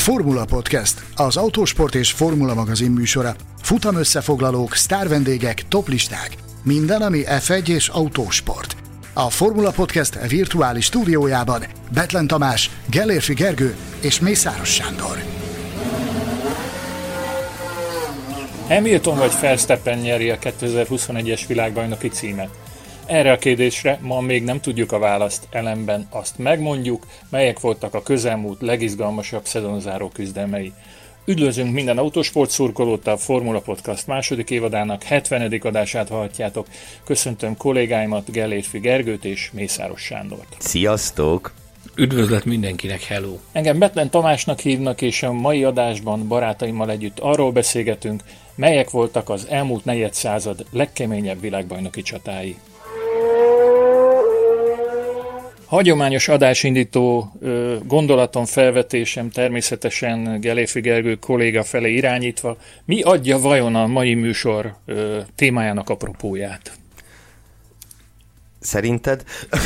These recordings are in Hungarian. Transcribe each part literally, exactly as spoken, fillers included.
Formula Podcast, az autósport és formula magazin műsora. Futam összefoglalók, sztárvendégek, toplisták. Minden, ami ef egy és autósport. A Formula Podcast virtuális stúdiójában Bethlen Tamás, Gellérfi Gergő és Mészáros Sándor. Hamilton vagy Verstappen nyeri a kétezer-huszonegyes világbajnoki címet? Erre a kérdésre ma még nem tudjuk a választ, ellenben azt megmondjuk, melyek voltak a közelmúlt legizgalmasabb szezonzáró küzdelmei. Üdvözlünk minden autósport szurkolót, a Formula Podcast második évadának hetvenedik adását hallhatjátok. Köszöntöm kollégáimat, Gellérfi Gergőt és Mészáros Sándort. Sziasztok! Üdvözlet mindenkinek, hello! Engem Bethlen Tamásnak hívnak, és a mai adásban barátaimmal együtt arról beszélgetünk, melyek voltak az elmúlt negyed század legkeményebb világbajnoki csatái. Hagyományos adásindító ö, gondolaton felvetésem természetesen Gellérfi Gergő kolléga felé irányítva. Mi adja vajon a mai műsor ö, témájának apropóját? Szerinted?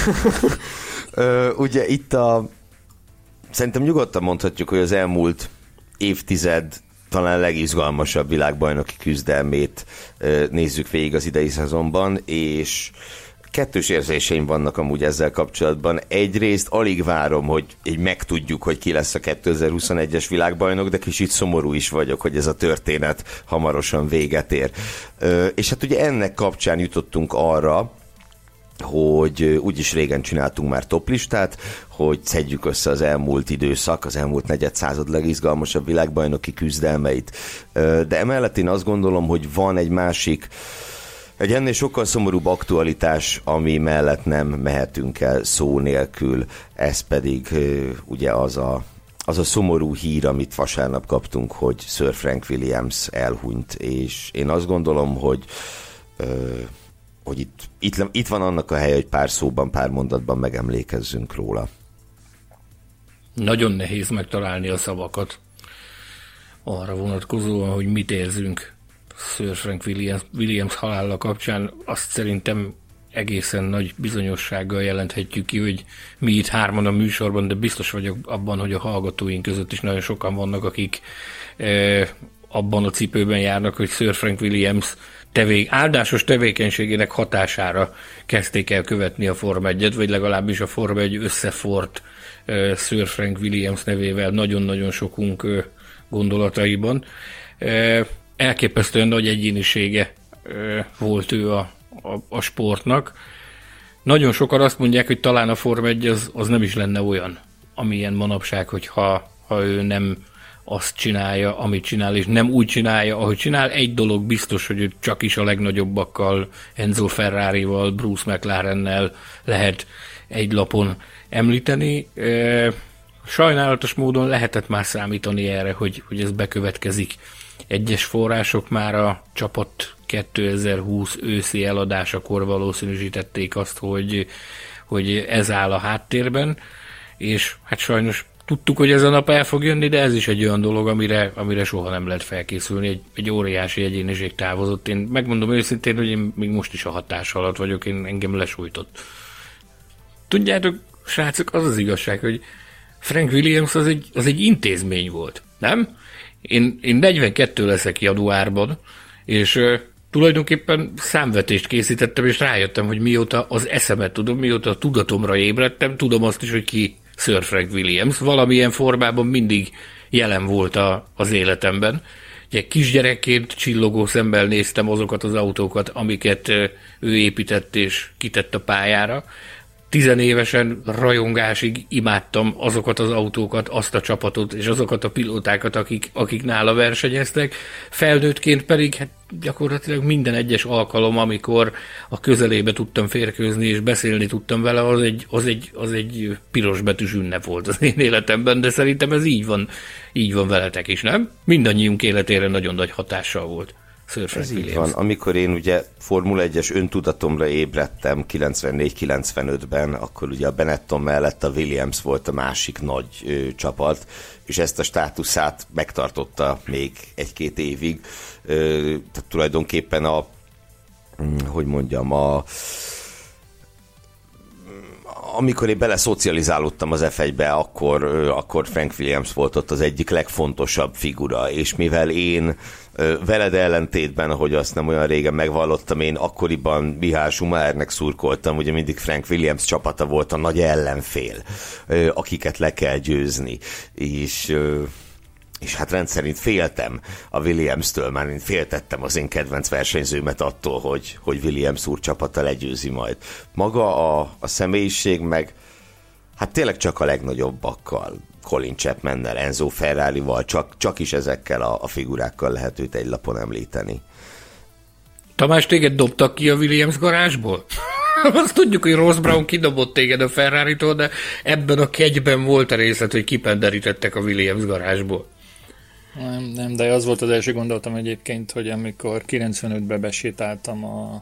ö, ugye itt a... Szerintem nyugodtan mondhatjuk, hogy az elmúlt évtized talán legizgalmasabb világbajnoki küzdelmét ö, nézzük végig az idei szezonban, és kettős érzéseim vannak amúgy ezzel kapcsolatban. Egyrészt alig várom, hogy így megtudjuk, hogy ki lesz a kétezer-huszonegyes világbajnok, de kicsit szomorú is vagyok, hogy ez a történet hamarosan véget ér. Ö, és hát ugye ennek kapcsán jutottunk arra, hogy úgyis régen csináltunk már toplistát, hogy szedjük össze az elmúlt időszak, az elmúlt negyed század legizgalmasabb világbajnoki küzdelmeit. Ö, de emellett én azt gondolom, hogy van egy másik, egy ennél sokkal szomorúbb aktualitás, ami mellett nem mehetünk el szó nélkül, ez pedig ugye az a, az a szomorú hír, amit vasárnap kaptunk, hogy Sir Frank Williams elhunyt, és én azt gondolom, hogy, hogy itt, itt, itt van annak a helye, hogy pár szóban, pár mondatban megemlékezzünk róla. Nagyon nehéz megtalálni a szavakat arra vonatkozóan, hogy mit érzünk Sir Frank Williams, Williams halála kapcsán. Azt szerintem egészen nagy bizonyossággal jelenthetjük ki, hogy mi itt hárman a műsorban, de biztos vagyok abban, hogy a hallgatóink között is nagyon sokan vannak, akik eh, abban a cipőben járnak, hogy Sir Frank Williams tevé, áldásos tevékenységének hatására kezdték el követni a Forma egyet, vagy legalábbis a Forma egy összefort eh, Sir Frank Williams nevével nagyon-nagyon sokunk eh, gondolataiban. Eh, Elképesztően nagy egyénisége volt ő a, a, a sportnak. Nagyon sokan azt mondják, hogy talán a Forma egy az, az nem is lenne olyan, amilyen manapság, hogyha ha ő nem azt csinálja, amit csinál, és nem úgy csinálja, ahogy csinál. Egy dolog biztos, hogy ő csak is a legnagyobbakkal, Enzo Ferrarival, Bruce McLarennel lehet egy lapon említeni. Sajnálatos módon lehetett már számítani erre, hogy, hogy ez bekövetkezik. Egyes források már a csapat kétezer-húsz őszi eladásakor valószínűsítették azt, hogy, hogy ez áll a háttérben, és hát sajnos tudtuk, hogy ez a nap el fog jönni, de ez is egy olyan dolog, amire, amire soha nem lehet felkészülni. Egy, egy óriási egyéniség távozott. Én megmondom őszintén, hogy én még most is a hatás alatt vagyok, én engem lesújtott. Tudjátok, srácok, az az igazság, hogy Frank Williams az egy, az egy intézmény volt, nem? Én, én negyvenkettő leszek januárban, és uh, tulajdonképpen számvetést készítettem, és rájöttem, hogy mióta az eszemet tudom, mióta a tudatomra ébredtem, tudom azt is, hogy ki Sir Frank Williams. Valamilyen formában mindig jelen volt a, az életemben. Ugye kisgyerekként csillogó szemmel néztem azokat az autókat, amiket uh, ő épített és kitett a pályára. Tizenévesen rajongásig imádtam azokat az autókat, azt a csapatot és azokat a pilótákat, akik, akik nála versenyeztek. Felnőttként pedig hát gyakorlatilag minden egyes alkalom, amikor a közelébe tudtam férkőzni és beszélni tudtam vele, az egy, az egy, az egy pirosbetűs ünnep volt az én életemben, de szerintem ez így van, így van veletek is, nem? Mindannyiunk életére nagyon nagy hatással volt. Ez így van. Amikor én ugye Formula egyes öntudatomra ébredtem kilencvennégy kilencvenötben, akkor ugye a Benetton mellett a Williams volt a másik nagy ö, csapat, és ezt a státuszát megtartotta még egy-két évig. Ö, tehát tulajdonképpen a, hogy mondjam, a amikor én beleszocializálódtam az ef egybe, akkor, akkor Frank Williams volt ott az egyik legfontosabb figura, és mivel én veled ellentétben, ahogy azt nem olyan régen megvallottam, én akkoriban Michael Schumachernek szurkoltam, ugye mindig Frank Williams csapata volt a nagy ellenfél, akiket le kell győzni, és... és hát rendszerint féltem a Williams-től, már én féltettem az én kedvenc versenyzőmet attól, hogy, hogy Williams úr csapata legyőzi majd. Maga a, a személyiség meg, hát tényleg csak a legnagyobbakkal, Colin Chapmannel, Enzo Ferrarival, csak, csak is ezekkel a, a figurákkal lehet őt egy lapon említeni. Tamás, téged dobtak ki a Williams garázsból? Azt tudjuk, hogy Ross Brown kidobott téged a Ferraritól, de ebben a kegyben volt a részlet, hogy kipenderítettek a Williams garázsból. Nem, nem, de az volt az első gondolatom egyébként, hogy amikor kilencvenötben besétáltam a,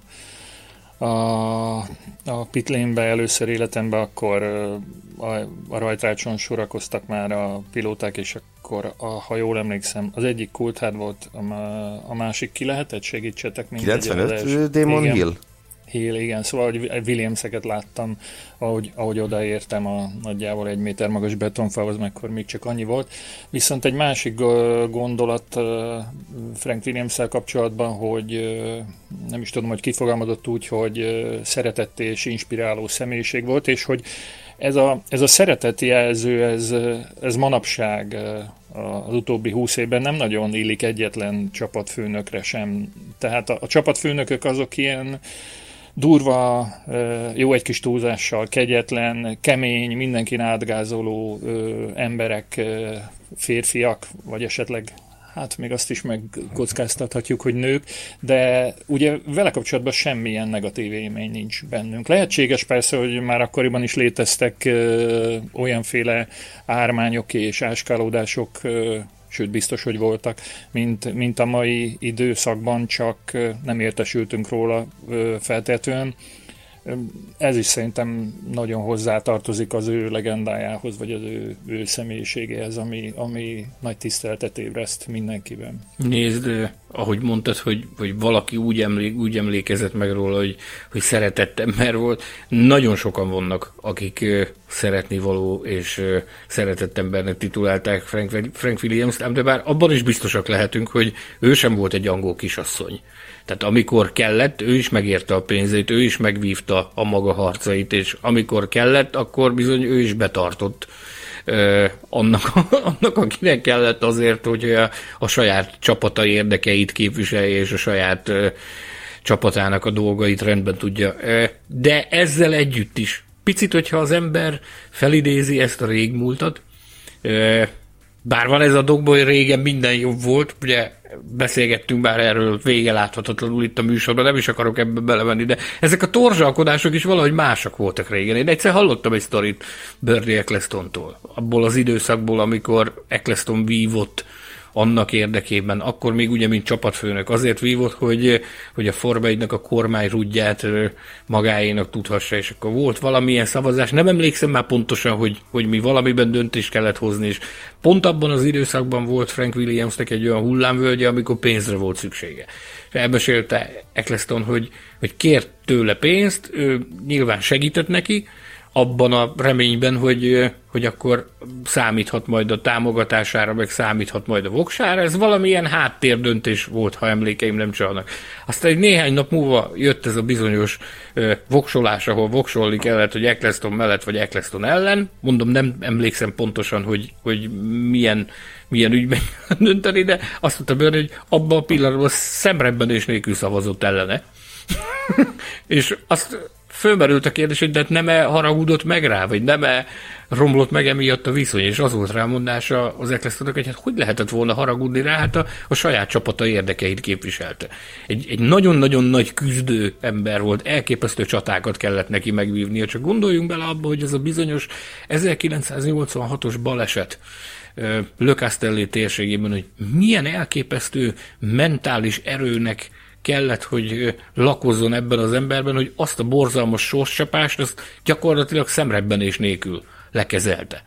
a, a pitlane-be először életemben, akkor a, a rajtrácson sorakoztak már a pilóták, és akkor, a, ha jól emlékszem, az egyik Coulthard volt, a, a másik ki lehetett? Segítsetek mindegy. kilencvenöt Damon igen. Hill? Hill, igen, szóval hogy Williamseket láttam, ahogy, ahogy odaértem a nagyjából egy méter magas betonfához, mekkor még csak annyi volt. Viszont egy másik gondolat Frank Williams-szel kapcsolatban, hogy nem is tudom, hogy kifogalmazott úgy, hogy szeretett és inspiráló személyiség volt, és hogy ez a, ez a szereteti jelző, ez, ez manapság az utóbbi húsz évben nem nagyon illik egyetlen csapatfőnökre sem. Tehát a, a csapatfőnökök azok ilyen durva, jó egy kis túlzással, kegyetlen, kemény, mindenkin átgázoló emberek, férfiak, vagy esetleg, hát még azt is megkockáztathatjuk, hogy nők, de ugye vele kapcsolatban semmilyen negatív élmény nincs bennünk. Lehetséges persze, hogy már akkoriban is léteztek olyanféle ármányok és áskálódások, sőt biztos, hogy voltak, mint, mint a mai időszakban, csak nem értesültünk róla feltétlenül. Ez is szerintem nagyon hozzátartozik az ő legendájához, vagy az ő, ő személyiségéhez, ami, ami nagy tiszteletet ébreszt mindenkiben. Nézd, ahogy mondtad, hogy, hogy valaki úgy, emlék, úgy emlékezett meg róla, hogy, hogy szeretett ember volt. Nagyon sokan vannak, akik szeretni való és szeretett embernek titulálták Frank, Frank Williams-t, de bár abban is biztosak lehetünk, hogy ő sem volt egy angol kisasszony. Tehát amikor kellett, ő is megérte a pénzét, ő is megvívta a maga harcait, és amikor kellett, akkor bizony ő is betartott eh, annak, annak, akinek kellett azért, hogy a, a saját csapata érdekeit képviselje, és a saját eh, csapatának a dolgait rendben tudja. Eh, de ezzel együtt is, picit, hogyha az ember felidézi ezt a régmúltat, eh, bár van ez a dokból, hogy régen minden jobb volt, ugye beszélgettünk már erről vége láthatatlanul itt a műsorban, nem is akarok ebbe belemenni, de ezek a torzsalkodások is valahogy másak voltak régen. Én egyszer hallottam egy sztorit Bernie Ecclestontól, abból az időszakból, amikor Eccleston vívott annak érdekében, akkor még ugye, mint csapatfőnök, azért vívott, hogy, hogy a Forma egynek a kormányrudját magáénak tudhassa, és akkor volt valamilyen szavazás, nem emlékszem már pontosan, hogy, hogy mi valamiben döntést kellett hozni, és pont abban az időszakban volt Frank Williamsnek egy olyan hullámvölgye, amikor pénzre volt szüksége. Elmesélte Eccleston, hogy, hogy kért tőle pénzt, ő nyilván segített neki, abban a reményben, hogy, hogy akkor számíthat majd a támogatására, meg számíthat majd a voksára. Ez valamilyen háttérdöntés volt, ha emlékeim nem csalnak. Aztán egy néhány nap múlva jött ez a bizonyos uh, voksolás, ahol voksolni kellett, hogy Eccleston mellett vagy Eccleston ellen. Mondom, nem emlékszem pontosan, hogy, hogy milyen, milyen ügyben dönteni, de azt mondta benne, hogy abban a pillanatban szemrebbenés nélkül szavazott ellene. És azt fölmerült a kérdés, hogy de nem-e haragudott meg rá, vagy nem-e romlott meg emiatt a viszony, és az volt rámondása az Ecclestonnak, hogy hát hogy lehetett volna haragudni rá, hát a, a saját csapata érdekeit képviselte. Egy, egy nagyon-nagyon nagy küzdő ember volt, elképesztő csatákat kellett neki megvívnia, csak gondoljunk bele abba, hogy ez a bizonyos ezerkilencszáznyolcvanhatos baleset Le Castellet térségében, hogy milyen elképesztő mentális erőnek kellett, hogy lakozzon ebben az emberben, hogy azt a borzalmas sorscsapást, azt gyakorlatilag szemrebbenés nélkül lekezelte.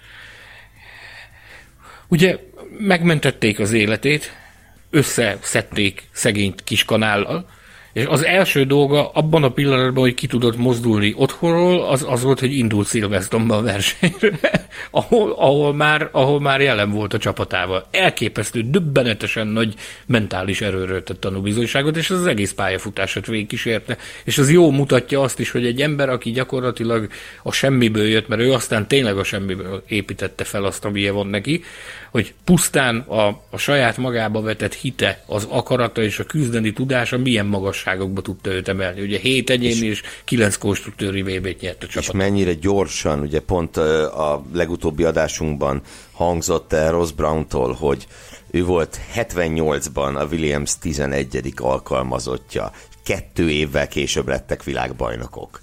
Ugye megmentették az életét, összeszedték szegényt Kiskanállal, És az első dolga abban a pillanatban, hogy ki tudott mozdulni otthonról, az, az volt, hogy indult Silverstone-ba a versenyre, ahol, ahol, már, ahol már jelen volt a csapatával. Elképesztő, döbbenetesen nagy mentális erőről tett tanúbizonyságot, és ez az egész pályafutását végigkísérte. És az jó mutatja azt is, hogy egy ember, aki gyakorlatilag a semmiből jött, mert ő aztán tényleg a semmiből építette fel azt, amilyen van neki, hogy pusztán a, a saját magába vetett hite, az akarata és a küzdeni tudása milyen magasságokba tudta őt emelni. Ugye hét egyéni és kilenc konstruktőri vé bét nyert a csapat. És mennyire gyorsan, ugye pont a legutóbbi adásunkban hangzott el Ross Browntól, hogy ő volt hetvennyolcban a Williams tizenegyedik alkalmazottja. Kettő évvel később lettek világbajnokok.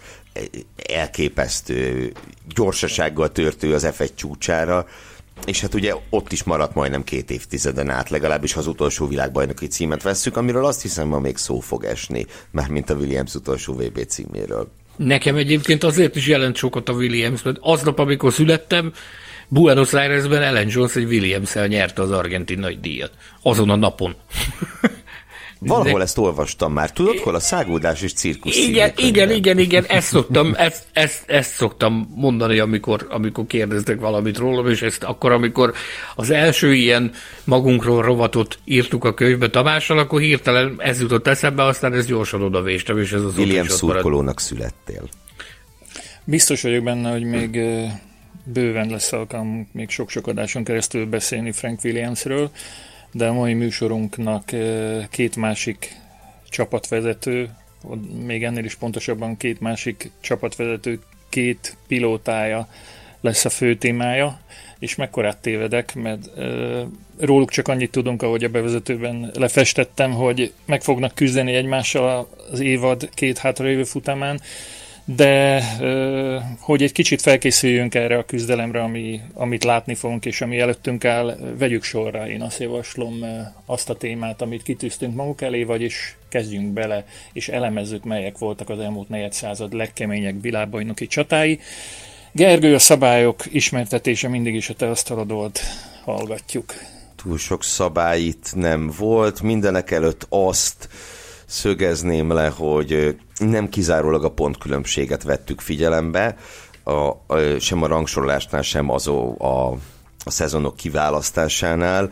Elképesztő gyorsasággal tört ő az ef egy csúcsára, és hát ugye ott is maradt majdnem két évtizeden át, legalábbis ha az utolsó világbajnoki címet vesszük, amiről azt hiszem, ma még szó fog esni, mármint a Williams utolsó vé bé címéről. Nekem egyébként azért is jelent sokat a Williams, mert aznap, amikor születtem, Buenos Airesben Ellen Jones egy Williams-el nyerte az argentin nagydíjat. Azon a napon. Valahol ezt olvastam már. Tudod, hol a Száguldás és Cirkusz Igen, igen, igen, igen, ezt szoktam, ezt, ezt, ezt szoktam mondani, amikor, amikor kérdeztek valamit rólam, és ezt akkor, amikor az első ilyen magunkról rovatot írtuk a könyvbe Tamással, akkor hirtelen ez jutott eszembe, aztán ez gyorsan odavéstem, és ez az Williams szurkolónak születtél. Biztos vagyok benne, hogy még bőven lesz alkalmunk még sok-sok adáson keresztül beszélni Frank Williamsről, de a mai műsorunknak két másik csapatvezető, még ennél is pontosabban két másik csapatvezető, két pilótája lesz a fő témája, és mekkorát tévedek, mert róluk csak annyit tudunk, ahogy a bevezetőben lefestettem, hogy meg fognak küzdeni egymással az évad két hátralévő futamán, de hogy egy kicsit felkészüljünk erre a küzdelemre, ami, amit látni fogunk, és ami előttünk áll, vegyük sorra. Én azt javaslom azt a témát, amit kitűztünk maguk elé, vagyis kezdjünk bele, és elemezzük, melyek voltak az elmúlt negyed század legkeményebb világbajnoki csatái. Gergő, a szabályok ismertetése mindig is a te asztalodolt, hallgatjuk. Túl sok szabály itt nem volt, mindenek előtt azt szögezném le, hogy nem kizárólag a pontkülönbséget vettük figyelembe, a, a, sem a rangsorolásnál, sem az a, a, a szezonok kiválasztásánál.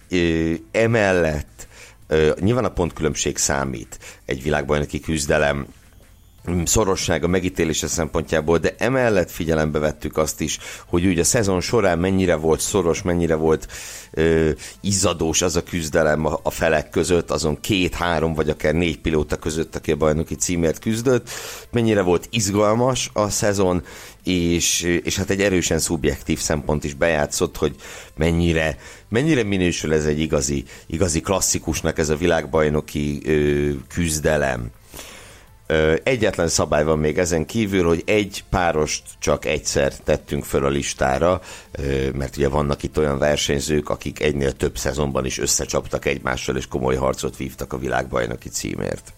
Emellett nyilván a pontkülönbség számít egy világbajnoki küzdelem szorossága megítélése szempontjából, de emellett figyelembe vettük azt is, hogy ugye a szezon során mennyire volt szoros, mennyire volt ö, izzadós az a küzdelem a, a felek között, azon két, három vagy akár négy pilóta között, aki a bajnoki címért küzdött, mennyire volt izgalmas a szezon, és, és hát egy erősen szubjektív szempont is bejátszott, hogy mennyire, mennyire minősül ez egy igazi, igazi klasszikusnak ez a világbajnoki ö, küzdelem. Egyetlen szabály van még ezen kívül, hogy egy párost csak egyszer tettünk föl a listára, mert ugye vannak itt olyan versenyzők, akik egynél több szezonban is összecsaptak egymással, és komoly harcot vívtak a világbajnoki címért.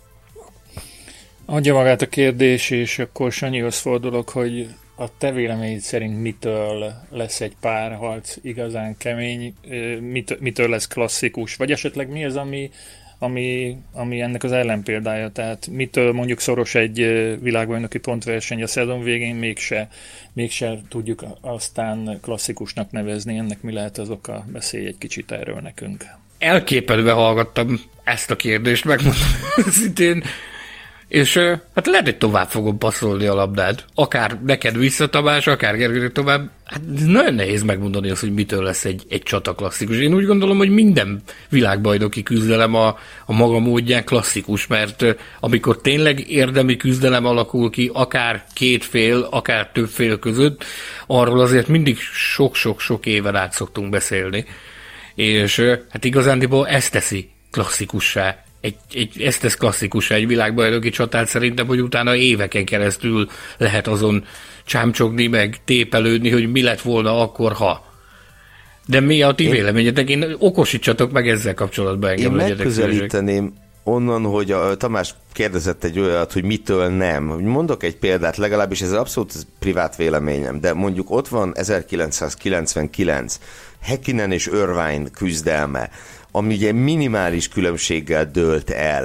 Adja magát a kérdés, és akkor Sanyihoz fordulok, hogy a te véleményed szerint mitől lesz egy párharc igazán kemény, mitől, mitől lesz klasszikus, vagy esetleg mi az, ami Ami, ami ennek az ellenpéldája, tehát mitől mondjuk szoros egy világbajnoki pontverseny a szezon végén, mégse, mégse tudjuk aztán klasszikusnak nevezni, ennek mi lehet az oka? Beszélj egy kicsit erről nekünk. Elképedve hallgattam ezt a kérdést, megmondom szintén, és hát lehet, hogy tovább fogom passzolni a labdát. Akár neked vissza, Tamás, akár Gergőnek tovább. Hát nagyon nehéz megmondani azt, hogy mitől lesz egy, egy csata klasszikus. Én úgy gondolom, hogy minden világbajnoki küzdelem a, a maga módján klasszikus, mert amikor tényleg érdemi küzdelem alakul ki, akár két fél, akár több fél között, arról azért mindig sok-sok-sok éven át szoktunk beszélni. És hát igazándiból ezt teszi klasszikussá. Egy, egy, ezt tesz klasszikussá egy világbajnoki csatát szerintem, hogy utána éveken keresztül lehet azon csámcsogni, meg tépelődni, hogy mi lett volna akkor, ha. De mi a ti én... véleményetek? Én okosítsatok meg ezzel kapcsolatban engem. Én megközelíteném onnan, hogy a Tamás kérdezett egy olyat, hogy mitől nem. Mondok egy példát, legalábbis ez abszolút privát véleményem, de mondjuk ott van ezerkilencszázkilencvenkilenc, Häkkinen és Irvine küzdelme, ami ugye minimális különbséggel dőlt el.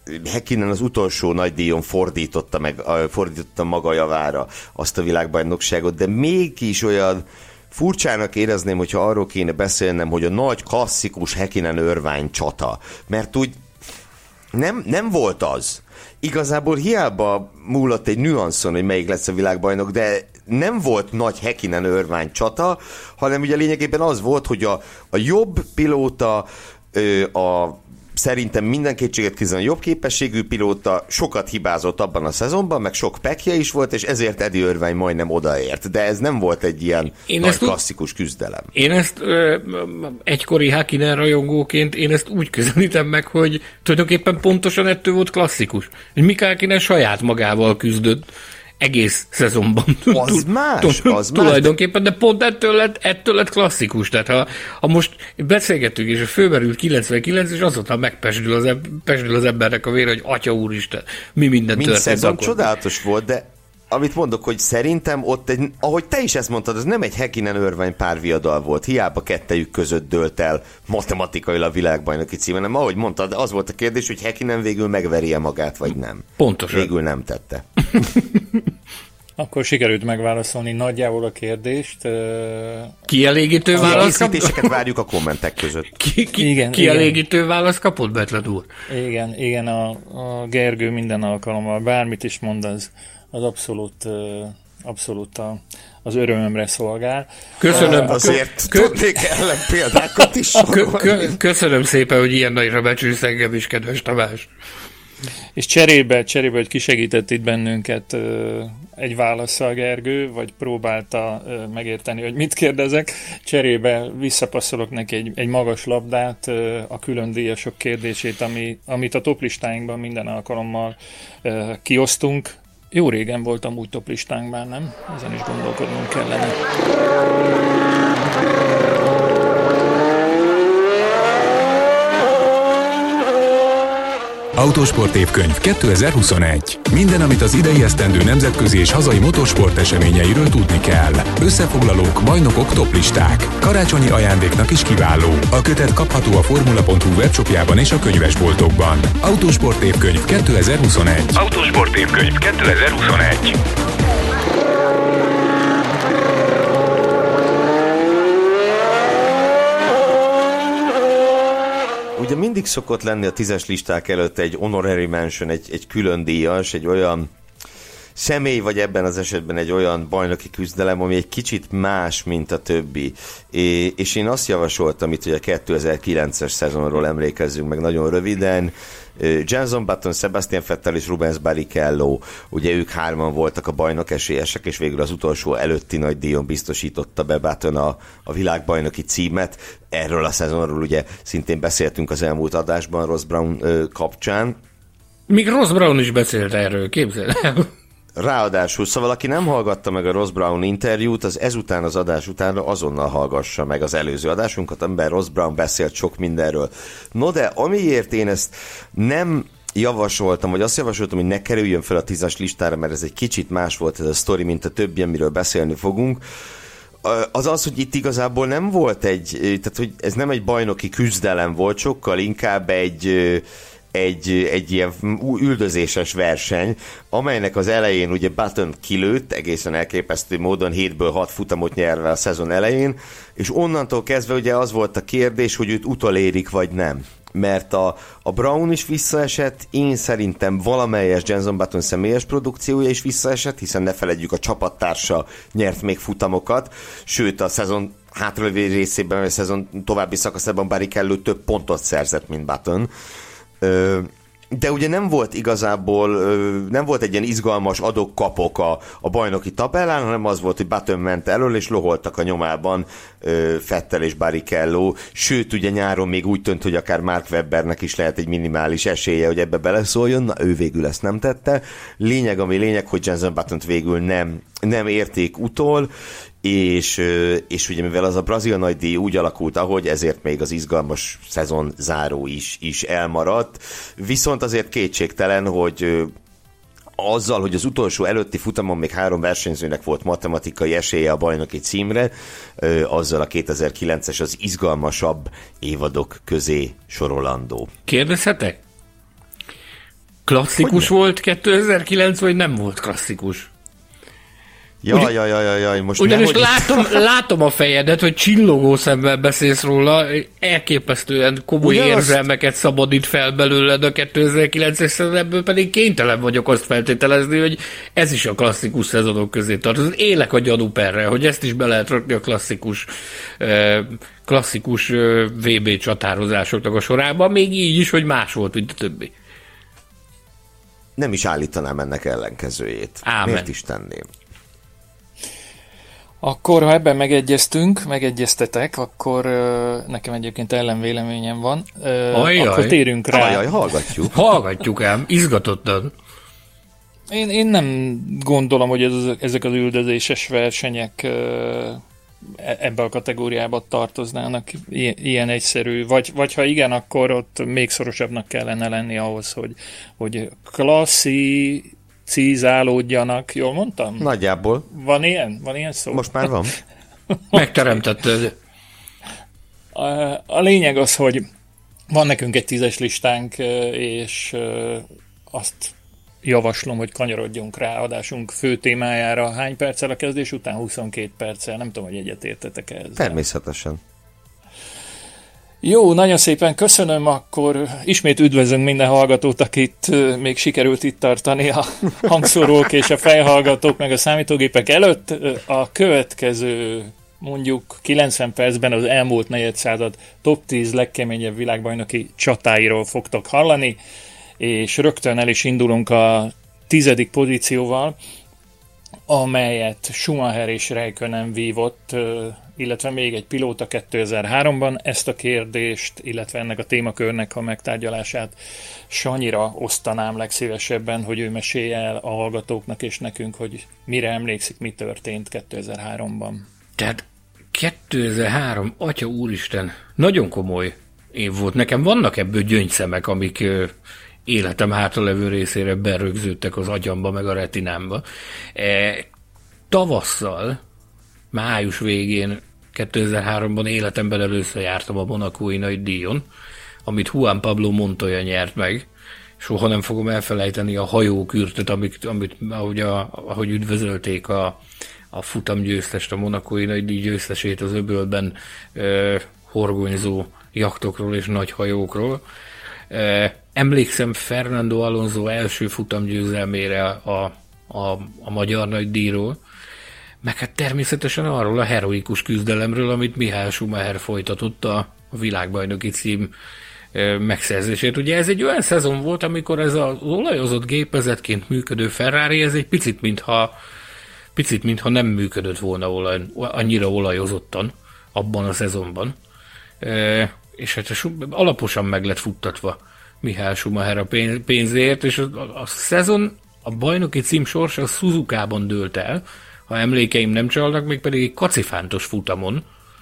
Häkkinen az utolsó nagy díjon fordította, meg, fordította maga javára azt a világbajnokságot, de mégis olyan furcsának érezném, hogyha arról kéne beszélnem, hogy a nagy klasszikus Häkkinen-Irvine csata, mert úgy nem, nem volt az. Igazából hiába múlott egy nüanszon, hogy melyik lesz a világbajnok, de nem volt nagy Häkkinen-Irvine csata, hanem ugye lényegében az volt, hogy a, a jobb pilóta, a szerintem minden kétséget kizárólag jobb képességű pilóta sokat hibázott abban a szezonban, meg sok pekje is volt, és ezért Eddie Irvine majdnem odaért. De ez nem volt egy ilyen én nagy klasszikus úgy, küzdelem. Én ezt ö, egykori Häkkinen rajongóként én ezt úgy közelítem meg, hogy tulajdonképpen pontosan ettől volt klasszikus. Hogy Mika Häkkinen saját magával küzdött egész szezonban. Az más, az Tulajdonképpen, de pont ettől lett, ettől lett klasszikus. Tehát ha, ha most beszélgetünk, és fölmerült kilencvenkilenc, és azóta megpesdül az, pesdül az embernek a vére, hogy atya úristen, mi minden Mint történt. Szezon csodálatos volt, de amit mondok, hogy szerintem ott, egy, ahogy te is ezt mondtad, az nem egy Häkkinen-Irvine párviadal volt. Hiába kettejük között dőlt el matematikailag a világbajnoki cím, hanem ahogy mondtad, az volt a kérdés, hogy Häkkinen végül megveri-e magát, vagy nem. Pontosan. Végül nem tette. Akkor sikerült megválaszolni nagyjából a kérdést. Kielégítő választ kapott? Kiegészítéseket várjuk a kommentek között. Ki, ki, igen, kielégítő igen. választ kapott, Betlen úr? Igen, igen a, a Gergő minden alkalommal bármit is mond, az, az abszolút, abszolút a, az örömömre szolgál. Köszönöm. Azért tudnék ellen példákat is sorolni. Köszönöm szépen, hogy ilyen nagyra becsülsz engem is, kedves Tamás. És cserébe, cserébe, hogy kisegített itt bennünket egy válaszsal Gergő, vagy próbálta megérteni, hogy mit kérdezek, cserébe visszapasszolok neki egy, egy magas labdát, a külön díjasok kérdését, ami, amit a toplistáinkban minden alkalommal kiosztunk. Jó régen voltam úgy toplistánk, bár nem? Ezen is gondolkodnunk kellene. Autósport évkönyv kétezer-huszonegy. Minden, amit az idei esztendő nemzetközi és hazai motorsport eseményeiről tudni kell. Összefoglalók, bajnokok, toplisták. Karácsonyi ajándéknak is kiváló. A kötet kapható a formula pont hu webshopjában és a könyvesboltokban. Autósport évkönyv kétezer-huszonegy. Autósport évkönyv kétezer-huszonegy. Ugye mindig szokott lenni a tízes listák előtt egy honorary mention, egy, egy külön díjas, egy olyan személy, vagy ebben az esetben egy olyan bajnoki küzdelem, ami egy kicsit más, mint a többi. É, és én azt javasoltam itt, hogy a kétezer-kilences szezonról emlékezzünk meg nagyon röviden. Jenson Button, Sebastian Vettel és Rubens Barrichello, ugye ők hárman voltak a bajnok esélyesek, és végül az utolsó előtti nagy díjon biztosította be Button a, a világbajnoki címet. Erről a szezonról ugye szintén beszéltünk az elmúlt adásban Ross Brown ö, kapcsán. Még Ross Brown is beszélt erről, képzeld el. Ráadásul, szóval aki nem hallgatta meg a Ross Brown interjút, az ezután az adás után azonnal hallgassa meg az előző adásunkat, amiben Ross Brown beszélt sok mindenről. No de amiért én ezt nem javasoltam, vagy azt javasoltam, hogy ne kerüljön fel a tízes listára, mert ez egy kicsit más volt ez a sztori, mint a többi, amiről beszélni fogunk, az az, hogy itt igazából nem volt egy, tehát hogy ez nem egy bajnoki küzdelem volt, sokkal inkább egy Egy, egy ilyen üldözéses verseny, amelynek az elején ugye Button kilőtt, egészen elképesztő módon hétből hat futamot nyerve a szezon elején, és onnantól kezdve ugye az volt a kérdés, hogy őt utolérik vagy nem. Mert a, a Brown is visszaesett, én szerintem valamelyes Jenson Button személyes produkciója is visszaesett, hiszen ne feledjük, a csapattársa nyert még futamokat, sőt a szezon hátralévő részében, vagy a szezon további szakaszában Barrichello több pontot szerzett, mint Button. De ugye nem volt igazából, nem volt egy ilyen izgalmas adok-kapok a, a bajnoki tabellán, hanem az volt, hogy Button ment elől, és loholtak a nyomában Vettel és Barrichello, sőt ugye nyáron még úgy tűnt, hogy akár Mark Webbernek is lehet egy minimális esélye, hogy ebbe beleszóljon, na ő végül ezt nem tette. Lényeg, ami lényeg, hogy Jenson Buttont végül nem, nem érték utol, és, és ugye mivel az a brazil nagydíj úgy alakult, ahogy ezért még az izgalmas szezon záró is, is elmaradt. Viszont azért kétségtelen, hogy azzal, hogy az utolsó előtti futamon még három versenyzőnek volt matematikai esélye a bajnoki címre, azzal a kétezer-kilences az izgalmasabb évadok közé sorolandó. Kérdezhetek? Klasszikus hogy volt kétezer-kilenc, vagy nem volt klasszikus? Jaj, Ugyan, jaj, jaj, jaj, most ugyanis látom, látom a fejedet, hogy csillogó szemmel beszélsz róla, elképesztően komoly Ugyan érzelmeket azt... szabadít fel belőled a kétezer-kilences szezon, ebből pedig kénytelen vagyok azt feltételezni, hogy ez is a klasszikus szezonok közé tartozik. Élek a gyanúperre, hogy ezt is be lehet rakni a klasszikus, klasszikus vé bé csatározásoknak a sorában, még így is, hogy más volt, mint a többi. Nem is állítanám ennek ellenkezőjét. Ámen. Miért is tenném? Akkor, ha ebben megegyeztünk, megegyeztetek, akkor uh, nekem egyébként ellenvéleményem van. Uh, Ajjaj. Akkor térünk rá. Ajjaj, hallgatjuk. Hallgatjuk ám, izgatottan. Én, én nem gondolom, hogy ez, ezek az üldözéses versenyek uh, ebbe a kategóriába tartoznának. I- ilyen egyszerű. Vagy, vagy ha igen, akkor ott még szorosabbnak kellene lenni ahhoz, hogy, hogy klasszi cízálódjanak, jól mondtam? Nagyjából. Van ilyen? Van ilyen szó? Most már van. Megteremtetted. A, a lényeg az, hogy van nekünk egy tízes listánk, és azt javaslom, hogy kanyarodjunk rá adásunk fő témájára. Hány perccel a kezdés után? huszonkét perccel. Nem tudom, hogy egyetértetek ezzel. Természetesen. Jó, nagyon szépen köszönöm, akkor ismét üdvözlünk minden hallgatót, akit még sikerült itt tartani a hangszórók és a fejhallgatók meg a számítógépek előtt. A következő mondjuk kilencven percben az elmúlt negyedszázad top tíz legkeményebb világbajnoki csatáiról fogtok hallani, és rögtön el is indulunk a tizedik pozícióval, amelyet Schumacher és Räikkönen vívott, illetve még egy pilóta kétezer-háromban. Ezt a kérdést, illetve ennek a témakörnek a megtárgyalását Sanyira osztanám legszívesebben, hogy ő mesélje el a hallgatóknak és nekünk, hogy mire emlékszik, mi történt kétezer-háromban. Tehát kétezer-három, atya úristen, nagyon komoly év volt. Nekem vannak ebből gyöngyszemek, amik életem hátralevő részére berögződtek az agyamba, meg a retinámba. E, tavasszal, május végén kétezer-háromban életemben először jártam a monacói nagy díjon, amit Juan Pablo Montoya nyert meg. Soha nem fogom elfelejteni a hajókürtöt, amit, amit ahogy, a, ahogy üdvözölték a, a futamgyőztest, a monacói nagy díj győztesét az öbölben e, horgonyzó jachtokról és nagy hajókról. E, emlékszem Fernando Alonso első futamgyőzelmére a, a, a magyar nagy díjról, meg hát természetesen arról a heroikus küzdelemről, amit Michael Schumacher folytatott a, a világbajnoki cím e, megszerzését. Ugye ez egy olyan szezon volt, amikor ez az olajozott gépezetként működő Ferrari, ez egy picit, mintha, picit, mintha nem működött volna olaj, annyira olajozottan abban a szezonban. E, és hát alaposan meg lett futtatva Michael Schumacher a pénzért, és a, a, a szezon, a bajnoki cím sorsa a Suzukában dőlt el, ha emlékeim nem csalnak, még pedig egy kacifántos futamon.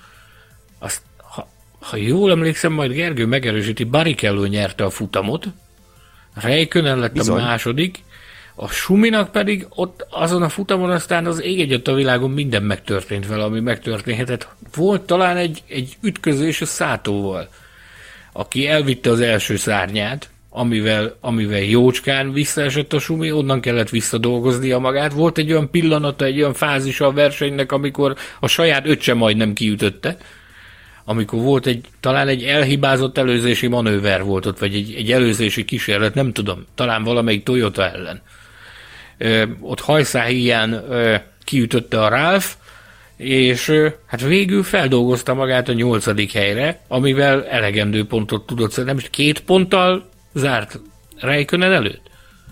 Azt, ha, ha jól emlékszem, majd Gergő megerősíti, Barrichello nyerte a futamot, Räikkönen lett Bizony. a második, a Schuminak pedig ott azon a futamon aztán az ég egyet a világon minden megtörtént vele, ami megtörténhetett. Volt talán egy, egy ütközés a Szátóval, aki elvitte az első szárnyát, amivel, amivel jócskán visszaesett a Schumi, onnan kellett visszadolgoznia magát. Volt egy olyan pillanata, egy olyan fázisa a versenynek, amikor a saját öccse majdnem kiütötte, amikor volt egy, talán egy elhibázott előzési manőver volt ott, vagy egy, egy előzési kísérlet, nem tudom, talán valamelyik Toyota ellen. Ö, ott hajszáhíján ö, kiütötte a Ralph, és ö, hát végül feldolgozta magát a nyolcadik helyre, amivel elegendő pontot tudott szerintem, és két ponttal zárt Räikkönen előtt.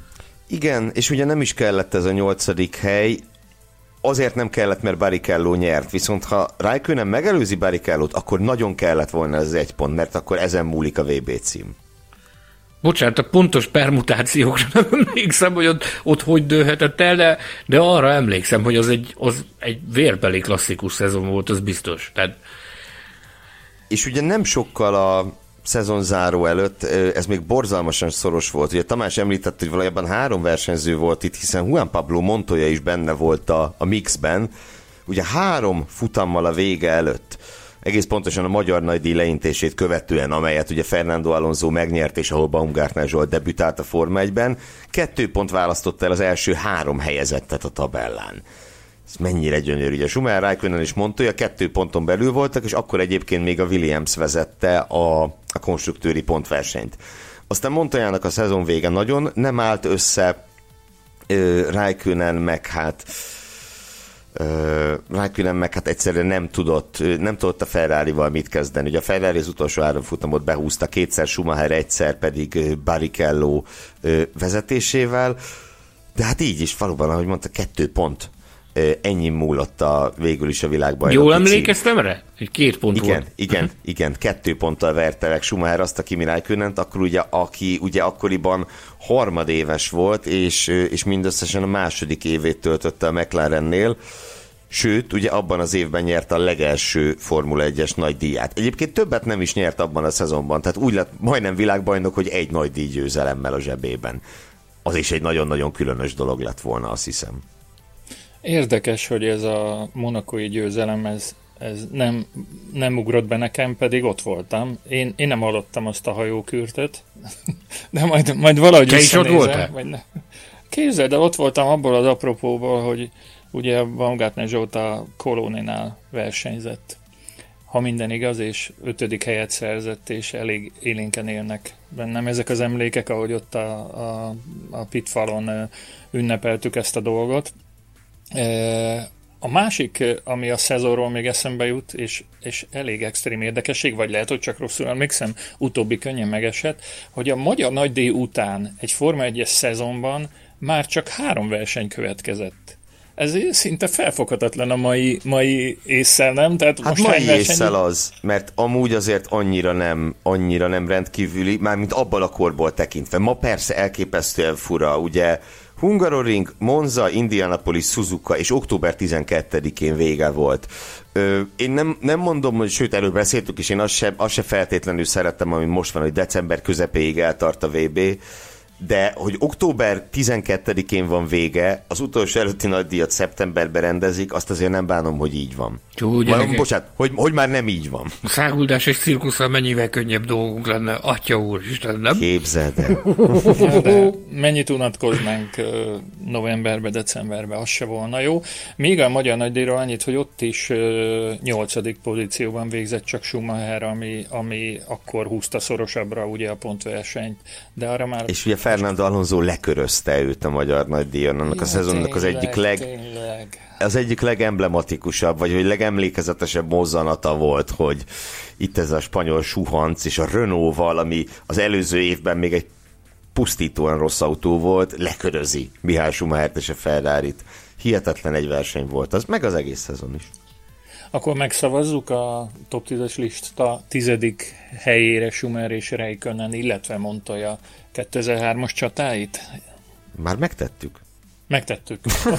Igen, és ugye nem is kellett ez a nyolcadik hely, azért nem kellett, mert Barrichello nyert, viszont ha Räikkönen megelőzi Barricellót, akkor nagyon kellett volna ez egy pont, mert akkor ezen múlik a vé bé cím. Bocsánat, a pontos permutációkra nem emlékszem, hogy ott, ott hogy dőlhetett el, de, de arra emlékszem, hogy az egy, az egy vérbeli klasszikus szezon volt, az biztos. Tehát... És ugye nem sokkal a szezonzáró előtt, ez még borzalmasan szoros volt. Ugye Tamás említett, hogy valójában három versenyző volt itt, hiszen Juan Pablo Montoya is benne volt a, a mixben. Ugye három futammal a vége előtt egész pontosan a magyar nagydíj leintését követően, amelyet ugye Fernando Alonso megnyert, és ahol Baumgartner Zsolt debütált a Forma egyben, kettő pont választott el az első három helyezettet a tabellán. Ez mennyire gyönyörű. Ugye Schumacher, Raikkonen is mondta, hogy a kettő ponton belül voltak, és akkor egyébként még a Williams vezette a, a konstruktőri pontversenyt. Aztán Montoya-nak a szezon vége nagyon nem állt össze, uh, Raikkonen meg hát uh, Raikkonen meg hát egyszerűen nem tudott, nem tudott a Ferrarival mit kezdeni. Ugye a Ferrari az utolsó három futamot behúzta, kétszer Schumacher, egyszer pedig Barrichello uh, vezetésével, de hát így is valóban, ahogy mondta, kettő pont. Ennyi múlott a, végül is a világbajnoki Jól emlékeztem rá? Egy két pont igen, volt. Igen, igen, kettő ponttal verte meg Schumacher azt a Kimi Räikkönent, akkor ugye, aki ugye akkoriban harmadéves volt, és, és mindösszesen a második évét töltötte a McLarennél, sőt, ugye abban az évben nyert a legelső Formula egyes nagydíját. Egyébként többet nem is nyert abban a szezonban, tehát úgy lett majdnem világbajnok, hogy egy nagydíj győzelemmel a zsebében. Az is egy nagyon-nagyon különös dolog lett volna, azt hiszem. Érdekes, hogy ez a monakói győzelem, ez, ez nem, nem ugrott be nekem, pedig ott voltam. Én, én nem hallottam azt a hajókürtöt, de majd, majd valahogy Te is ott voltál? Vagy ne. Képzeld, de ott voltam abból az apropóból, hogy ugye Baumgartner Zsolt a Colónénál versenyzett. Ha minden igaz, és ötödik helyet szerzett, és elég élénken élnek bennem ezek az emlékek, ahogy ott a, a, a pitfalon ünnepeltük ezt a dolgot. A másik, ami a szezonról még eszembe jut, és, és elég extrém érdekesség, vagy lehet, hogy csak rosszul emlékszem, utóbbi könnyen megesett, hogy a magyar nagydíj után egy Forma egyes szezonban már csak három verseny következett. Ez szinte felfoghatatlan a mai, mai ésszel, nem? Tehát hát most mai verseny... ésszel az, mert amúgy azért annyira nem, annyira nem rendkívüli, mármint abban a korból tekintve. Ma persze elképesztően fura, ugye Hungaroring, Monza, Indianapolis, Suzuka, és október tizenkettedikén vége volt. Ö, én nem, nem mondom, hogy sőt, erről beszéltük, és én azt se, azt se feltétlenül szerettem, ami most van, hogy december közepéig eltart a vé bé, de hogy október tizenkettedikén van vége, az utolsó előtti nagydíjat szeptemberben rendezik, azt azért nem bánom, hogy így van. Jó, Valami, bocsánat, hogy, hogy már nem így van. A száguldás és cirkusszal mennyivel könnyebb dolgunk lenne, atya úr, Isten, nem? Képzeld el. Ja, de mennyit unatkoznánk novemberben, decemberben, az se volna jó. Még a magyar nagydíjról annyit, hogy ott is nyolcadik pozícióban végzett csak Schumacher, ami, ami akkor húzta szorosabbra ugye a pontversenyt, de arra már... És ugye Fernando Alonso lekörözte őt a magyar nagydíjon, annak ja, a szezonnak az egyik leg... Tényleg. Az egyik legemblematikusabb, vagy hogy legemlékezetesebb mozzanata volt, hogy itt ez a spanyol suhanc, és a Renault-val, ami az előző évben még egy pusztítóan rossz autó volt, lekörözi Michael Schumachert és a Ferrarit. Hihetetlen egy verseny volt, az meg az egész szezon is. Akkor megszavazzuk a top tízes lista tizedik helyére Schumacher és Räikkönen, illetve Montoya kétezer-hármas csatáit? Már megtettük. Megtettük.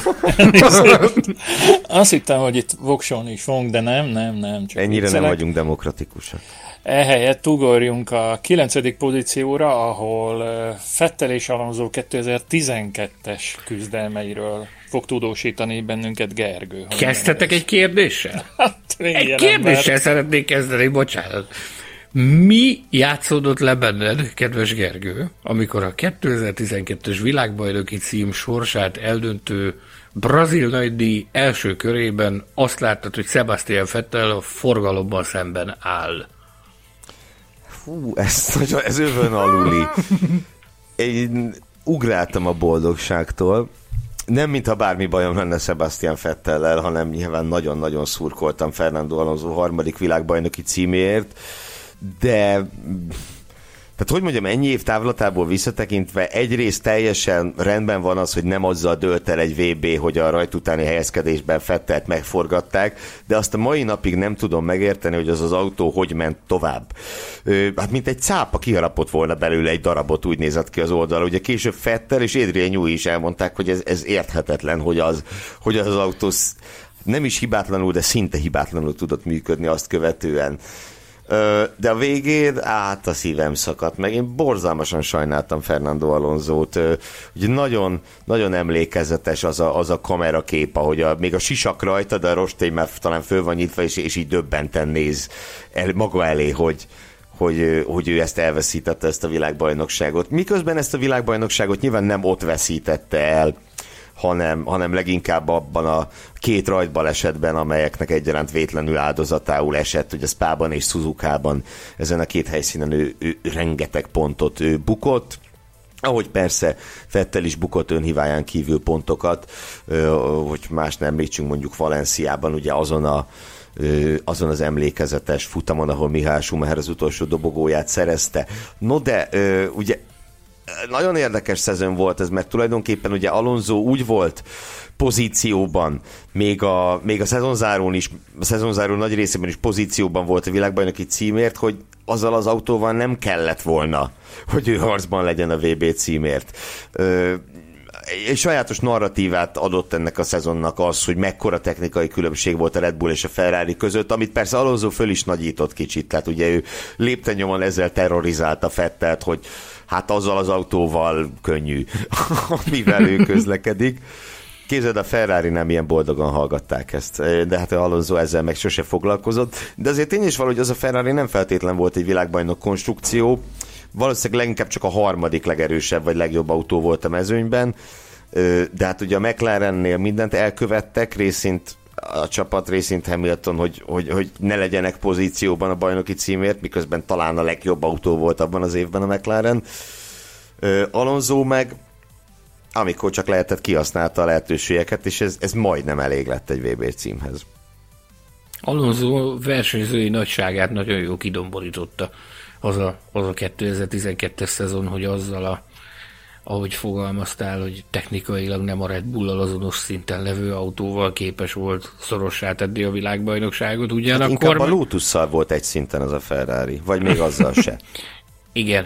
Azt hittem, hogy itt voksolni is fogunk, de nem, nem, nem. Csak ennyire viccelek. Nem vagyunk demokratikusak. Ehelyett ugorjunk a kilencedik pozícióra, ahol Vettel és Alonso kétezer-tizenkettes küzdelmeiről fog tudósítani bennünket Gergő. Kezdtetek egy kérdéssel? Hát, egy kérdéssel ember. Szeretnék kezdeni, bocsánat. Mi játszódott le benned, kedves Gergő, amikor a kétezer-tizenkettes világbajnoki cím sorsát eldöntő brazil nagydíj első körében azt láttad, hogy Sebastian Vettel a forgalomban szemben áll? Fú, ez, ez övön aluli. Én ugráltam a boldogságtól. Nem, mintha bármi bajom lenne Sebastian Vettellel, hanem nyilván nagyon-nagyon szurkoltam Fernando Alonso harmadik világbajnoki címéért, de tehát hogy mondjam, ennyi év távlatából visszatekintve egyrészt teljesen rendben van az, hogy nem azzal dölt el egy vé bé, hogy a rajt utáni helyezkedésben Vettelt megforgatták, de azt a mai napig nem tudom megérteni, hogy az az autó hogy ment tovább. Hát mint egy cápa kiharapott volna belőle egy darabot, úgy nézett ki az oldal. Ugye később Vettel és Adrian Newey is elmondták, hogy ez, ez érthetetlen, hogy az, hogy az, az autó nem is hibátlanul, de szinte hibátlanul tudott működni azt követően. De a végén át a szívem szakadt meg. Én borzalmasan sajnáltam Fernando Alonsót. Ugye nagyon, nagyon emlékezetes az a, az a kamerakép, ahogy a, még a sisak rajta, de a rostény már talán föl van nyitva, és, és így döbbenten néz el, maga elé, hogy, hogy, hogy ő ezt elveszítette, ezt a világbajnokságot. Miközben ezt a világbajnokságot nyilván nem ott veszítette el, hanem, hanem leginkább abban a két rajtbalesetben, amelyeknek egyaránt vétlenül áldozatául esett, ugye Spában és Suzukában ezen a két helyszínen ő, ő rengeteg pontot ő bukott, ahogy persze Vettel is bukott önhibáján kívül pontokat, hogy más nem említsünk, mondjuk Valenciában ugye azon a azon az emlékezetes futamon, ahol Michael Schumacher az utolsó dobogóját szerezte. No de ugye nagyon érdekes szezon volt ez, mert tulajdonképpen ugye Alonso úgy volt pozícióban, még a, még a szezonzárón is, a szezonzáró nagy részében is pozícióban volt a világbajnoki címért, hogy azzal az autóval nem kellett volna, hogy ő harcban legyen a vé bé címért. Ö, egy sajátos narratívát adott ennek a szezonnak az, hogy mekkora technikai különbség volt a Red Bull és a Ferrari között, amit persze Alonso föl is nagyított kicsit, tehát ugye ő lépten-nyomon ezzel terrorizálta Vettelt, hogy hát azzal az autóval könnyű, amivel ő közlekedik. Képzeld, a Ferrari nem ilyen boldogan hallgatták ezt, de hát Alonso ezzel meg sose foglalkozott. De azért tény is valahogy az a Ferrari nem feltétlen volt egy világbajnok konstrukció, valószínűleg leginkább csak a harmadik legerősebb vagy legjobb autó volt a mezőnyben, de hát ugye a McLarennél mindent elkövettek, részint a csapat, részint Hamilton, hogy, hogy, hogy ne legyenek pozícióban a bajnoki címért, miközben talán a legjobb autó volt abban az évben a McLaren. Alonso meg, amikor csak lehetett, kihasználta a lehetőségeket, és ez, ez majdnem elég lett egy vé bé címhez. Alonso versenyzői nagyságát nagyon jól kidomborította az a, az a kétezer-tizenkettes szezon, hogy azzal a, ahogy fogalmaztál, hogy technikailag nem a Red Bull-al azonos szinten levő autóval képes volt szorossá tenni a világbajnokságot. Ugyanakkor... Hát inkább a Lotusszal volt egy szinten az a Ferrari, vagy még azzal se. Igen.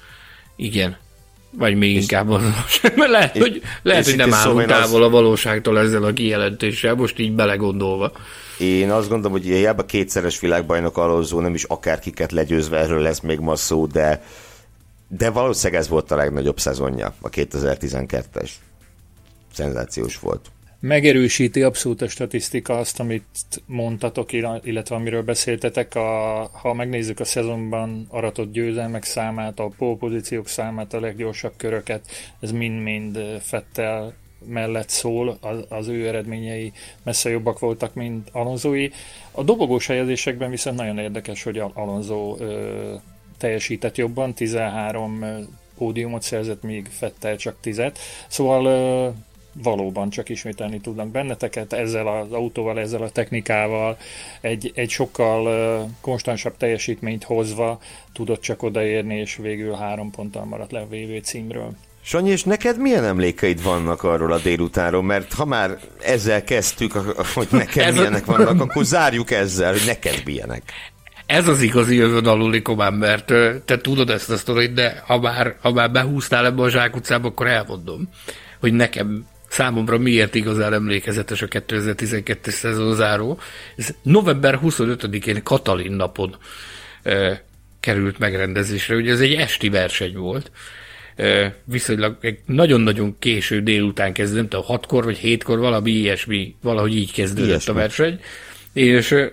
Igen. Vagy még és inkább azzal se. Mert lehet, és, hogy, lehet, hogy nem állunk távol az... a valóságtól ezzel a kijelentéssel, most így belegondolva. Én azt gondolom, hogy hiába kétszeres világbajnok Alonso, nem is akárkiket legyőzve, erről lesz még ma szó, de, de valószínűleg ez volt a legnagyobb szezonja, a kétezer-tizenkettes. Szenzációs volt. Megerősíti abszolút a statisztika azt, amit mondtatok, illetve amiről beszéltetek. A, ha megnézzük a szezonban aratott győzelmek számát, a pole pozíciók számát, a leggyorsabb köröket, ez mind-mind Vettel mellett szól, az, az ő eredményei messze jobbak voltak, mint Alonsói. A dobogós helyezésekben viszont nagyon érdekes, hogy Alonso ö, teljesített jobban, tizenhárom pódiumot szerzett, míg Vettel csak tízet. Szóval ö, valóban csak ismételni tudnak benneteket, ezzel az autóval, ezzel a technikával, egy, egy sokkal ö, konstansabb teljesítményt hozva tudott csak odaérni, és végül három ponttal maradt le a vé bé címről. Sanyi, és neked milyen emlékeid vannak arról a délutánról? Mert ha már ezzel kezdtük, hogy nekem milyenek vannak, akkor zárjuk ezzel, hogy neked milyenek. Ez az igazi jövőn aluli komám, mert te tudod ezt a sztorit, de ha már, ha már behúztál ebbe a zsákutcába, akkor elmondom, hogy nekem számomra miért igazán emlékezetes a kétezer-tizenkettes szezonzáró. Ez november huszonötödikén Katalin napon e, került megrendezésre. Ugye ez egy esti verseny volt. E, viszonylag egy nagyon-nagyon késő délután kezdődött, nem tudom, hatkor vagy hétkor, valami ilyesmi, valahogy így kezdődött ilyesmi a verseny. És e,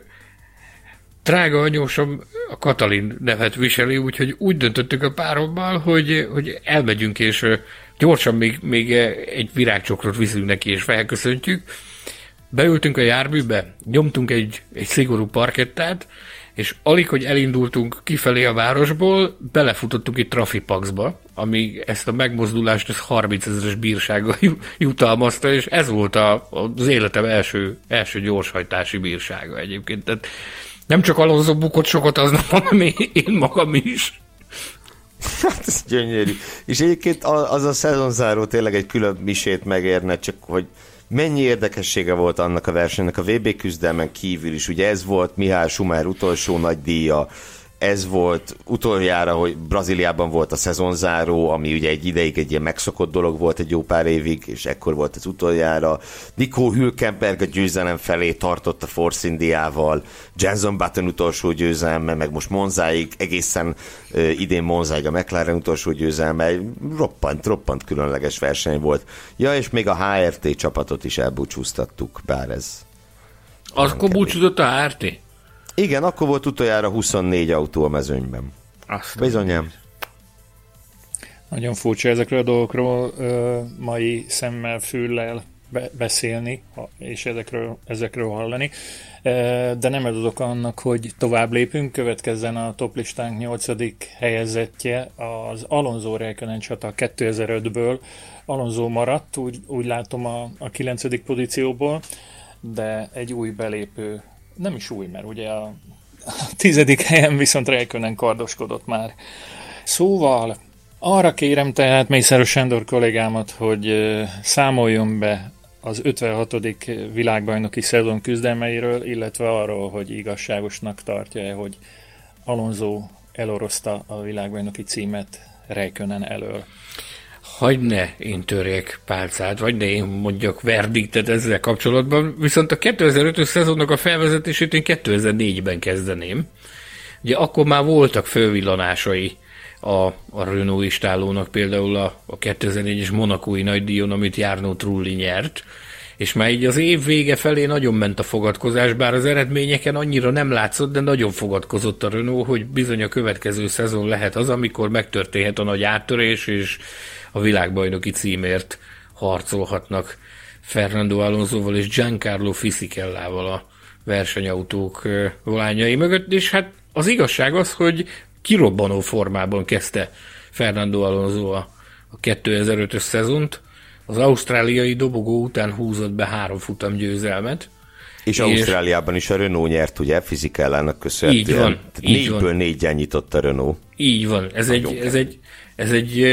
drága anyósom a Katalin nevet viseli, úgyhogy úgy döntöttük a párommal, hogy, hogy elmegyünk, és gyorsan még, még egy virágcsokrot viszünk neki, és felköszöntjük. Beültünk a járműbe, nyomtunk egy, egy szigorú parkettát, és alig, hogy elindultunk kifelé a városból, belefutottunk egy trafipaxba, ami ezt a megmozdulást ez harmincezeres bírsággal jutalmazta, és ez volt a, az életem első, első gyorshajtási bírsága egyébként. Tehát nem csak Alonso bukott sokat aznap, hanem én magam is. Hát ez gyönyörű. És egyébként az a szezonzáró tényleg egy külön misét megérne, csak hogy mennyi érdekessége volt annak a versenynek a vé bé küzdelmen kívül is. Ugye ez volt Michael Schumacher utolsó nagy díja, ez volt utoljára, hogy Brazíliában volt a szezonzáró, ami ugye egy ideig egy ilyen megszokott dolog volt egy jó pár évig, és ekkor volt az utoljára. Nico Hülkenberg a győzelem felé tartott a Force Indiával, Jenson Button utolsó győzelme, meg most Monzáig, egészen uh, idén Monzáig a McLaren utolsó győzelme, roppant, roppant különleges verseny volt. Ja, és még a há er té csapatot is elbúcsúztattuk, bár ez... Az akkor búcsúzott a há er té? Igen, akkor volt utoljára huszonnégy autó a mezőnyben. Azt bizonyám. Nagyon furcsa ezekről a dolgokról ö, mai szemmel, füllel be- beszélni, és ezekről, ezekről hallani. E, de nem ez az oka annak, hogy tovább lépünk. Következzen a toplistánk nyolcadik helyezettje, az Alonso Räikkönen csata kétezer-ötből. Alonso maradt, úgy, úgy látom a, a kilencedik pozícióból, de egy új belépő, nem is új, mert ugye a, a tizedik helyen viszont Räikkönen kardoskodott már. Szóval arra kérem tehát Mészáros Sándor kollégámat, hogy számoljon be az ötvenhatodik világbajnoki szezon küzdelmeiről, illetve arról, hogy igazságosnak tartja-e, hogy Alonso elorozta a világbajnoki címet Räikkönen elől. Hagy ne én törjek pálcát, vagy ne én mondjak verdiktet ezzel kapcsolatban, viszont a kétezer-ötös szezonnak a felvezetését én kétezer-négyben kezdeném. Ugye akkor már voltak fölvillanásai a, a Renault istálónak, például a, a kétezer-négyes monacói nagydíjon, amit Jarno Trulli nyert, és már így az év vége felé nagyon ment a fogadkozás, bár az eredményeken annyira nem látszott, de nagyon fogadkozott a Renault, hogy bizony a következő szezon lehet az, amikor megtörténhet a nagy áttörés, és a világbajnoki címért harcolhatnak Fernando Alonsoval és Giancarlo Fisicellával a versenyautók volánjai mögött, és hát az igazság az, hogy kirobbanó formában kezdte Fernando Alonso a, a kétezer-ötös szezont, az ausztráliai dobogó után húzott be három futam győzelmet. És, és Ausztráliában is a Renault nyert, ugye, Fisicellának köszönhetően. Így van. Így négyből van. négyen nyitott a Renault. Így van. Ez egy, ez egy, ez egy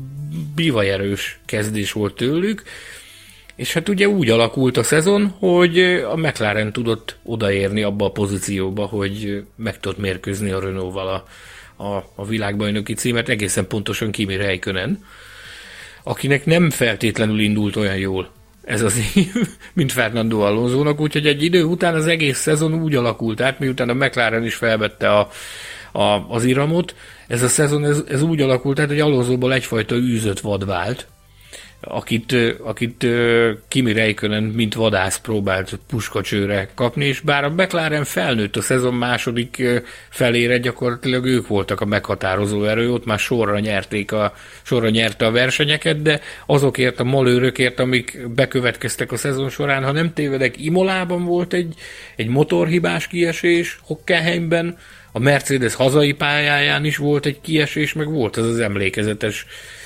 bivajerős kezdés volt tőlük, és hát ugye úgy alakult a szezon, hogy a McLaren tudott odaérni abba a pozícióba, hogy meg tudott mérkőzni a Renault-val a, a, a világbajnoki címet, egészen pontosan Kimi Räikkönen, akinek nem feltétlenül indult olyan jól ez az év, mint Fernando Alonsónak, úgyhogy egy idő után az egész szezon úgy alakult át, miután a McLaren is felvette a, a, az iramot, ez a szezon ez, ez úgy alakult át, hogy Alonsóból egyfajta űzött vad vált, akit, akit Kimi Räikkönen mint vadász próbált puskacsőre kapni, és bár a McLaren felnőtt a szezon második felére, gyakorlatilag ők voltak a meghatározó erő, ott már sorra nyerték a, sorra nyerte a versenyeket, de azokért a malőrökért, amik bekövetkeztek a szezon során, ha nem tévedek, Imolában volt egy, egy motorhibás kiesés, Hockenheimben, a Mercedes hazai pályáján is volt egy kiesés, meg volt ez az emlékezetes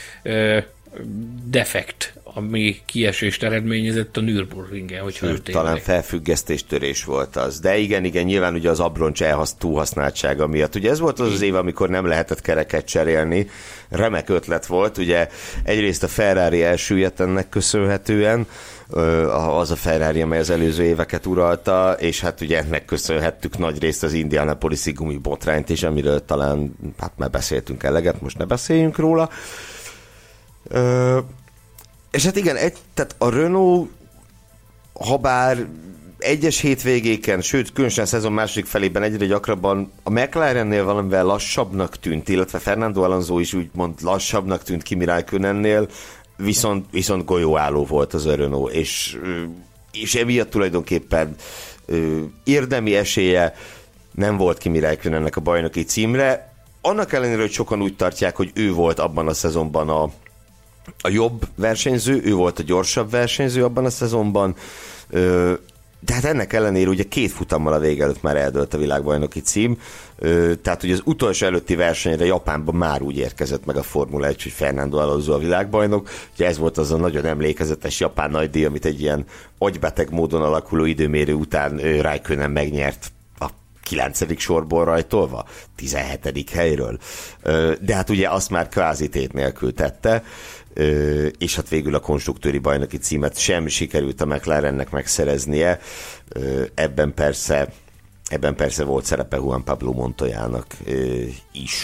defekt, ami kiesést eredményezett a Nürburgringen, hogy Sőt, talán felfüggesztéstörés volt az. De igen, igen, nyilván ugye az abroncs elhasz túlhasználtsága miatt. Ugye ez volt az az év, amikor nem lehetett kereket cserélni. Remek ötlet volt, ugye egyrészt a Ferrari elsüllyedt ennek köszönhetően, az a Ferrari, amely az előző éveket uralta, és hát ugye ennek köszönhettük nagy részt az Indianapolis-i gumibotrányt is, amiről talán hát már beszéltünk eleget, most ne beszéljünk róla. Ö, és hát igen, egy, tehát a Renault, habár egyes hétvégéken, sőt, különösen a szezon második felében egyre gyakrabban a McLarennél valamivel lassabbnak tűnt, illetve Fernando Alonso is úgymond lassabbnak tűnt Kimi Räikkönennél, viszont, viszont golyóálló volt az a Renault, és, és emiatt tulajdonképpen ö, érdemi esélye nem volt Kimi Räikkönennek a bajnoki címre, annak ellenére, hogy sokan úgy tartják, hogy ő volt abban a szezonban a a jobb versenyző, ő volt a gyorsabb versenyző abban a szezonban, de hát ennek ellenére ugye két futammal a vége előtt már eldőlt a világbajnoki cím, tehát ugye az utolsó előtti versenyre Japánban már úgy érkezett meg a Formula egy, hogy Fernando Alonso a világbajnok, ugye ez volt az a nagyon emlékezetes japán nagydíj, amit egy ilyen agybeteg módon alakuló időmérő után Räikkönen megnyert a kilencedik sorból rajtolva, tizenhetedik helyről, de hát ugye azt már kvázi tét nélkül tette, Ö, és hát végül a konstruktőri bajnoki címet sem sikerült a McLarennek megszereznie. Ö, ebben persze ebben persze volt szerepe Juan Pablo Montoyának is.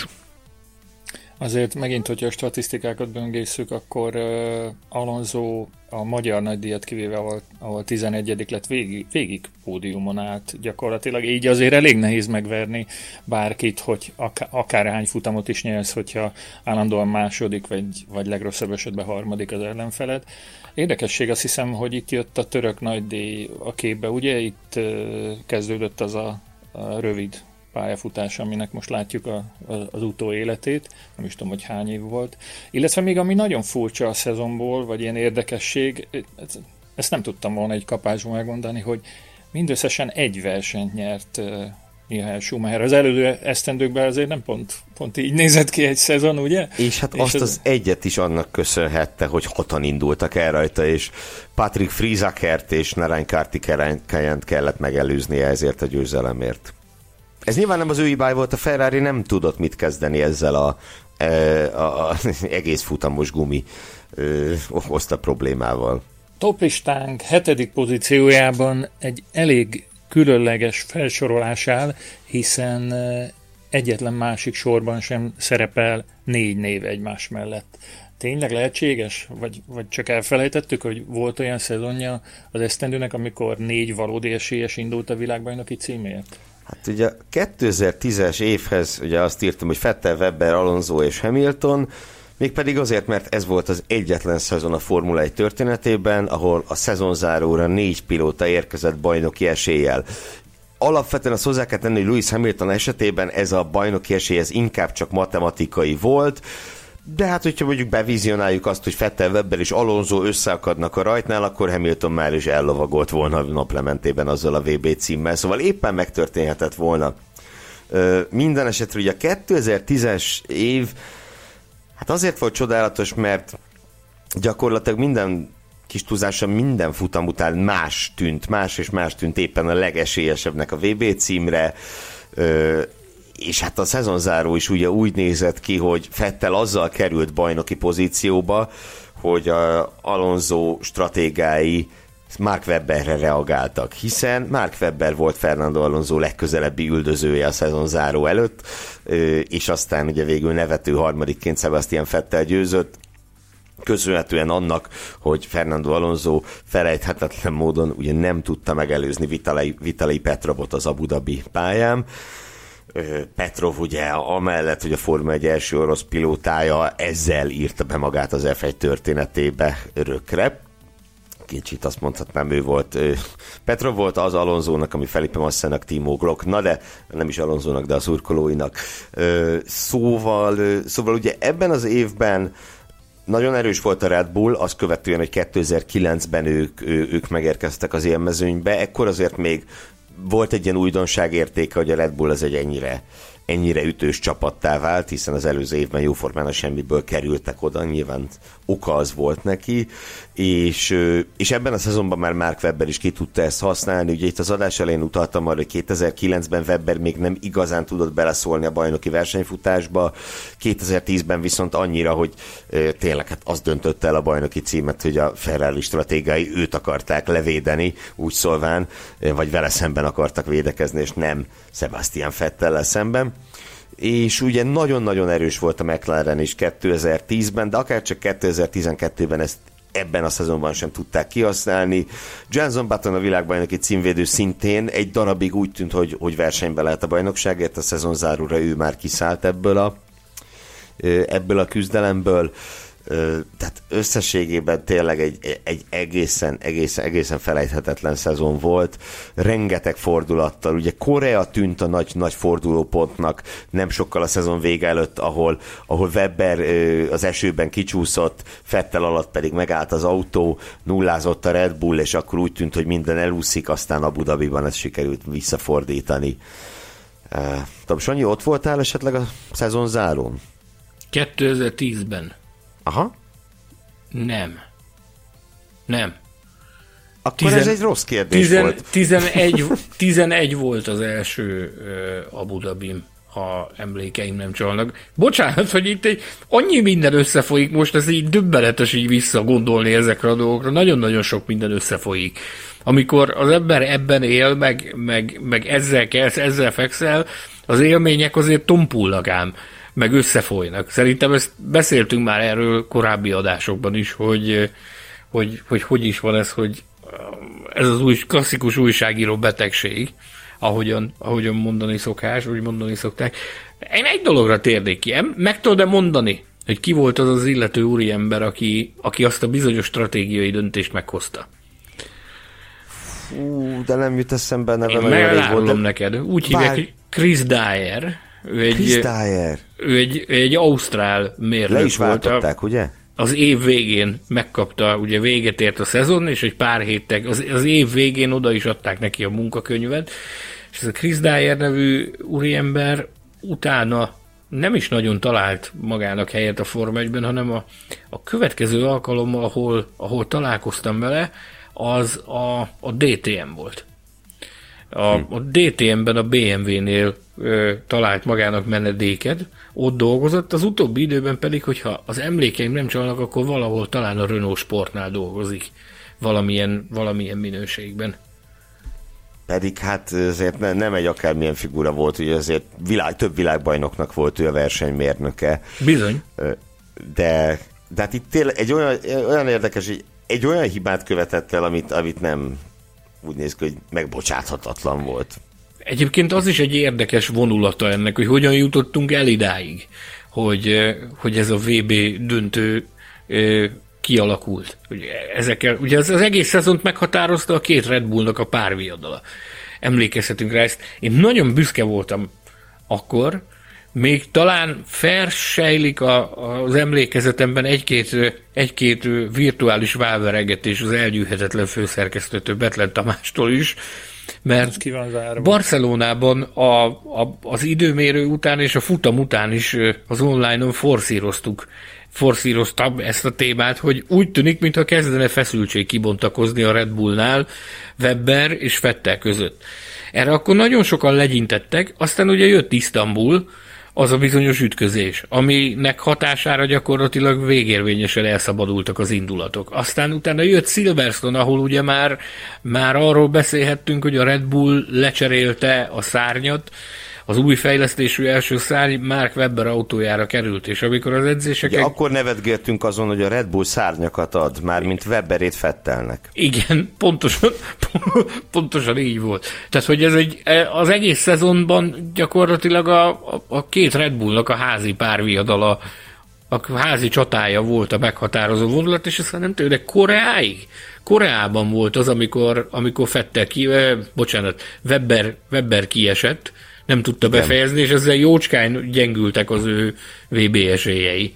Azért megint, hogyha a statisztikákat böngészük, akkor uh, Alonso a magyar nagydíjat kivéve, ahol, ahol tizenegyedik lett, végig, végig pódiumon állt gyakorlatilag. Így azért elég nehéz megverni bárkit, hogy ak- akárhány futamot is nyersz, hogyha állandóan második, vagy, vagy legrosszabb esetben harmadik az ellenfeled. Érdekesség, azt hiszem, hogy itt jött a török nagydíj a képbe, ugye? Itt uh, kezdődött az a, a rövid pályafutás, aminek most látjuk a, a, az utóéletét, nem is tudom, hogy hány év volt. Illetve még ami nagyon furcsa a szezonból, vagy ilyen érdekesség, ezt nem tudtam volna egy kapásban megmondani, hogy mindösszesen egy versenyt nyert uh, Michael Schumacher. Az előző esztendőkben azért nem pont, pont így nézett ki egy szezon, ugye? És hát és azt az... az egyet is annak köszönhette, hogy hatan indultak el rajta, és Patrick Friesakert és Narain Karthikayent kellett megelőznie ezért a győzelemért. Ez nyilván nem az ő hibája volt, a Ferrari nem tudott mit kezdeni ezzel a, a, a egész futamos gumi ö, okozta problémával. Toplistánk hetedik pozíciójában egy elég különleges felsorolás áll, hiszen egyetlen másik sorban sem szerepel négy név egymás mellett. Tényleg lehetséges? Vagy, vagy csak elfelejtettük, hogy volt olyan szezonja az esztendőnek, amikor négy valódi esélyes indult a világbajnoki címért? Hát ugye a kétezer-tízes évhez ugye azt írtam, hogy Vettel, Webber, Alonso és Hamilton, mégpedig azért, mert ez volt az egyetlen szezon a Formula egy történetében, ahol a szezonzáróra négy pilóta érkezett bajnoki eséllyel. Alapvetően azt hozzá kell tenni, hogy Lewis Hamilton esetében ez a bajnoki esély ez inkább csak matematikai volt, de hát, hogyha mondjuk bevizionáljuk azt, hogy Vettel, Webber és Alonso összeakadnak a rajtnál, akkor Hamilton már is ellovagolt volna a naplementében azzal a vé bé címmel, szóval éppen megtörténhetett volna. Ö, minden esetre ugye a kétezer-tízes év hát azért volt csodálatos, mert gyakorlatilag minden kis túlzással minden futam után más tűnt, más és más tűnt éppen a legesélyesebbnek a vé bé címre, ö, és hát a szezonzáró is ugye úgy nézett ki, hogy Vettel azzal került bajnoki pozícióba, hogy a Alonso stratégái Mark Webberre reagáltak, hiszen Mark Webber volt Fernando Alonso legközelebbi üldözője a szezonzáró előtt, és aztán ugye végül nevető harmadikként Sebastian Vettel győzött, köszönhetően annak, hogy Fernando Alonso felejthetetlen módon ugye nem tudta megelőzni Vitali, Vitali Petrovot az Abu Dhabi pályán. Petrov ugye amellett, hogy a Forma egy első orosz pilótája, ezzel írta be magát az ef egy történetébe örökre. Kicsit azt mondhatnám, ő volt. Petrov volt az Alonsónak, ami Felipe Massának, Timo Glock, na de nem is Alonsónak, de a szurkolóinak. Szóval, szóval ugye ebben az évben nagyon erős volt a Red Bull, azt követően, hogy kétezer-kilencben ők, ők megérkeztek az élmezőnybe, ekkor azért még volt egy ilyen újdonság értéke, hogy a Red Bull az egy ennyire, ennyire ütős csapattá vált, hiszen az előző évben jóformán a semmiből kerültek oda, nyilván oka az volt neki, és, és ebben a szezonban már Mark Webber is ki tudta ezt használni. Ugye itt az adás elején utaltam arra, hogy kétezer-kilencben Webber még nem igazán tudott beleszólni a bajnoki versenyfutásba, kétezer-tízben viszont annyira, hogy tényleg hát az döntött el a bajnoki címet, hogy a Ferrari stratégái őt akarták levédeni, úgy szólván, vagy vele szemben akartak védekezni, és nem Sebastian Vettellel szemben. És ugye nagyon-nagyon erős volt a McLaren is kétezer-tízben, de akár csak kétezer-tizenkettőben ezt ebben a szezonban sem tudták kihasználni. Jenson Button, a világbajnoki címvédő, szintén egy darabig úgy tűnt, hogy, hogy versenyben lehet a bajnokságért, a szezonzáróra ő már kiszállt ebből a, ebből a küzdelemből. Tehát összességében tényleg egy, egy egészen, egészen, egészen felejthetetlen szezon volt, rengeteg fordulattal, ugye Korea tűnt a nagy, nagy fordulópontnak nem sokkal a szezon vége előtt, ahol, ahol Webber az esőben kicsúszott, Vettel alatt pedig megállt az autó, nullázott a Red Bull, és akkor úgy tűnt, hogy minden elúszik, aztán Abu Dhabiban ezt sikerült visszafordítani. Tudom, Sanyi, ott voltál esetleg a szezon zárón? kétezer-tízben. Aha. Nem. Nem. Akkor Tizen... ez egy rossz kérdés Tizen... volt. tizenegy, tizenegy volt az első uh, Abu Dhabim, ha emlékeim nem csalnak. Bocsánat, hogy itt egy, annyi minden összefolyik, most ez így döbbenetes így visszagondolni ezekre a dolgokra, nagyon-nagyon sok minden összefolyik. Amikor az ember ebben él, meg, meg, meg ezzel kelsz, ezzel fekszel, az élmények azért tompulnak ám, meg összefolynak. Szerintem ezt beszéltünk már erről korábbi adásokban is, hogy hogy, hogy hogy is van ez, hogy ez az új, klasszikus újságíró betegség, ahogyan, ahogyan mondani szokás, úgy mondani szokták. Én egy dologra térnék ki, meg tudod-e mondani, hogy ki volt az az illető úriember, aki, aki azt a bizonyos stratégiai döntést meghozta? Fú, de nem jut eszembe neve. Én megárulom neked. Úgy Bár... hívják, hogy Chris Dyer. Ő egy, Chris Dyer. Ő egy, egy ausztrál mérnök. Le is váltották, ugye? Az év végén megkapta, ugye véget ért a szezon, és egy pár héttel, az, az év végén oda is adták neki a munkakönyvet, és ez a Chris Dyer nevű úriember utána nem is nagyon talált magának helyet a Forma egyben, hanem a, a következő alkalommal, ahol, ahol találkoztam vele, az a, a dé té em volt. A, a dé té em-ben a bé em vé-nél ö, talált magának menedéket, ott dolgozott, az utóbbi időben pedig, hogyha az emlékeim nem csalnak, akkor valahol talán a Renault Sportnál dolgozik valamilyen, valamilyen minőségben. Pedig hát azért ne, nem egy akármilyen figura volt, ugye azért világ, több világbajnoknak volt ő a versenymérnöke. Bizony. De, de hát itt tényleg egy olyan, olyan érdekes, hogy egy olyan hibát követett el, amit, amit nem úgy néz ki, hogy megbocsáthatatlan volt. Egyébként az is egy érdekes vonulata ennek, hogy hogyan jutottunk el idáig, hogy, hogy ez a vé bé döntő kialakult. Ezekkel, ugye az, az egész szezont meghatározta a két Red Bullnak a párviadala. Emlékezhetünk rá ezt. Én nagyon büszke voltam akkor, még talán felsejlik a, az emlékezetemben egy-két, egy-két virtuális válveregetés az elgyűhetetlen főszerkesztőtől Betlen Tamástól is, mert Barcelonában a, a, az időmérő után és a futam után is az online-on forszíroztuk, forszíroztam ezt a témát, hogy úgy tűnik, mintha kezdene feszültség kibontakozni a Red Bullnál Webber és Vettel között. Erre akkor nagyon sokan legyintettek, aztán ugye jött Isztambul, az a bizonyos ütközés, aminek hatására gyakorlatilag végérvényesen elszabadultak az indulatok. Aztán utána jött Silverstone, ahol ugye már, már arról beszélhettünk, hogy a Red Bull lecserélte a szárnyat, az új fejlesztésű első szárny Mark Webber autójára került, és amikor az edzéseken... Ugye, akkor nevetgéltünk azon, hogy a Red Bull szárnyakat ad, már mint Webberét Vettelnek. Igen, pontosan, pontosan így volt. Tehát, hogy ez egy, az egész szezonban gyakorlatilag a, a, a két Red Bullnak a házi párviadala, a házi csatája volt a meghatározó vonulat, és aztán nem tudom, de Koreáig? Koreában volt az, amikor, amikor Vettel ki, eh, bocsánat, Webber, Webber kiesett, nem tudta igen. befejezni, és ezzel jócskán gyengültek az ő vé bé esélyei.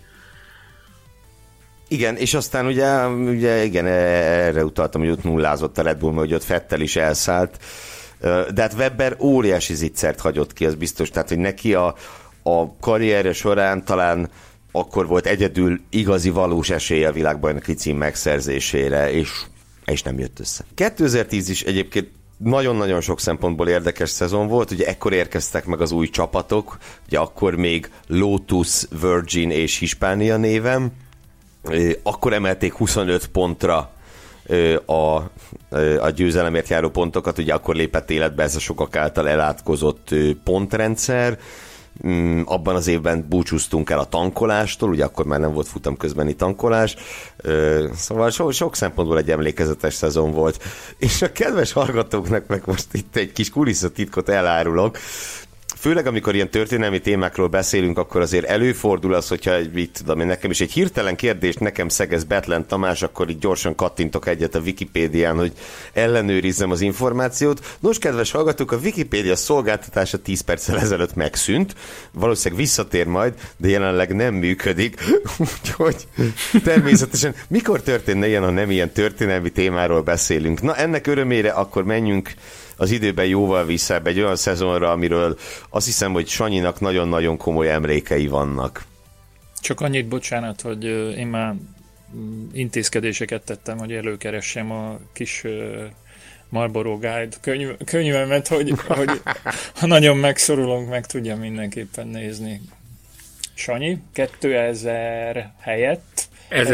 Igen, és aztán ugye, ugye igen, erre utaltam, hogy ott nullázott a Red Bull, mert hogy ott Vettel is elszállt, de hát Webber óriási zicsert hagyott ki, az biztos, tehát hogy neki a, a karrierje során talán akkor volt egyedül igazi valós esélye a világbajnoki cím megszerzésére, és, és nem jött össze. kétezer-tíz is egyébként nagyon-nagyon sok szempontból érdekes szezon volt, ugye ekkor érkeztek meg az új csapatok, ugye akkor még Lotus, Virgin és Hispania néven, akkor emelték huszonöt pontra a, a győzelemért járó pontokat, ugye akkor lépett életbe ez a sokak által elátkozott pontrendszer, abban az évben búcsúztunk el a tankolástól, ugye akkor már nem volt futam közbeni tankolás, szóval so, sok szempontból egy emlékezetes szezon volt. És a kedves hallgatóknak meg most itt egy kis kulisszatitkot elárulok, főleg amikor ilyen történelmi témákról beszélünk, akkor azért előfordul az, hogyha mit tudom én, nekem is egy hirtelen kérdést nekem szegez Betlen Tamás, akkor így gyorsan kattintok egyet a Wikipédián, hogy ellenőrizzem az információt. Nos, kedves hallgatók, a Wikipédia szolgáltatása tíz perccel ezelőtt megszűnt, valószínűleg visszatér majd, de jelenleg nem működik, úgyhogy természetesen mikor történne ilyen, ha nem ilyen történelmi témáról beszélünk? Na, ennek örömére akkor menjünk az időben jóval visszább egy olyan szezonra, amiről azt hiszem, hogy Sanyinak nagyon-nagyon komoly emlékei vannak. Csak annyit, bocsánat, hogy én már intézkedéseket tettem, hogy előkeressem a kis Marlboro Guide könyv, könyvemet, hogy, hogy ha nagyon megszorulunk, meg tudja mindenképpen nézni. Sanyi, kétezer helyett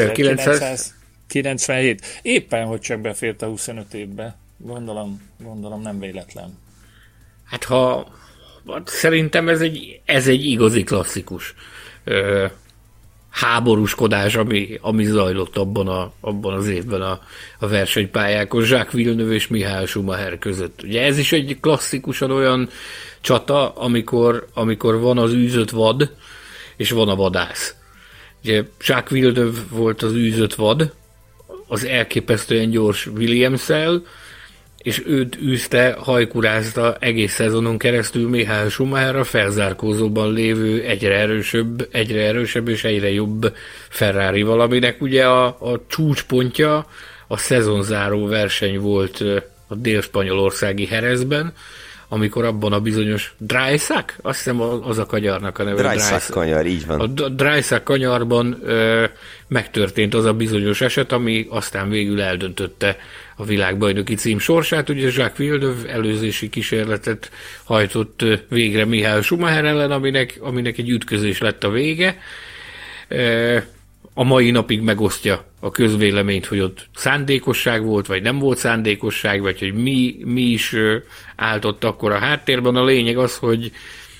ezerkilencszázkilencvenhét. Éppen, hogy csak befért a huszonöt évbe. Gondolom, gondolom nem véletlen. Hát ha szerintem ez egy, ez egy igazi klasszikus ö, háborúskodás, ami, ami zajlott abban, a, abban az évben a, a versenypályákon Jacques Villeneuve és Michael Schumacher között. Ugye ez is egy klasszikusan olyan csata, amikor, amikor van az űzött vad, és van a vadász. Ugye Jacques Villeneuve volt az űzött vad, az elképesztően gyors Williams-szel, és őt űzte, hajkurázta egész szezonon keresztül Michael Schumacher a felzárkózóban lévő egyre erősebb, egyre erősebb és egyre jobb Ferrari-val, aminek ugye a, a csúcspontja a szezonzáró verseny volt a dél-spanyolországi Jerezben, amikor abban a bizonyos Dreisac, azt hiszem az a kanyarnak a neve. Dreisac kanyar, így van. A Dreisac kanyarban ö, megtörtént az a bizonyos eset, ami aztán végül eldöntötte a világbajnoki cím sorsát. Ugye Jacques Villeneuve előzési kísérletet hajtott végre Michael Schumacher ellen, aminek, aminek egy ütközés lett a vége. Ö, a mai napig megosztja a közvéleményt, hogy ott szándékosság volt, vagy nem volt szándékosság, vagy hogy mi, mi is állt ott akkor a háttérben. A lényeg az, hogy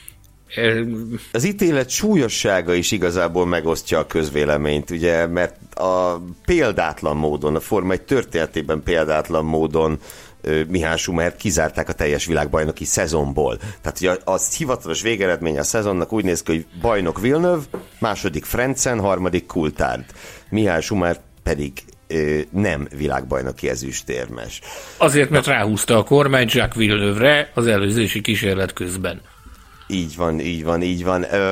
az ítélet súlyossága is igazából megosztja a közvéleményt, ugye, mert a példátlan módon, a Forma egy történetében példátlan módon Michael Schumachert kizárták a teljes világbajnoki szezonból. Tehát ugye az hivatalos végeredmény a szezonnak úgy néz ki, hogy bajnok Villeneuve, második Frentzen, harmadik Coulthard. Michael Schumacher pedig ö, nem világbajnoki ezüstérmes. Azért, mert ráhúzta a kormányt Jacques Villeneuve-re az előzési kísérlet közben. Így van, így van, így van. Ö,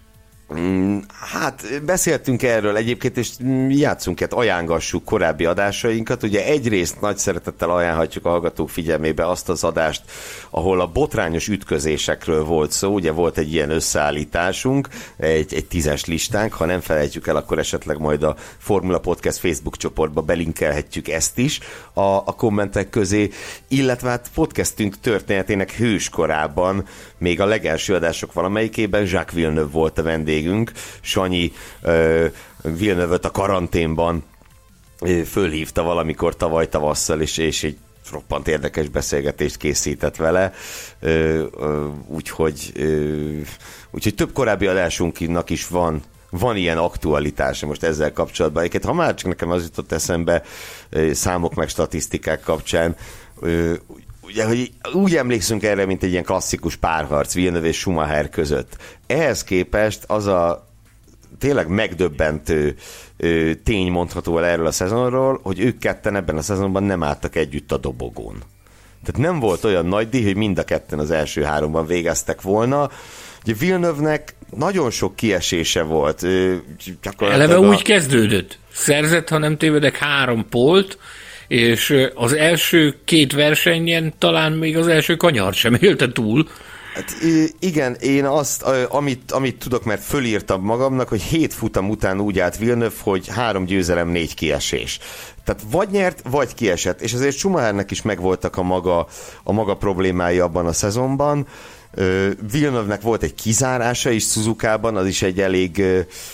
Hát beszéltünk erről egyébként, és játszunk, hát ajángassuk korábbi adásainkat. Ugye egyrészt nagy szeretettel ajánlhatjuk a hallgatók figyelmébe azt az adást, ahol a botrányos ütközésekről volt szó. Ugye volt egy ilyen összeállításunk, egy, egy tízes listánk, ha nem felejtjük el, akkor esetleg majd a Formula Podcast Facebook csoportba belinkelhetjük ezt is a, a kommentek közé, illetve hát podcastünk történetének hőskorában, még a legelső adások valamelyikében Jacques Villeneuve volt a vendégünk. Sanyi uh, Villeneuve-t a karanténban uh, fölhívta valamikor tavaly tavasszal, és, és egy roppant érdekes beszélgetést készített vele, uh, uh, úgyhogy, uh, úgyhogy több korábbi adásunknak is van van ilyen aktualitása most ezzel kapcsolatban. Egyébként, ha már csak nekem az jutott eszembe uh, számok meg statisztikák kapcsán, uh, ugye, hogy úgy emlékszünk erre, mint egy ilyen klasszikus párharc Villeneuve és Schumacher között. Ehhez képest az a tényleg megdöbbentő ö, tény mondható el erről a szezonról, hogy ők ketten ebben a szezonban nem álltak együtt a dobogón. Tehát nem volt olyan nagy díj, hogy mind a ketten az első háromban végeztek volna. Ugye Villeneuve-nek nagyon sok kiesése volt. Ö, Eleve a... úgy kezdődött. Szerzett, ha nem tévedek, három polt, és az első két versenyen talán még az első kanyart sem élte túl. Hát igen, én azt, amit, amit tudok, mert fölírtam magamnak, hogy hét futam után úgy állt Villeneuve, hogy három győzelem, négy kiesés. Tehát vagy nyert, vagy kiesett. És azért Schumachernek is megvoltak a maga, a maga problémái abban a szezonban. Villeneuve-nek volt egy kizárása is Suzukában, az is egy elég,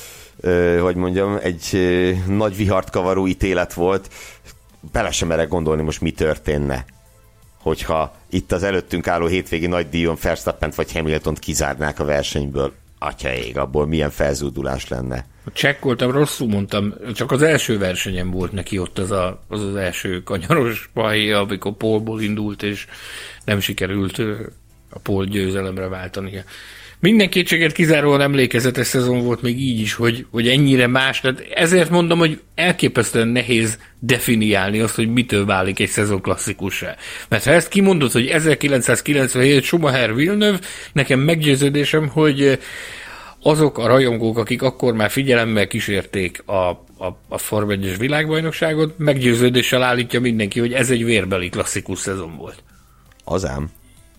hogy mondjam, egy nagy vihart kavaró ítélet volt. Bele sem merek gondolni, most mi történne, hogyha itt az előttünk álló hétvégi nagy díjon Verstappent vagy Hamiltont kizárnák a versenyből. Atya ég, abból milyen felzúdulás lenne. Csekkoltam, rosszul mondtam, csak az első versenyen volt neki ott az a, az, az első kanyaros pálya, amikor pólból indult, és nem sikerült a pól győzelemre váltania. Minden kétséget kizáróan emlékezetes szezon volt még így is, hogy, hogy ennyire más. Tehát ezért mondom, hogy elképesztően nehéz definiálni azt, hogy mitől válik egy szezon klasszikussá. Mert ha ezt kimondod, hogy ezerkilencszázkilencvenhét Schumacher Villeneuve, nekem meggyőződésem, hogy azok a rajongók, akik akkor már figyelemmel kísérték a, a, a Forma egyes világbajnokságot, meggyőződéssel állítja mindenki, hogy ez egy vérbeli klasszikus szezon volt. Az ám.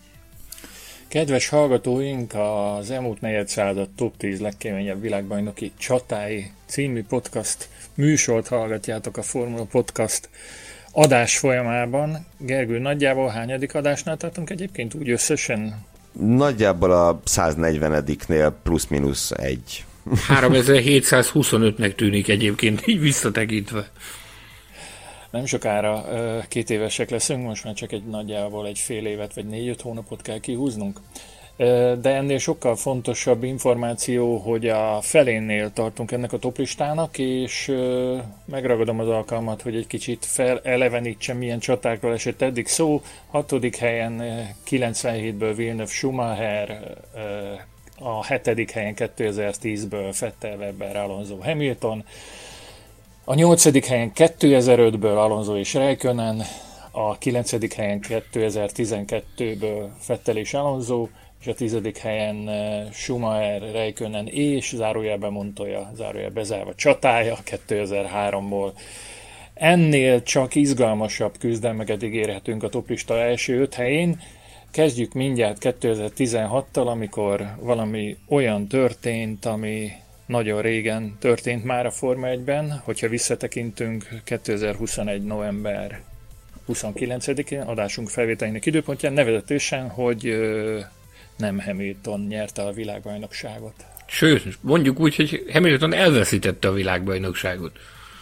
Kedves hallgatóink, az elmúlt negyed század top tíz legkeményebb világbajnoki csatái című podcast műsort hallgatjátok a Formula Podcast adás folyamában. Gergő, nagyjából hányadik adásnál tartunk egyébként úgy összesen? Nagyjából a száznegyvenediknél plusz-minusz egy. háromezer-hétszázhuszonötnek tűnik egyébként, így visszatekintve. Nem sokára két évesek leszünk, most már csak egy nagyjából egy fél évet vagy négy-öt hónapot kell kihúznunk. De ennél sokkal fontosabb információ, hogy a felénél tartunk ennek a toplistának, és megragadom az alkalmat, hogy egy kicsit felelevenítsem, milyen csatákról esett eddig szó. Hatodik helyen kilencvenhétből Villeneuve Schumacher, a hetedik helyen kétezer-tízből Vettel, Webber, Alonso, Hamilton, a nyolcadik helyen kétezer-ötből Alonso és Räikkönen, a kilencedik helyen kétezer-tizenkettőből Vettel és Alonso, és a tizedik helyen Schumacher, Räikkönen és zárójelben Montoya, zárójelben bezárva csatája kétezer-háromból. Ennél csak izgalmasabb küzdelmeket ígérhetünk a toplista első öt helyén. Kezdjük mindjárt kétezer-tizenhattal, amikor valami olyan történt, ami nagyon régen történt már a Forma egyben, hogyha visszatekintünk kétezer-huszonegy. november huszonkilencedikén, adásunk felvételének időpontján, nevezetesen, hogy nem Hamilton nyerte a világbajnokságot. Sőt, mondjuk úgy, hogy Hamilton elveszítette a világbajnokságot.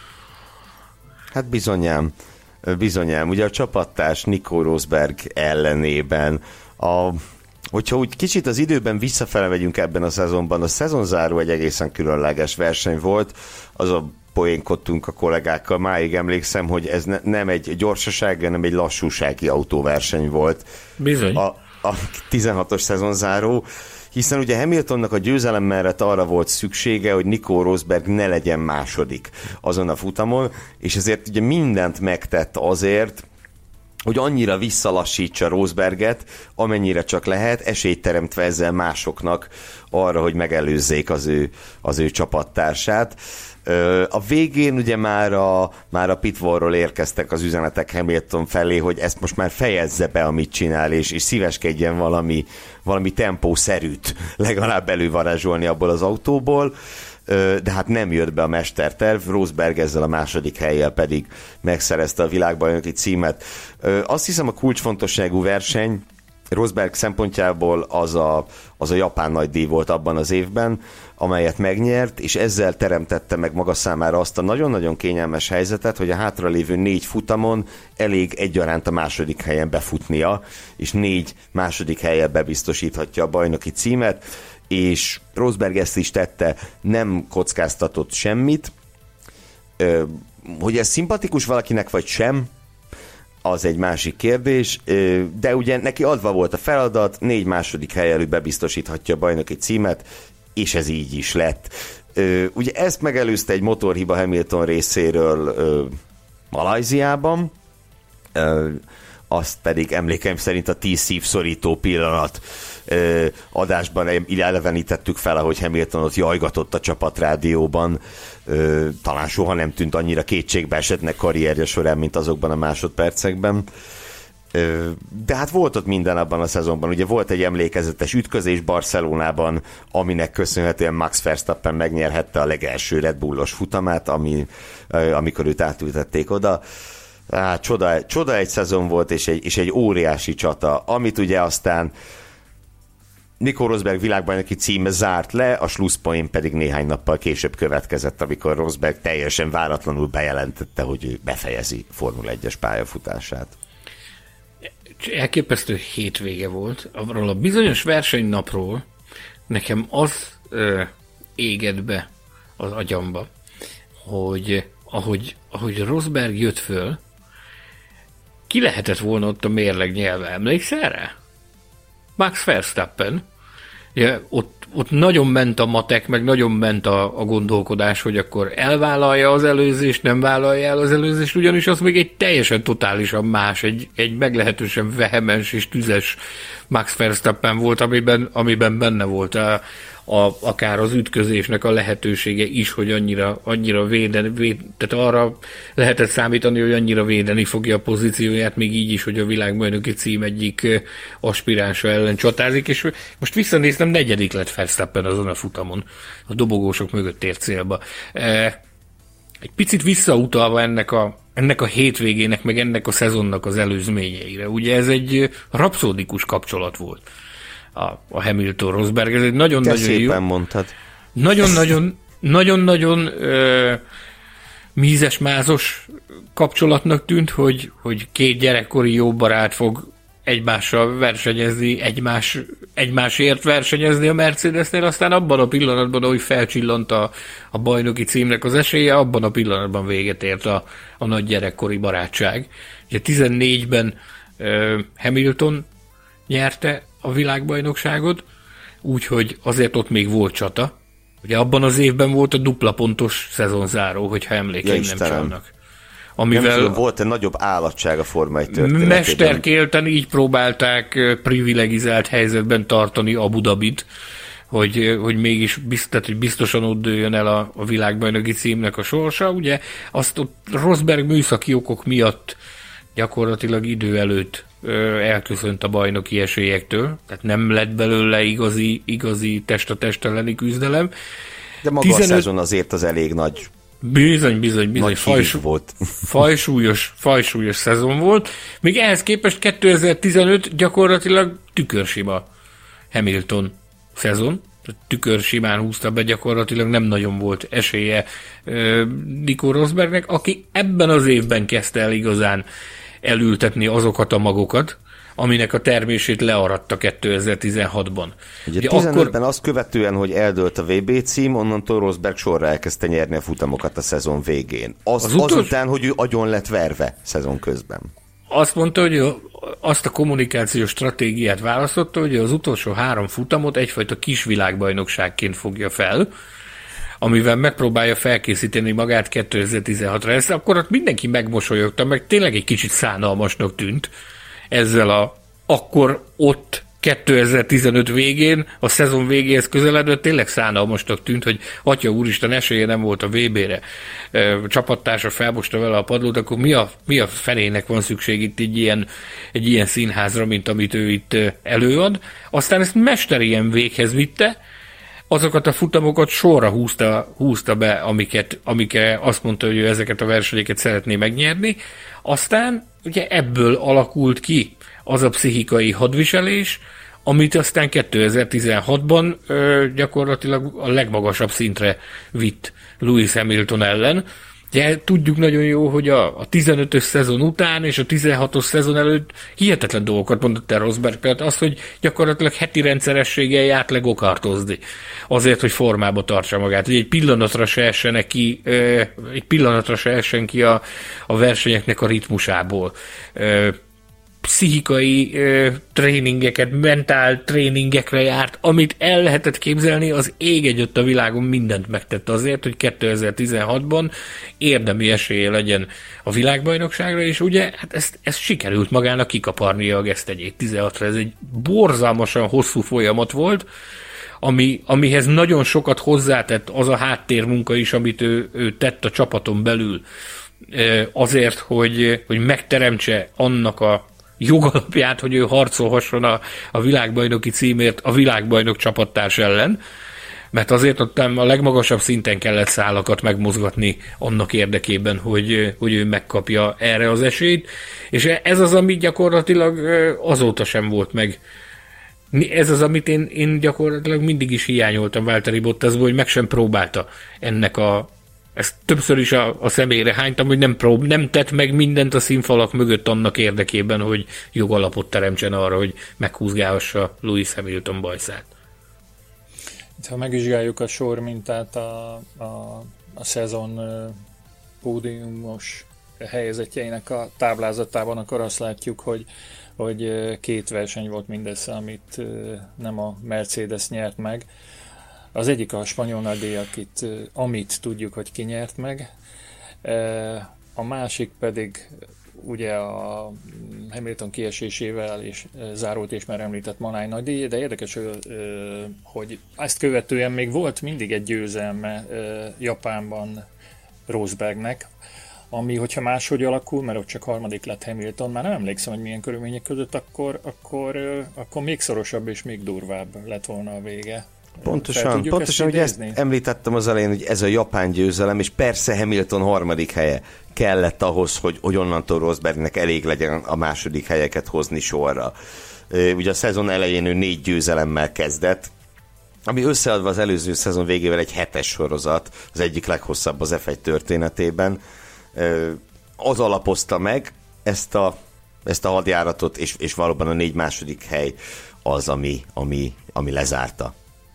Hát bizonyám, bizonyám. Ugye a csapattárs Nico Rosberg ellenében, a, hogyha úgy kicsit az időben visszafele megyünk ebben a szezonban, a szezonzáró egy egészen különleges verseny volt, az a poénkodtunk a kollégákkal, máig emlékszem, hogy ez ne, nem egy gyorsasági, hanem egy lassúsági autóverseny volt. Bizony. A, a tizenhatos szezonzáró, hiszen ugye Hamiltonnak a győzelem mellett arra volt szüksége, hogy Nico Rosberg ne legyen második azon a futamon, és ezért ugye mindent megtett azért, hogy annyira visszalassítsa Rosberget, amennyire csak lehet, esélyt teremtve ezzel másoknak arra, hogy megelőzzék az ő, az ő csapattársát. A végén ugye már a, már a pitwallról érkeztek az üzenetek Hamilton felé, hogy ezt most már fejezze be, amit csinál, és, és szíveskedjen valami, valami tempószerűt legalább elővarázsolni abból az autóból, de hát nem jött be a mesterterv, Rosberg ezzel a második hellyel pedig megszerezte a világbajnoki címet. Azt hiszem, a kulcsfontosságú verseny Rosberg szempontjából az a, az a japán nagydíj volt abban az évben, amelyet megnyert, és ezzel teremtette meg maga számára azt a nagyon-nagyon kényelmes helyzetet, hogy a hátralévő négy futamon elég egyaránt a második helyen befutnia, és négy második helyen bebiztosíthatja a bajnoki címet, és Rosberg ezt is tette, nem kockáztatott semmit. Hogy ez szimpatikus valakinek, vagy sem, az egy másik kérdés, de ugye neki adva volt a feladat, négy második hely előtt bebiztosíthatja a bajnoki címet, és ez így is lett. Ugye ezt megelőzte egy motorhiba Hamilton részéről Malajziában, azt pedig emlékeim szerint a tíz szívszorító pillanat adásban elevenítettük fel, ahogy Hamilton ott jajgatott a csapatrádióban. Talán soha nem tűnt annyira kétségbe esettnek karrierje során, mint azokban a másodpercekben. De hát volt ott minden abban a szezonban. Ugye volt egy emlékezetes ütközés Barcelonában, aminek köszönhetően Max Verstappen megnyerhette a legelső Red Bullos futamát, ami, amikor őt átültették oda. Á, csoda, csoda egy szezon volt, és egy, és egy óriási csata, amit ugye aztán Nico Rosberg világbajnoki címe zárt le, a slusszpoint pedig néhány nappal később következett, amikor Rosberg teljesen váratlanul bejelentette, hogy ő befejezi Formula egyes pályafutását. Elképesztő hétvége volt. Arról a bizonyos versenynapról nekem az ö, égett be az agyamba, hogy ahogy, ahogy Rosberg jött föl, ki lehetett volna ott a mérleg nyelve? Emlékszel rá? Max Verstappen. Ja, ott, ott nagyon ment a matek, meg nagyon ment a, a gondolkodás, hogy akkor elvállalja az előzést, nem vállalja el az előzést, ugyanis az még egy teljesen totálisan más, egy, egy meglehetősen vehemens és tüzes Max Verstappen volt, amiben, amiben benne volt a, a, akár az ütközésnek a lehetősége is, hogy annyira, annyira védeni, véd, tehát arra lehetett számítani, hogy annyira védeni fogja a pozícióját, még így is, hogy a világbajnoki cím egyik aspiránsa ellen csatázik, és most visszanéztem, negyedik lett Verstappen azon a futamon, a dobogósok mögött ért célba. Egy picit visszautalva ennek a, ennek a hétvégének, meg ennek a szezonnak az előzményeire. Ugye ez egy rapszódikus kapcsolat volt. A, a Hamilton-Rosberg, ez egy nagyon-nagyon jó... szépen mondtad. Nagyon-nagyon, nagyon-nagyon ö, mízes-mázos kapcsolatnak tűnt, hogy, hogy két gyerekkori jó barát fog egymással versenyezni, egymás, egymásért versenyezni a Mercedesnél, aztán abban a pillanatban, ahogy felcsillant a, a bajnoki címnek az esélye, abban a pillanatban véget ért a, a nagy gyerekkori barátság. Ugye tizennégyben uh, Hamilton nyerte a világbajnokságot, úgyhogy azért ott még volt csata. Ugye abban az évben volt a dupla pontos szezonzáró, hogyha emlékeim ja, nem csalnak. Amivel nem tudom, volt egy nagyobb állatság a Forma egy történetében. Mesterkélten így próbálták privilegizált helyzetben tartani Abu Dhabit, hogy, hogy mégis biztos, hogy biztosan ott dőljön el a, a világbajnoki címnek a sorsa. Ugye azt ott Rosberg műszaki okok miatt gyakorlatilag idő előtt ö, elköszönt a bajnoki esélyektől, tehát nem lett belőle igazi, igazi test a test elleni küzdelem. De maga tizenöt... a szezon azért az elég nagy. Bizony, bizony, bizony. Fajsú, volt. fajsúlyos, fajsúlyos szezon volt. Még ehhez képest kétezer-tizenöt gyakorlatilag tükörsima Hamilton szezon. Tükörsimán húzta be, gyakorlatilag nem nagyon volt esélye uh, Nico Rosbergnek, aki ebben az évben kezdte el igazán elültetni azokat a magokat, aminek a termését learatta kétezer-tizenhatban. Ugye, Ugye tizenötben akkor... azt követően, hogy eldőlt a vé bé cím, onnantól Rosberg sorra elkezdte nyerni a futamokat a szezon végén. Az, az utolsó... Azután, hogy ő agyon lett verve szezon közben. Azt mondta, hogy azt a kommunikációs stratégiát választotta, hogy az utolsó három futamot egyfajta kis világbajnokságként fogja fel, amivel megpróbálja felkészíteni magát kétezer-tizenhatra. Ezt akkor ott mindenki megmosolyogta, meg tényleg egy kicsit szánalmasnak tűnt ezzel a akkor ott kétezer-tizenöt végén, a szezon végéhez közeledő tényleg szánalmasnak tűnt, hogy atya úristen, esélye nem volt a vé bére. Csapattársa felmosta vele a padlót, akkor mi a, mi a fenének van szükség itt egy ilyen, egy ilyen színházra, mint amit ő itt előad. Aztán ezt mesterien véghez vitte, azokat a futamokat sorra húzta, húzta be, amiket, amiket azt mondta, hogy ő ezeket a versenyeket szeretné megnyerni. Aztán ugye ebből alakult ki az a pszichikai hadviselés, amit aztán kétezer-tizenhatban ö, gyakorlatilag a legmagasabb szintre vitt Lewis Hamilton ellen. Ugye tudjuk nagyon jó, hogy a, a tizenötös szezon után és a tizenhatos szezon előtt hihetetlen dolgokat mondott el Rosberg, például azt, hogy gyakorlatilag heti rendszerességgel járt le gokartozni, azért, hogy formába tartsa magát. Ugye egy pillanatra se essen neki, ö, egy pillanatra se essen ki a, a versenyeknek a ritmusából. Ö, pszichikai ö, tréningeket, mentál tréningekre járt, amit el lehetett képzelni, az ég egyött a világon mindent megtett azért, hogy kétezer-tizenhatban érdemi esélye legyen a világbajnokságra, és ugye hát ezt, ezt sikerült magának kikaparnia a gesztegyét tizenhatra. Ez egy borzalmasan hosszú folyamat volt, ami, amihez nagyon sokat hozzátett az a háttérmunka is, amit ő, ő tett a csapaton belül, azért, hogy, hogy megteremtse annak a jogalapját, hogy ő harcolhasson a, a világbajnoki címért a világbajnok csapattárs ellen, mert azért ott a legmagasabb szinten kellett szálakat megmozgatni annak érdekében, hogy, hogy ő megkapja erre az esélyt, és ez az, ami gyakorlatilag azóta sem volt meg. Ez az, amit én, én gyakorlatilag mindig is hiányoltam Valtteri Bottasból, hogy meg sem próbálta ennek a ezt többször is a, a személyre hánytam, hogy nem, prób- nem tett meg mindent a színfalak mögött annak érdekében, hogy jogalapot teremtsen arra, hogy meghúzgálhassa Lewis Hamilton bajszát. Ha megvizsgáljuk a sormintát a, a, a szezon pódiumos helyezetjeinek a táblázatában, akkor azt látjuk, hogy, hogy két verseny volt mindössze, amit nem a Mercedes nyert meg. Az egyik a spanyol nagydíj, akit, amit tudjuk, hogy ki nyert meg. A másik pedig ugye a Hamilton kiesésével és zárult, és már említett Maláj nagydíj, de érdekes, hogy ezt követően még volt mindig egy győzelme Japánban Rosbergnek, ami, hogyha máshogy alakul, mert ott csak harmadik lett Hamilton, már nem emlékszem, hogy milyen körülmények között, akkor, akkor, akkor még szorosabb és még durvább lett volna a vége. Pontosan, pontosan, hogy ezt említettem az elején, hogy ez a japán győzelem, és persze Hamilton harmadik helye kellett ahhoz, hogy, hogy onnantól Rosbergnek elég legyen a második helyeket hozni sorra. Ugye a szezon elején ő négy győzelemmel kezdett, ami összeadva az előző szezon végével egy hetes sorozat, az egyik leghosszabb az ef egy történetében. Az alapozta meg ezt a, ezt a hadjáratot, és, és valóban a négy második hely az, ami, ami, ami lezárta.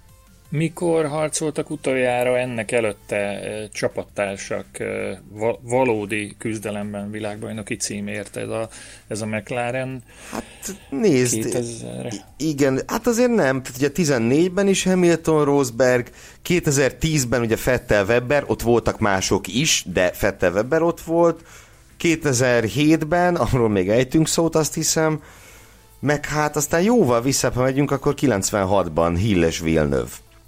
Mikor harcoltak utoljára ennek előtte e, csapattársak e, va, valódi küzdelemben világbajnoki címért ez a, ez a McLaren? Hát nézd, kétezer igen, hát azért nem. Tehát ugye tizennégyben is Hamilton, Rosberg, kétezer-tízben ugye Vettel, Webber, ott voltak mások is, de Vettel, Webber ott volt. kétezer-hétben, arról még ejtünk szót, azt hiszem, meg hát aztán jóval vissza, ha megyünk, akkor kilencvenhatban Hill és Villeneuve.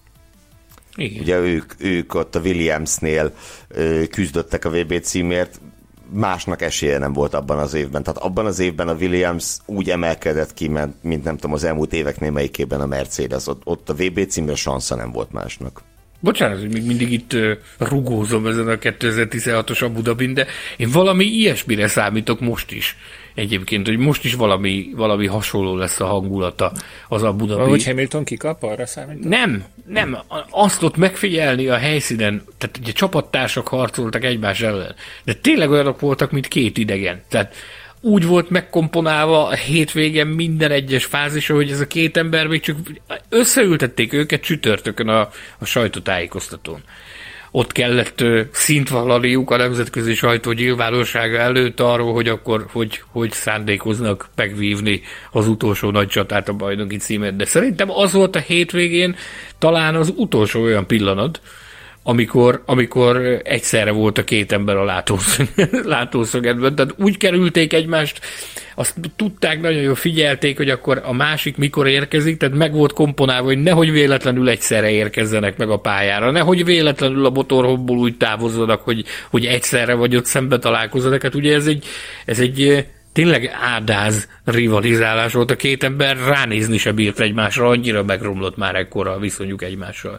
Igen. Ugye ők, ők ott a Williamsnél ö, küzdöttek a vé bé címért, másnak esélye nem volt abban az évben. Tehát abban az évben a Williams úgy emelkedett ki, mint, mint nem tudom, az elmúlt évek némelyikében a Mercedes. Ott, ott a vé bé címre sansza nem volt másnak. Bocsánat, hogy még mindig itt uh, rugózom ezen a kétezer-tizenhatos Abu Dhabin, de én valami ilyesmire számítok most is. Egyébként, hogy most is valami, valami hasonló lesz a hangulata az Abu Dhabi. Hogy Hamilton kikap, arra számítok? Nem, nem. Azt ott megfigyelni a helyszínen, tehát ugye csapattársak harcoltak egymás ellen, de tényleg olyanok voltak, mint két idegen. Tehát úgy volt megkomponálva a hétvégen minden egyes fázisa, hogy ez a két ember még csak összeültették őket csütörtökön a, a sajtótájékoztatón. Ott kellett uh, szint vallaniuk a nemzetközi sajtó nyilvánossága előtt arról, hogy akkor hogy, hogy szándékoznak megvívni az utolsó nagy csatát a bajnoki címet. De szerintem az volt a hétvégén talán az utolsó olyan pillanat, amikor, amikor egyszerre volt a két ember a látószög, látószögedben. Tehát úgy kerülték egymást, azt tudták, nagyon jól figyelték, hogy akkor a másik mikor érkezik, tehát meg volt komponálva, hogy nehogy véletlenül egyszerre érkezzenek meg a pályára, nehogy véletlenül a motorhomból úgy távozzanak, hogy, hogy egyszerre vagy ott szembe találkozzanak. Hát ugye ez egy, ez egy tényleg ádáz rivalizálás volt, a két ember ránézni se bírt egymásra, annyira megromlott már ekkora a viszonyuk egymással.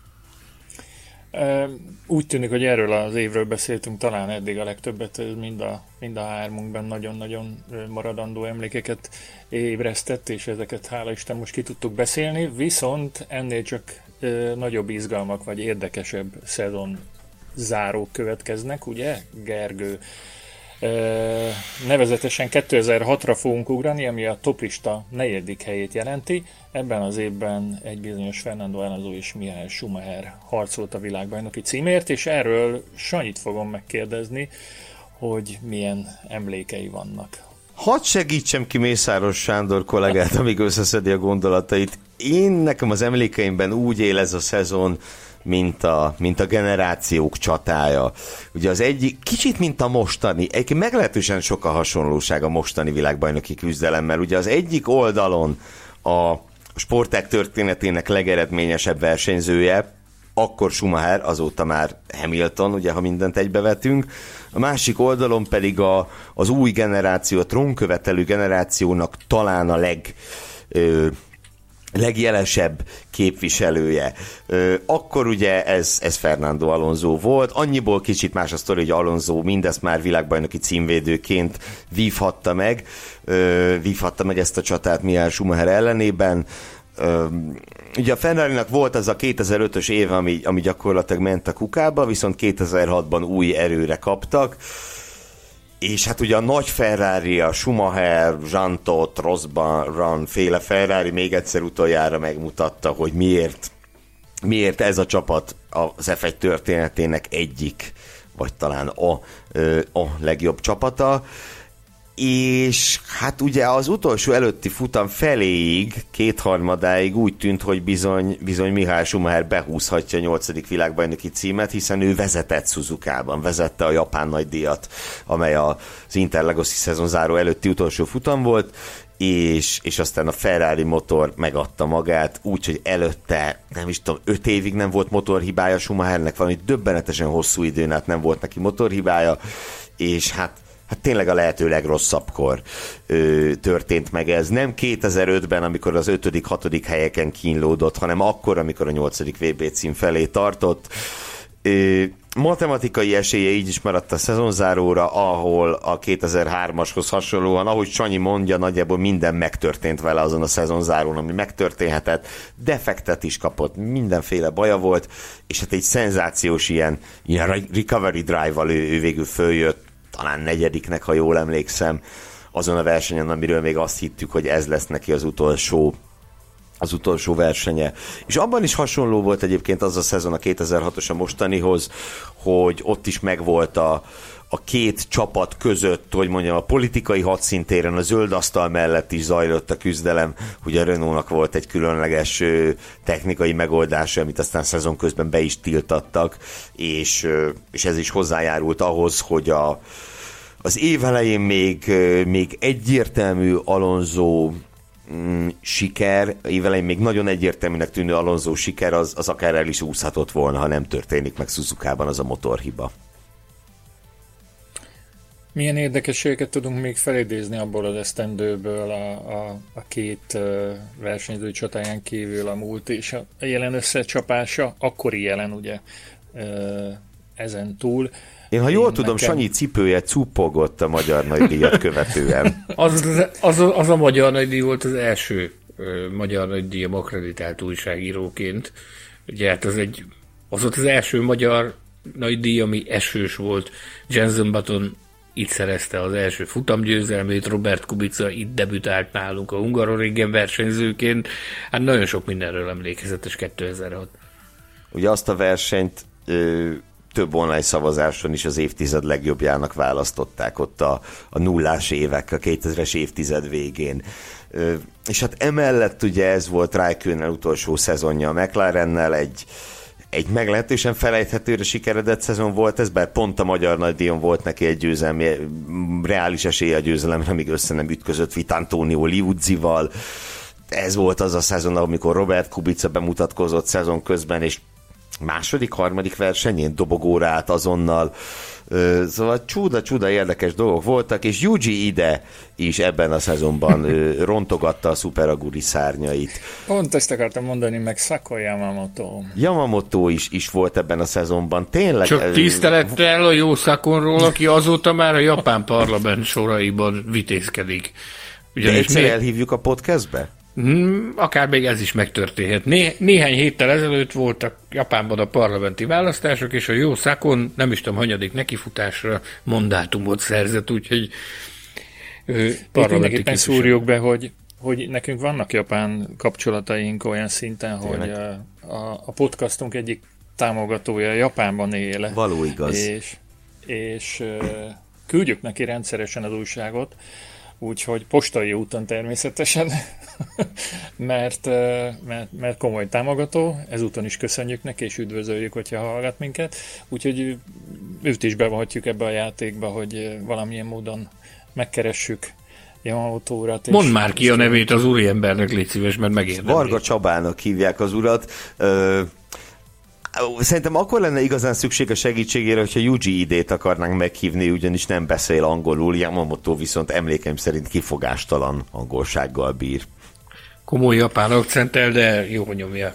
Úgy tűnik, hogy erről az évről beszéltünk talán eddig a legtöbbet, mind a, mind a hármunkban nagyon-nagyon maradandó emlékeket ébresztett, és ezeket hála Isten most ki tudtuk beszélni, viszont ennél csak nagyobb izgalmak, vagy érdekesebb szezon zárók következnek, ugye, Gergő? Nevezetesen kétezer-hatra fogunk ugrani, ami a toplista negyedik helyét jelenti. Ebben az évben egy bizonyos Fernando Alonso és Michael Schumacher harcolt a világbajnoki címért, és erről Sanyit fogom megkérdezni, hogy milyen emlékei vannak. Hadd segítsem ki Mészáros Sándor kollégát, amíg összeszedi a gondolatait. Én nekem az emlékeimben úgy él ez a szezon, mint a, mint a generációk csatája. Ugye az egyik, kicsit mint a mostani, egyébként meglehetősen sok a hasonlóság a mostani világbajnoki küzdelemmel. Ugye az egyik oldalon a sportág történetének legeredményesebb versenyzője, akkor Schumacher, azóta már Hamilton, ugye, ha mindent egybevetünk. A másik oldalon pedig a, az új generáció, a trónkövetelő generációnak talán a leg... Ö, legjelesebb képviselője. Akkor ugye ez, ez Fernando Alonso volt. Annyiból kicsit más a sztori, hogy Alonso mindezt már világbajnoki címvédőként vívhatta meg. Vívhatta meg ezt a csatát Michael Schumacher ellenében. Ugye a Ferrarinak volt az a kétezer-ötös év, ami, ami gyakorlatilag ment a kukába, viszont kétezer-hatban új erőre kaptak. És hát ugye a nagy Ferrari, a Schumacher, Zsantot, Rosban féle Ferrari még egyszer utoljára megmutatta, hogy miért, miért ez a csapat az ef egy történetének egyik, vagy talán a, a legjobb csapata. És hát ugye az utolsó előtti futam feléig, kétharmadáig úgy tűnt, hogy bizony, bizony Michael Schumacher behúzhatja a nyolcadik világbajnoki címet, hiszen ő vezetett Suzukában, vezette a japán nagydíjat, amely az Interlagoszi szezon záró előtti utolsó futam volt, és, és aztán a Ferrari motor megadta magát, úgyhogy előtte, nem is tudom, öt évig nem volt motorhibája Schumachernek, valami döbbenetesen hosszú időn át nem volt neki motorhibája, és hát hát tényleg a lehető legrosszabbkor ö, történt meg ez. Nem kétezer-ötben, amikor az ötödik, hatodik helyeken kínlódott, hanem akkor, amikor a nyolcadik vé bé cím felé tartott. Ö, matematikai esélye így is maradt a szezonzáróra, ahol a kétezer-hármashoz hasonlóan, ahogy Sanyi mondja, nagyjából minden megtörtént vele azon a szezonzárón, ami megtörténhetett, defektet is kapott, mindenféle baja volt, és hát egy szenzációs ilyen, ilyen recovery drive-val ő, ő végül följött, talán negyediknek, ha jól emlékszem, azon a versenyen, amiről még azt hittük, hogy ez lesz neki az utolsó az utolsó versenye. És abban is hasonló volt egyébként az a szezon a kétezer-hatos a mostanihoz, hogy ott is megvolt a, a két csapat között, hogy mondjam, a politikai hadszintéren, a zöld asztal mellett is zajlott a küzdelem, hogy a Renault-nak volt egy különleges ö, technikai megoldása, amit aztán szezon közben be is tiltattak, és, ö, és ez is hozzájárult ahhoz, hogy a, az év elején még, ö, még egyértelmű Alonso Mm, siker, évelején még nagyon egyértelműnek tűnő Alonso siker, az, az akár el is úszhatott volna, ha nem történik meg Suzukában az a motorhiba. Milyen érdekességeket tudunk még felidézni abból az esztendőből a, a, a két uh, versenyző csatáján kívül a múlt és a jelen összecsapása, akkori jelen ugye uh, ezen túl. Én, ha jól Én tudom, nekem... Sanyi cipője cuppogott a magyar nagydíjat követően. Az, az, az a magyar nagydíj volt az első ö, magyar nagydíjam akkreditált újságíróként. Ugye hát az, egy, az volt az első magyar nagydíj, ami esős volt. Jenson Button itt szerezte az első futamgyőzelmét, Robert Kubica itt debütált nálunk a Hungaroringen versenyzőként. Hát nagyon sok mindenről emlékezetes kétezer-hat. Ugye azt a versenyt... Ö... több online szavazáson is az évtized legjobbjának választották ott a, a nullás évek, a kétezres évtized végén. Ö, és hát emellett ugye ez volt Raikkonen utolsó szezonja a McLarennel, egy, egy meglehetősen felejthetőre sikeredett szezon volt ez, bár pont a magyar nagydíjon volt neki egy győzelmi, reális esélye a győzelemre, amíg össze nem ütközött Vitantonio Liuzzival. Ez volt az a szezon, amikor Robert Kubica bemutatkozott szezon közben, és második, harmadik versenyén dobogóra állt azonnal. Szóval csuda-csuda érdekes dolgok voltak, és Yuji Ide is ebben a szezonban rontogatta a Super Aguri szárnyait. Pont ezt akartam mondani, meg Sako Yamamoto. Yamamoto is, is volt ebben a szezonban. Tényleg... Csak tisztelettel a jó Sakonról, aki azóta már a japán parlament soraiban vitézkedik. Ugyanis de egyszer mi... elhívjuk a podcastbe? Hmm, akár még ez is megtörténhet. Né- néhány héttel ezelőtt voltak Japánban a parlamenti választások, és a jó Sakon, nem is tudom, hanyadik nekifutásra mandátumot szerzett, úgyhogy ő, mindenképpen szúrjuk be, hogy, hogy nekünk vannak japán kapcsolataink olyan szinten, tényleg, hogy a, a, a podcastunk egyik támogatója Japánban él. Való igaz. És, és küldjük neki rendszeresen az újságot, úgyhogy postai úton természetesen, mert, mert, mert komoly támogató, ezúton is köszönjük neki, és üdvözöljük, hogyha hallgat minket, úgyhogy őt is bevonhatjuk ebbe a játékba, hogy valamilyen módon megkeressük Yamamoto urat. Mondd már ki a nevét az úriembernek, légy szíves, mert megérdemli. Varga Csabának hívják az urat. Ö- Szerintem akkor lenne igazán szükség a segítségére, hogyha Yuji Idét akarnánk meghívni, ugyanis nem beszél angolul, Yamamoto viszont emlékeim szerint kifogástalan angolsággal bír. Komoly japán akcentel, de jó nyomja.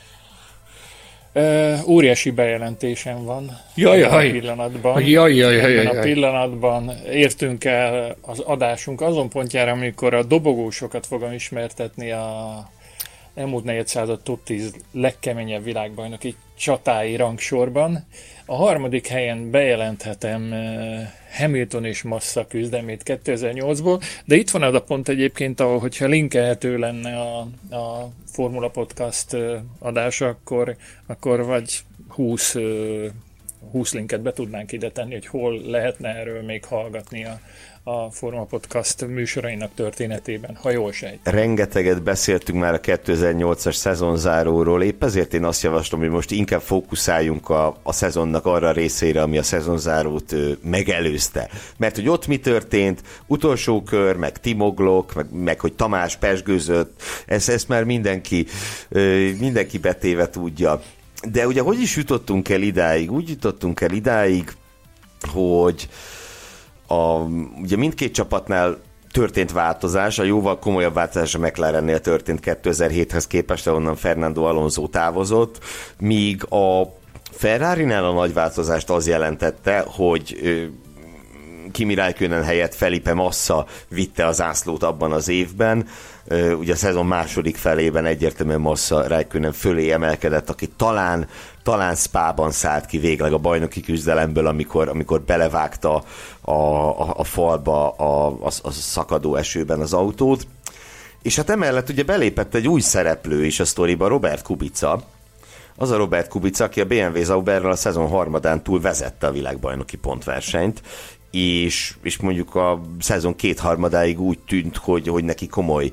Uh, óriási bejelentésem van. Jajjaj. A pillanatban. Jajjaj. A pillanatban értünk el az adásunk azon pontjára, amikor a dobogósokat fogom ismertetni a elmúlt negyedszázad top tíz legkeményebb világbajnoki csatái rangsorban. A harmadik helyen bejelenthetem Hamilton és Massa küzdelmét kétezer-nyolcból, de itt van az a pont egyébként, ahol hogyha linkelhető lenne a, a Formula Podcast adása, akkor, akkor vagy húsz, húsz linket be tudnánk ide tenni, hogy hol lehetne erről még hallgatni a a Forma Podcast műsorainak történetében, ha jól sejt. Rengeteget beszéltünk már a kétezer-nyolcas szezonzáróról, épp ezért én azt javaslom, hogy most inkább fókuszáljunk a, a szezonnak arra a részére, ami a szezonzárót ö, megelőzte. Mert hogy ott mi történt, utolsó kör, meg Timo Glock, meg, meg hogy Tamás pezsgőzött, ezt, ezt már mindenki, ö, mindenki betéve tudja. De ugye hogy is jutottunk el idáig? Úgy jutottunk el idáig, hogy a, ugye mindkét csapatnál történt változás, a jóval komolyabb változás a McLarennél történt kétezer-héthez képest, ahonnan Fernando Alonso távozott, míg a Ferrarinál a nagy változást az jelentette, hogy Kimi Räikkönen helyett Felipe Massa vitte az zászlót abban az évben. Ugye a szezon második felében egyértelműen Massa Räikkönen fölé emelkedett, aki talán, talán Spában szállt ki végleg a bajnoki küzdelemből, amikor, amikor belevágta a, a, a falba a, a, a szakadó esőben az autót. És hát emellett ugye belépett egy új szereplő is a sztoriba, Robert Kubica. Az a Robert Kubica, aki a bé em vé Sauberrel a szezon harmadán túl vezette a világbajnoki pontversenyt, és, és mondjuk a szezon kétharmadáig úgy tűnt, hogy, hogy neki komoly,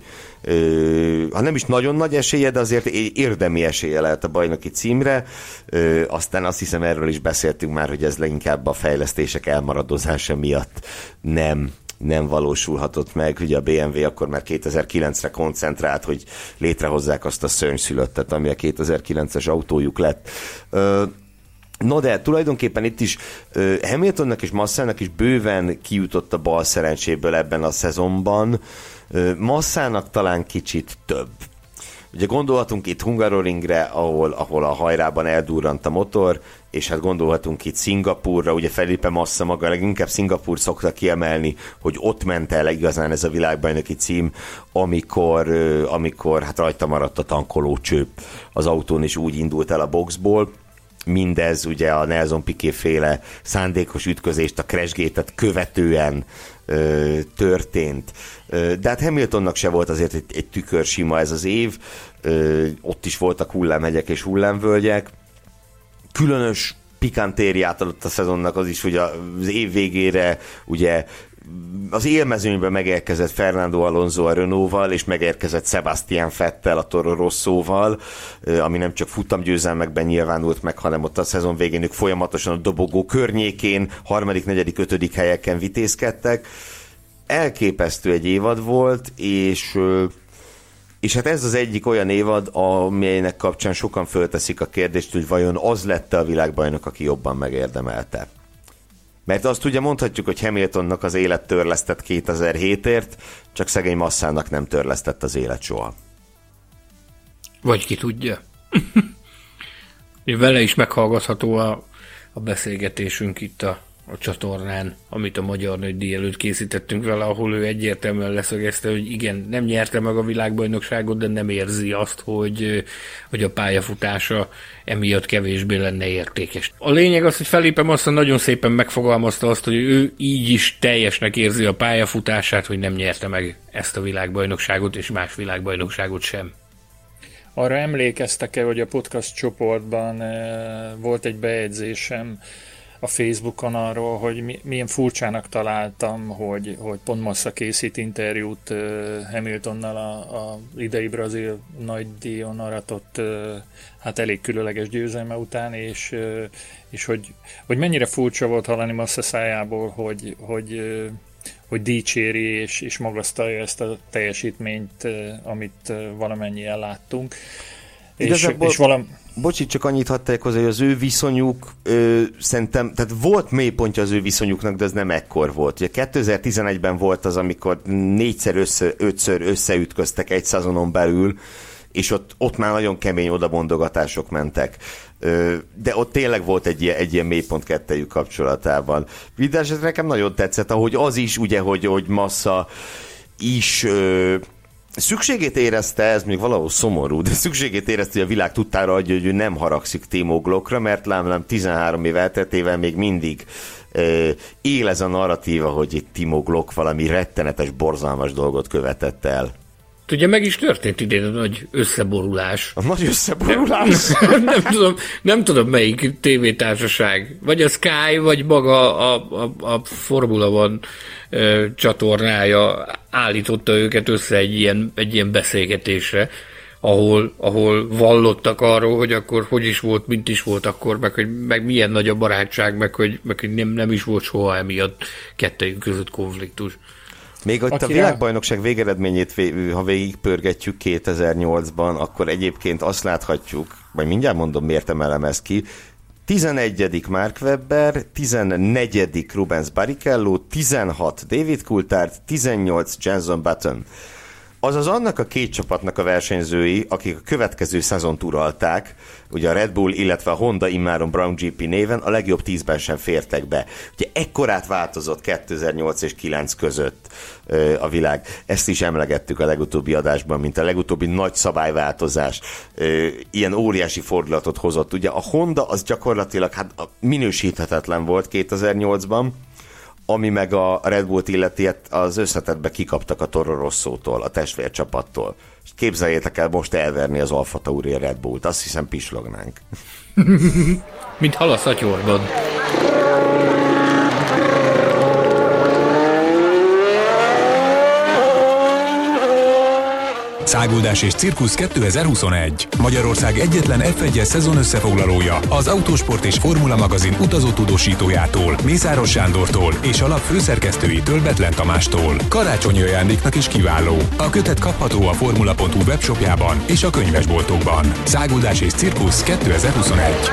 ö, ha nem is nagyon nagy esélye, de azért érdemi esélye lehet a bajnoki címre. Ö, aztán azt hiszem, erről is beszéltünk már, hogy ez leginkább a fejlesztések elmaradozása miatt nem nem valósulhatott meg. Ugye a bé em vé akkor már kétezer-kilencre koncentrált, hogy létrehozzák azt a szörnyszülöttet, ami a kétezer-kilences autójuk lett. Ö, No de tulajdonképpen itt is uh, Hamiltonnak és Massának is bőven kijutott a bal szerencséből ebben a szezonban. Uh, Massának talán kicsit több. Ugye gondolhatunk itt Hungaroringre, ahol, ahol a hajrában eldurrant a motor, és hát gondolhatunk itt Szingapúrra, ugye Felipe Massa maga leginkább Szingapúrt szokta kiemelni, hogy ott ment el igazán ez a világbajnoki cím, amikor, uh, amikor hát rajta maradt a tankolócső az autón, és úgy indult el a boxból. Mindez ugye a Nelson Piquet féle szándékos ütközést, a crashgate-et követően ö, történt. Ö, de hát Hamiltonnak se volt azért egy, egy tükör sima ez az év, ö, ott is voltak hullámhegyek és hullámvölgyek. Különös pikantériát adott a szezonnak az is, hogy az év végére ugye az élmezőnyben megérkezett Fernando Alonso a Renault-val, és megérkezett Sebastian Vettel a Toro Rosso-val, ami nem csak futamgyőzelmekben nyilvánult meg, hanem ott a szezon végén ők folyamatosan a dobogó környékén, harmadik, negyedik, ötödik helyeken vitézkedtek. Elképesztő egy évad volt, és, és hát ez az egyik olyan évad, amelynek kapcsán sokan fölteszik a kérdést, hogy vajon az lett a világbajnok, aki jobban megérdemelte. Mert azt ugye mondhatjuk, hogy Hamiltonnak az élet törlesztett kétezer-hétért, csak szegény Massának nem törlesztett az élet soha. Vagy ki tudja. Vele is meghallgatható a, a beszélgetésünk itt a, a csatornán, amit a Magyar Nagydíj előtt készítettünk vele, ahol ő egyértelműen leszögezte, hogy igen, nem nyerte meg a világbajnokságot, de nem érzi azt, hogy, hogy a pályafutása emiatt kevésbé lenne értékes. A lényeg az, hogy Felipe Massa nagyon szépen megfogalmazta azt, hogy ő így is teljesnek érzi a pályafutását, hogy nem nyerte meg ezt a világbajnokságot, és más világbajnokságot sem. Arra emlékeztek-e, hogy a podcast csoportban volt egy bejegyzésem a Facebookon arról, hogy milyen furcsának találtam, hogy, hogy pont Massa készít interjút Hamiltonnal a, a idei brazil nagydíjon aratott hát elég különleges győzelme után, és, és hogy, hogy mennyire furcsa volt hallani Massa szájából, hogy, hogy, hogy dicséri és, és magasztalja ezt a teljesítményt, amit valamennyien láttunk. Igazából, és, és valam... bocsit, csak annyit hadd tegyek hozzá, hogy az ő viszonyuk ö, szerintem, tehát volt mélypontja az ő viszonyuknak, de ez nem ekkor volt. Ugye kétezer-tizenegyben volt az, amikor négyszer, össze, ötször összeütköztek egy szezonon belül, és ott, ott már nagyon kemény odabondogatások mentek. Ö, de ott tényleg volt egy ilyen, egy ilyen mélypont kettejük kapcsolatában. Mindenesetre nekem nagyon tetszett, ahogy az is, ugye, hogy, hogy Massa is... Ö, szükségét érezte, ez még valahol szomorú, de szükségét érezte, hogy a világ tudtára adja, hogy ő nem haragszik Timo Glockra, mert lám tizenhárom év elteltével még mindig euh, él ez a narratíva, hogy itt Timo Glock valami rettenetes, borzalmas dolgot követett el. Ugye meg is történt idén a nagy összeborulás. A nagy összeborulás? nem, nem, tudom, nem tudom melyik tévétársaság. Vagy a Sky, vagy maga a, a, a Formula One ö, csatornája állította őket össze egy ilyen, egy ilyen beszélgetésre, ahol, ahol vallottak arról, hogy akkor hogy is volt, mint is volt akkor, meg, hogy, meg milyen nagy a barátság, meg hogy, meg, hogy nem, nem is volt soha emiatt kettejük között konfliktus. Még ott a világbajnokság végeredményét, ha végigpörgetjük kétezer-nyolcban, akkor egyébként azt láthatjuk, vagy mindjárt mondom, miért emelem ezt ki, tizenegyedik Mark Webber, tizennegyedik Rubens Barrichello, tizenhat David Coulthard, tizennyolc Jenson Button. Azaz annak a két csapatnak a versenyzői, akik a következő szezont uralták, ugye a Red Bull, illetve a Honda immáron Brown gé pé néven a legjobb tízben sem fértek be. Ugye ekkorát változott kétezer-nyolc és kilenc között ö, a világ. Ezt is emlegettük a legutóbbi adásban, mint a legutóbbi nagy szabályváltozás. Ö, ilyen óriási fordulatot hozott. Ugye a Honda az gyakorlatilag hát minősíthetetlen volt kétezer-nyolcban, ami meg a Red Bullt illeti, az összetettbe kikaptak a Toro Rosszótól, a testvércsapattól. Képzeljétek el most elverni az Alfa Tauri Red Bullt, azt hiszem pislognánk. Mint hal a szatyorban. Száguldás és cirkusz kétezer-huszonegy. Magyarország egyetlen ef egyes szezon összefoglalója az Autósport és Formula magazin utazó tudósítójától, Mészáros Sándortól és a lap főszerkesztőitől, Betlen Tamástól. Karácsonyi ajándéknak is kiváló. A kötet kapható a formula pont hu webshopjában és a könyvesboltokban. Száguldás és cirkusz kétezer-huszonegy.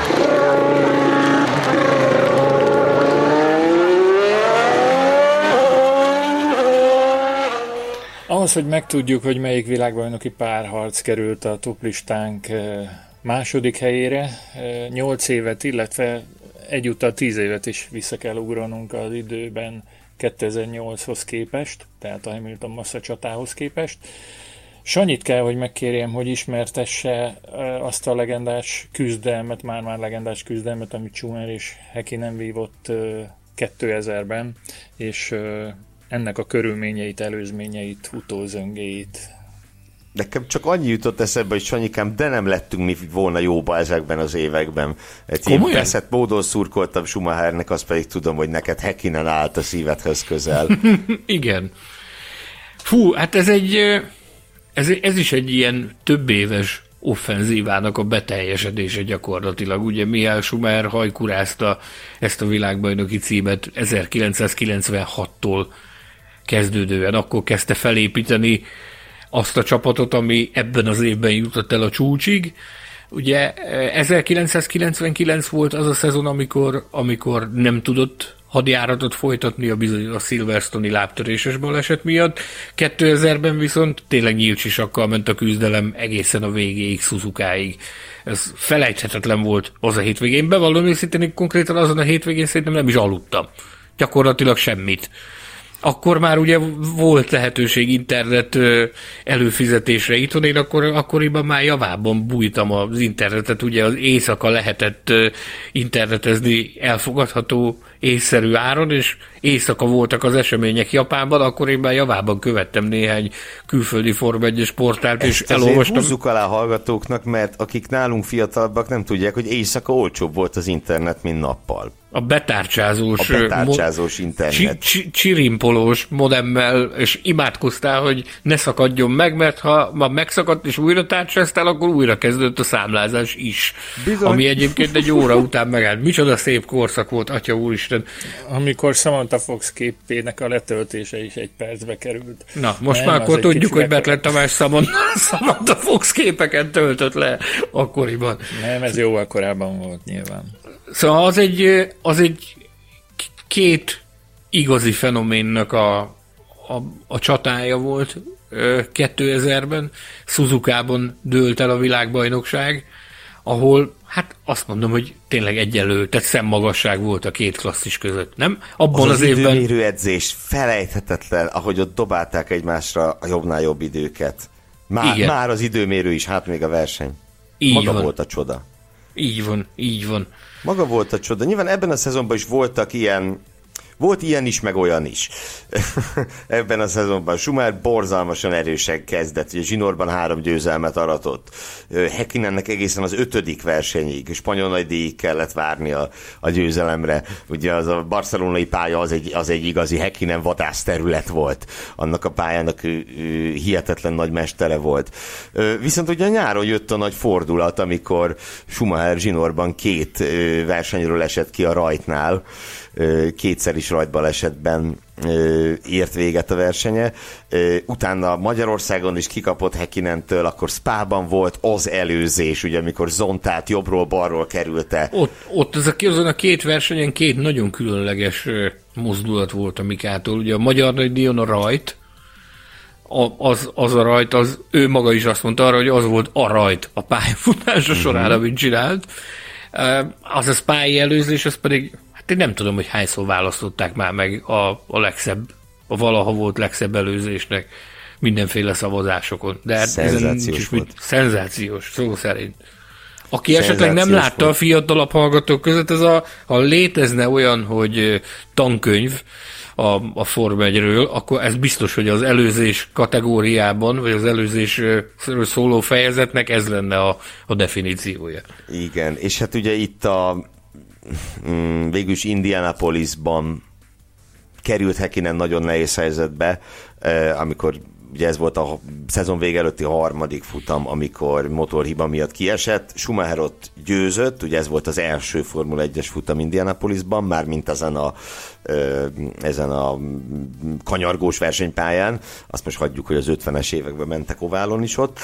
Ahhoz, hogy megtudjuk, hogy melyik világbajnoki párharc került a toplistánk második helyére, nyolc évet, illetve egyúttal tíz évet is vissza kell ugranunk az időben kétezer-nyolchoz képest, tehát a Hamilton-Massa csatához képest. Sanyit kell, hogy megkérjem, hogy ismertesse azt a legendás küzdelmet, már-már legendás küzdelmet, amit Schumacher és Häkkinen vívott kétezerben, és ennek a körülményeit, előzményeit, utózöngéit. Nekem csak annyi jutott eszembe, hogy Sanyikám, de nem lettünk mi volna jóba ezekben az években. Egy ilyen veszett módon szurkoltam Schumachernek, azt pedig tudom, hogy neked Häkkinen állt a szívedhez közel. Igen. Fú, hát ez egy, ez, ez is egy ilyen több éves offenzívának a beteljesedése gyakorlatilag. Ugye Michael Schumacher hajkurázta ezt a világbajnoki címet ezerkilencszázkilencvenhattól kezdődően. Akkor kezdte felépíteni azt a csapatot, ami ebben az évben jutott el a csúcsig. Ugye ezerkilencszázkilencvenkilenc volt az a szezon, amikor, amikor nem tudott hadjáratot folytatni a bizony a Silverstone-i lábtöréses baleset miatt. kétezerben viszont tényleg nyílt sisakkal ment a küzdelem egészen a végéig, Suzukáig. Ez felejthetetlen volt az a hétvégén. Bevallom őszintén, konkrétan azon a hétvégén szerintem nem is aludtam. Gyakorlatilag semmit. Akkor már ugye volt lehetőség internet előfizetésre itthon, én akkor, akkoriban már javában bújtam az internetet, ugye az éjszaka lehetett internetezni elfogadható, észszerű áron, és éjszaka voltak az események Japánban, akkor én már javában követtem néhány külföldi Forma egyes portált, és ezt elolvastam. Ezt húzzuk alá hallgatóknak, mert akik nálunk fiatalabbak nem tudják, hogy éjszaka olcsóbb volt az internet, mint nappal. A betárcsázós, a betárcsázós mo- internet. Csi- csirimpolós modemmel, és imádkoztál, hogy ne szakadjon meg, mert ha ma megszakadt és újra tárcsáztál, akkor újra kezdődött a számlázás is. Bizony. Ami egyébként egy óra után megállt. Micsoda szép korszak volt, atya úristen. Amikor Samantha Fox képének a letöltése is egy percbe került. Na, most nem, már akkor tudjuk, hogy lekor... Betlen Tamás Samantha Fox képeket töltött le akkoriban. Nem, ez jóval korábban volt nyilván. Szóval az egy, az egy két igazi fenoménnak a, a, a csatája volt kétezerben. Suzukában dőlt el a világbajnokság, ahol, hát azt mondom, hogy tényleg egyenlő, tehát szemmagasság volt a két klasszis között, nem? Abban az, az, az évben... időmérő edzés felejthetetlen, ahogy ott dobálták egymásra a jobbnál jobb időket. Már, már az időmérő is, hát még a verseny. Így Maga van. volt a csoda. Így van, így van. Maga volt a csoda. Nyilván ebben a szezonban is voltak ilyen, volt ilyen is, meg olyan is. Ebben a szezonban Schumacher borzalmasan erősen kezdett, ugye zsinórban három győzelmet aratott. Häkkinennek egészen az ötödik versenyig, spanyol nagydíjig kellett várni a, a győzelemre. Ugye az a barcelonai pálya az egy, az egy igazi Häkkinen vadászterület volt. Annak a pályának ő, ő, hihetetlen nagy mestere volt. Viszont ugye nyáron jött a nagy fordulat, amikor Schumacher zsinórban két versenyről esett ki a rajtnál, kétszer is is rajtbalesetben ö, ért véget a versenye. Ö, utána Magyarországon is kikapott Häkkinentől, akkor Spában volt az előzés, ugye, amikor Zontát jobbról-balról kerülte. Ott, ott ez a, azon a két versenyen két nagyon különleges mozdulat volt a Mikától. Ugye a Magyar Nagydíjon a rajt, a, az, az a rajt, az, ő maga is azt mondta arra, hogy az volt a rajt a pályafutása mm-hmm. során, amit csinált. Az a spái előzés, az pedig, hát én nem tudom, hogy hányszor választották már meg a, a legszebb, a valaha volt legszebb előzésnek mindenféle szavazásokon. De szenzációs volt. Mit, szenzációs, szó szerint. Aki esetleg nem látta volt. A fiatalabb hallgatók között, ez a, ha létezne olyan, hogy tankönyv a, a Forma egyről, akkor ez biztos, hogy az előzés kategóriában, vagy az előzésről szóló fejezetnek ez lenne a, a definíciója. Igen, és hát ugye itt a mm, végülis Indianapolisban került Häkkinen nagyon nehéz helyzetbe, eh, amikor ugye ez volt a szezon vége előtti harmadik futam, amikor motorhiba miatt kiesett. Schumacher ott győzött, ugye ez volt az első Formula egyes futam Indianapolisban, mármint ezen a, ezen a kanyargós versenypályán. Azt most hagyjuk, hogy az ötvenes években mentek oválon is ott.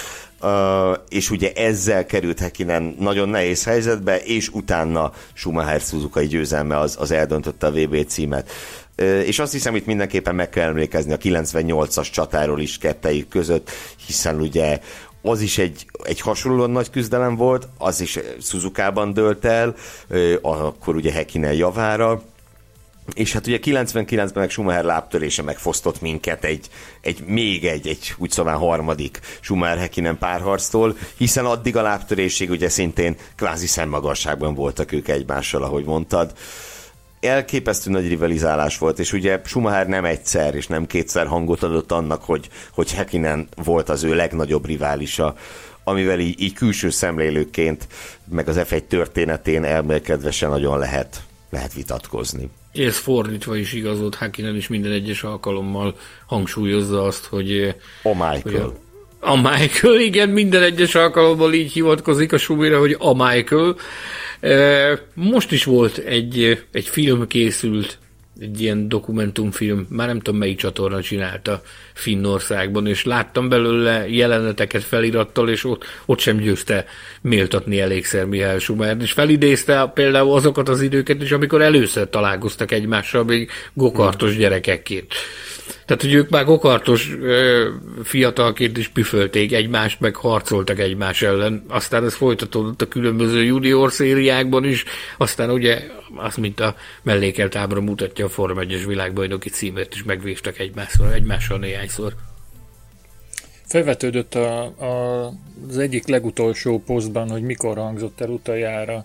És ugye ezzel került Häkkinen nagyon nehéz helyzetbe, és utána Schumacher Suzukai győzelme az, az eldöntötte a vé bé címet. És azt hiszem, itt mindenképpen meg kell emlékezni a kilencvennyolcas csatáról is kettejük között, hiszen ugye az is egy, egy hasonlóan nagy küzdelem volt, az is Suzukában dőlt el, akkor ugye Häkkinen javára, és hát ugye kilencvenkilencben meg Schumacher lábtörése megfosztott minket egy, egy még egy, egy úgy szóval harmadik Schumacher-Häkkinen párharctól, hiszen addig a lábtörésig ugye szintén kvázi szemmagasságban voltak ők egymással, ahogy mondtad. Elképesztő nagy rivalizálás volt, és ugye Schumacher nem egyszer és nem kétszer hangot adott annak, hogy, hogy Häkkinen volt az ő legnagyobb riválisa, amivel így, így külső szemlélőként, meg az ef egy történetén elmélkedve se nagyon lehet, lehet vitatkozni. Ez fordítva is igaz volt, Häkkinen is minden egyes alkalommal hangsúlyozza azt, hogy... A Michael. Hogy a, a Michael, igen, minden egyes alkalommal így hivatkozik a Schumira, hogy a Michael. Most is volt egy, egy film készült, egy ilyen dokumentumfilm, már nem tudom melyik csatorna csinálta Finnországban, és láttam belőle jeleneteket felirattal, és ott, ott sem győzte méltatni elégszer Michael Schumacher, és felidézte például azokat az időket is, amikor először találkoztak egymással, még gokartos gyerekekként. Tehát, hogy ők már gokartos ö, fiatalként is püfölték egymást, meg harcoltak egymás ellen. Aztán ez folytatódott a különböző junior szériákban is, aztán ugye azt, mint a mellékelt ábra mutatja, a Forma egyes világbajnoki címért is megvívtak egymással, egymással néhányszor. Felvetődött a, a, az egyik legutolsó posztban, hogy mikor hangzott el utoljára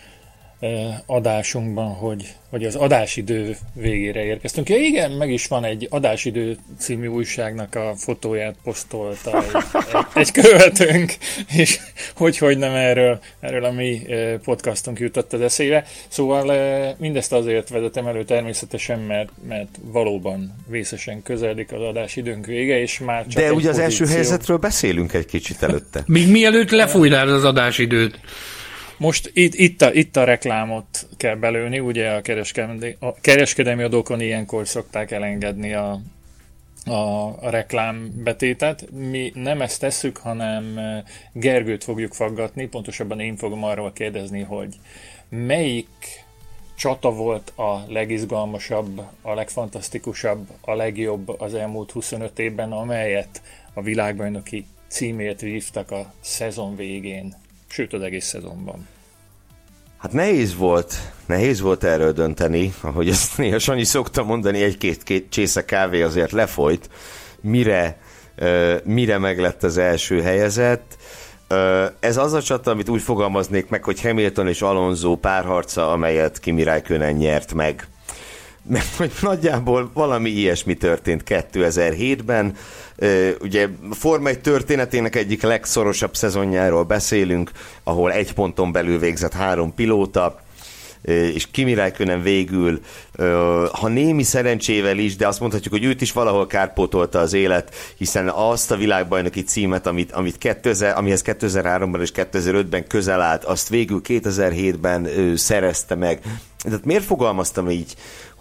adásunkban, hogy, hogy az adásidő végére érkeztünk. Ja igen, meg is van egy Adásidő című újságnak a fotóját posztolta egy, egy, egy követőnk, és hogy, hogy nem erről, erről a mi podcastunk jutott az eszébe. Szóval mindezt azért vezetem elő természetesen, mert, mert valóban vészesen közeledik az adásidőnk vége, és már csak de ugye az pozíció... első helyzetről beszélünk egy kicsit előtte. Még mielőtt lefújnád az adásidőt. Most itt, itt, a, itt a reklámot kell belőni, ugye a kereskedelmi, a kereskedelmi adókon ilyenkor szokták elengedni a, a, a reklámbetétet. Mi nem ezt tesszük, hanem Gergőt fogjuk faggatni, pontosabban én fogom arról kérdezni, hogy melyik csata volt a legizgalmasabb, a legfantasztikusabb, a legjobb az elmúlt huszonöt évben, amelyet a világbajnoki címért vívtak a szezon végén. Sőt, az egész szezonban. Hát nehéz volt, nehéz volt erről dönteni, ahogy azt néha Sanyi szokta mondani, egy-két csésze kávé azért lefolyt, mire, uh, mire meglett az első helyezett. Uh, ez az a csata, amit úgy fogalmaznék meg, hogy Hamilton és Alonso párharca, amelyet Kimi Räikkönen nyert meg. Mert hogy nagyjából valami ilyesmi történt kétezer-hétben. Uh, ugye a Forma egy történetének egyik legszorosabb szezonjáról beszélünk, ahol egy ponton belül végzett három pilóta, uh, és Kimi Räikkönen végül, uh, ha némi szerencsével is, de azt mondhatjuk, hogy őt is valahol kárpótolta az élet, hiszen azt a világbajnoki címet, amit, amit kétezer, amihez kétezer-háromban és kétezer-ötben közel állt, azt végül kétezer-hétben uh, szerezte meg. Tehát miért fogalmaztam így,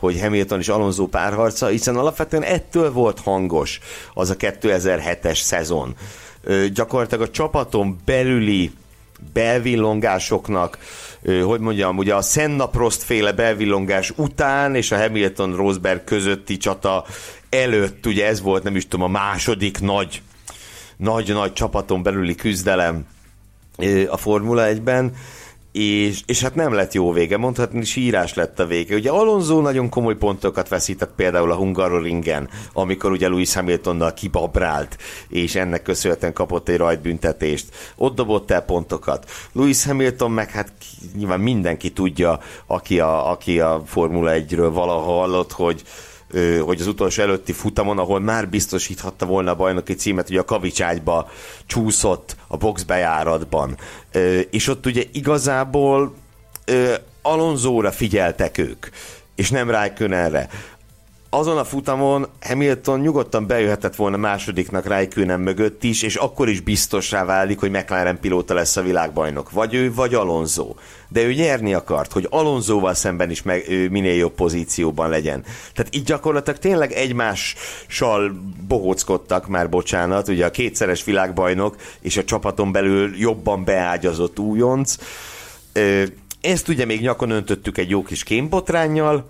hogy Hamilton és Alonso párharca, hiszen alapvetően ettől volt hangos az a kétezer-hetes szezon. Ö, gyakorlatilag a csapaton belüli belvillongásoknak, ö, hogy mondjam, ugye a Senna-Prost féle belvillongás után és a Hamilton-Rosberg közötti csata előtt, ugye ez volt, nem is tudom, a második nagy nagy-nagy csapaton belüli küzdelem ö, a Formula egyben, És, és hát nem lett jó vége, mondhatni sírás lett a vége. Ugye Alonso nagyon komoly pontokat veszített például a Hungaroringen, amikor ugye Lewis Hamiltonnal kibabrált, és ennek köszönhetően kapott egy rajtbüntetést. Ott dobott el pontokat. Lewis Hamilton meg hát nyilván mindenki tudja, aki a, aki a Formula egyről valaha hallott, hogy hogy az utolsó előtti futamon, ahol már biztosíthatta volna a bajnoki címet, ugye a kavicságyba csúszott a boxbejáratban. És ott ugye igazából Alonsóra figyeltek ők, és nem Raikkonenre. Azon a futamon Hamilton nyugodtan bejöhetett volna másodiknak Raikkonen mögött is, és akkor is biztosrá válik, hogy McLaren pilóta lesz a világbajnok. Vagy ő, vagy Alonso. De ő nyerni akart, hogy Alonsóval szemben is meg, ő minél jobb pozícióban legyen. Tehát így gyakorlatilag tényleg egymással bohóckodtak, már bocsánat, ugye a kétszeres világbajnok és a csapaton belül jobban beágyazott újonc. Ezt ugye még nyakon öntöttük egy jó kis kémbotránnyal,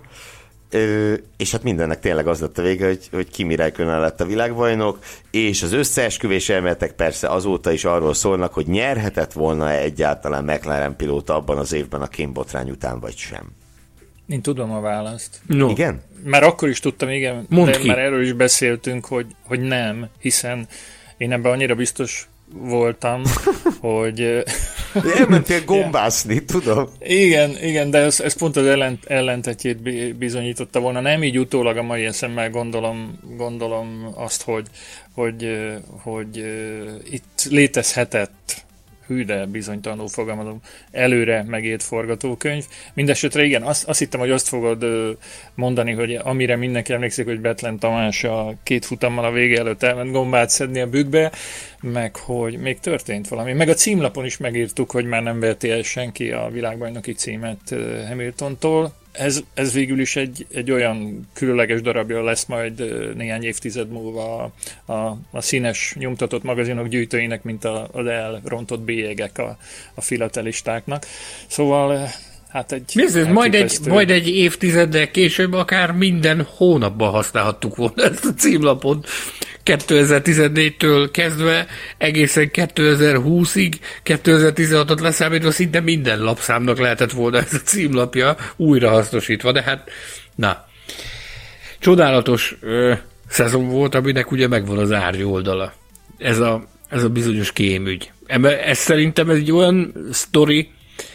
Ö, és hát mindennek tényleg az lett a vége, hogy, hogy Kimi Räikkönen lett a világbajnok, és az összeesküvés elméletek persze azóta is arról szólnak, hogy nyerhetett volna egyáltalán McLaren pilóta abban az évben a kémbotrány után, vagy sem. Én tudom a választ. No. Igen? Már akkor is tudtam, igen, Mondd de ki. Már erről is beszéltünk, hogy, hogy nem, hiszen én ebben annyira biztos voltam, hogy... Elmentél gombászni, tudom. Igen, igen, de ez, ez pont az ellent, ellentetjét bizonyította volna. Nem így utólag a mai eszemmel gondolom, gondolom azt, hogy, hogy, hogy, hogy itt létezhetett, hű, de bizonytalanul fogalmazom, előre megért forgatókönyv. Mindenesetre igen, azt, azt hittem, hogy azt fogod mondani, hogy amire mindenki emlékszik, hogy Bethlen Tamás a két futammal a vége előtt elment gombát szedni a bükkbe, meg hogy még történt valami. Meg a címlapon is megírtuk, hogy már nem veheti el senki a világbajnoki címet Hamiltontól. Ez, ez végül is egy, egy olyan különleges darabja lesz majd néhány évtized múlva a, a, a színes nyomtatott magazinok gyűjtőinek, mint a, az elrontott bélyegek a, a filatelistáknak. Szóval hát egy... Nézd, majd egy, majd egy évtizeddel később akár minden hónapban használhattuk volna ezt a címlapot. kétezer-tizennégytől kezdve egészen kétezer-húszig, kétezer-tizenhatot leszámítva szinte minden lapszámnak lehetett volna ez a címlapja újra hasznosítva, de hát na, csodálatos ö, szezon volt, aminek ugye megvan az árny oldala. Ez a, ez a bizonyos kémügy. Ez szerintem ez egy olyan sztori,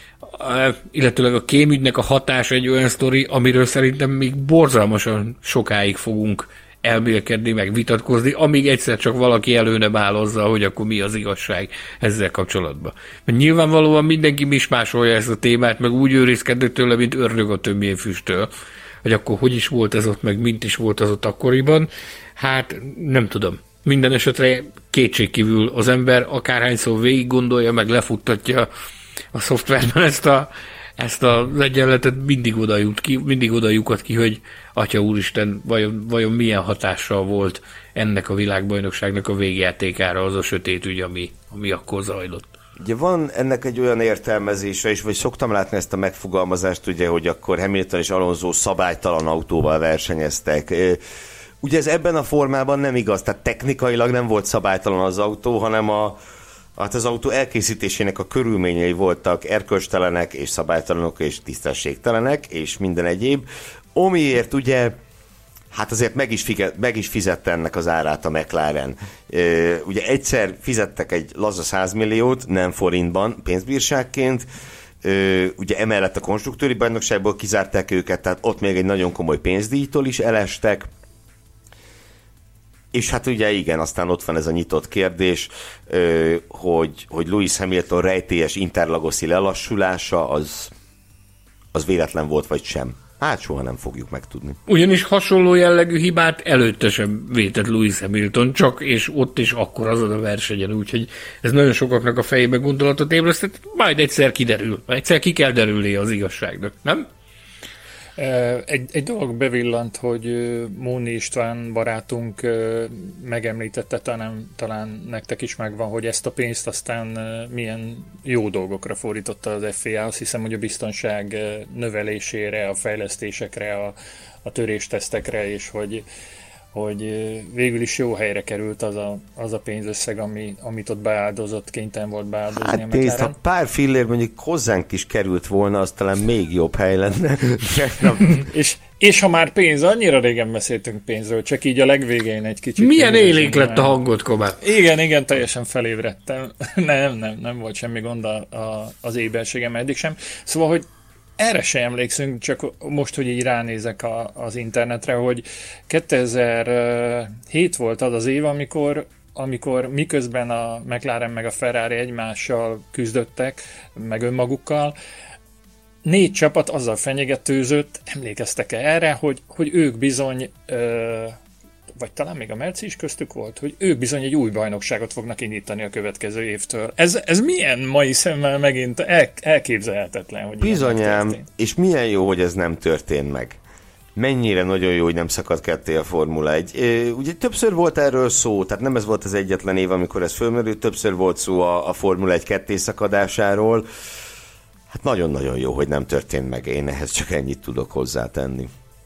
illetőleg a kémügynek a hatása egy olyan sztori, amiről szerintem még borzalmasan sokáig fogunk elmélkedni, meg vitatkozni, amíg egyszer csak valaki előne bálozza, hogy akkor mi az igazság ezzel kapcsolatban. Mert nyilvánvalóan mindenki mismásolja ezt a témát, meg úgy őrizkednek tőle, mint ördög a tömbjén füsttől, hogy akkor hogy is volt ez ott, meg mint is volt az ott akkoriban. Hát nem tudom. Minden esetre kétségkívül az ember akárhányszor végig gondolja, meg lefuttatja a szoftverben ezt a ezt az egyenletet, mindig oda jut ki, mindig oda lyukad ki, hogy Atya Úristen, vajon, vajon milyen hatással volt ennek a világbajnokságnak a végjátékára az a sötét ügy, ami, ami akkor zajlott. Ugye van ennek egy olyan értelmezése is, vagy szoktam látni ezt a megfogalmazást, ugye, hogy akkor Hamilton és Alonso szabálytalan autóval versenyeztek. Ugye ez ebben a formában nem igaz, tehát technikailag nem volt szabálytalan az autó, hanem a Hát az autó elkészítésének a körülményei voltak erkölcstelenek és szabálytalanok és tisztességtelenek és minden egyéb, amiért ugye hát azért meg is, fige, meg is fizette ennek az árát a McLaren. E, ugye egyszer fizettek egy laza száz milliót, nem forintban, pénzbírságként, e, ugye emellett a konstruktőri bajnokságból kizárták őket, tehát ott még egy nagyon komoly pénzdíjtól is elestek. És hát ugye igen, aztán ott van ez a nyitott kérdés, hogy, hogy Lewis Hamilton rejtélyes interlagoszi lelassulása az, az véletlen volt vagy sem. Hát soha nem fogjuk megtudni. Ugyanis hasonló jellegű hibát előtte sem vétett Lewis Hamilton, csak és ott is akkor azon a versenyen, úgyhogy ez nagyon sokaknak a fejébe gondolatot ébresztett, majd egyszer kiderül, majd egyszer ki kell derülni az igazságnak, nem? Egy, egy dolog bevillant, hogy Móni István barátunk megemlítette, talán, talán nektek is megvan, hogy ezt a pénzt aztán milyen jó dolgokra fordította az ef á. Azt hiszem, hogy a biztonság növelésére, a fejlesztésekre, a, a töréstesztekre, és hogy hogy végül is jó helyre került az a, az a pénzösszeg, ami, amit ott beáldozott, kénytelen volt beáldozni. Hát nézd, ha pár fillér mondjuk hozzánk is került volna, az talán még jobb hely lenne. és, és ha már pénz, annyira régen beszéltünk pénzről, csak így a legvégén egy kicsit. Milyen élénk lett a hangod, Kobá? Igen, igen, teljesen felébredtem. nem, nem, nem volt semmi gond a, a, az éberségem eddig sem. Szóval, hogy erre sem emlékszünk, csak most, hogy így ránézek a, az internetre, hogy kétezer-hét volt az az év, amikor, amikor miközben a McLaren meg a Ferrari egymással küzdöttek, meg önmagukkal, négy csapat azzal fenyegetőzött, emlékeztek-e erre, hogy, hogy ők bizony, ö, vagy talán még a Merci is köztük volt, hogy ők bizony egy új bajnokságot fognak indítani a következő évtől. Ez, ez milyen mai szemmel megint el, elképzelhetetlen, hogy bizonyám, és milyen jó, hogy ez nem történt meg. Mennyire nagyon jó, hogy nem szakadt ketté a Formula egy. Ugye többször volt erről szó, tehát nem ez volt az egyetlen év, amikor ez fölmerült, többször volt szó a, a Formula egy ketté szakadásáról. Hát nagyon-nagyon jó, hogy nem történt meg, én ehhez csak ennyit tudok hozzátenni.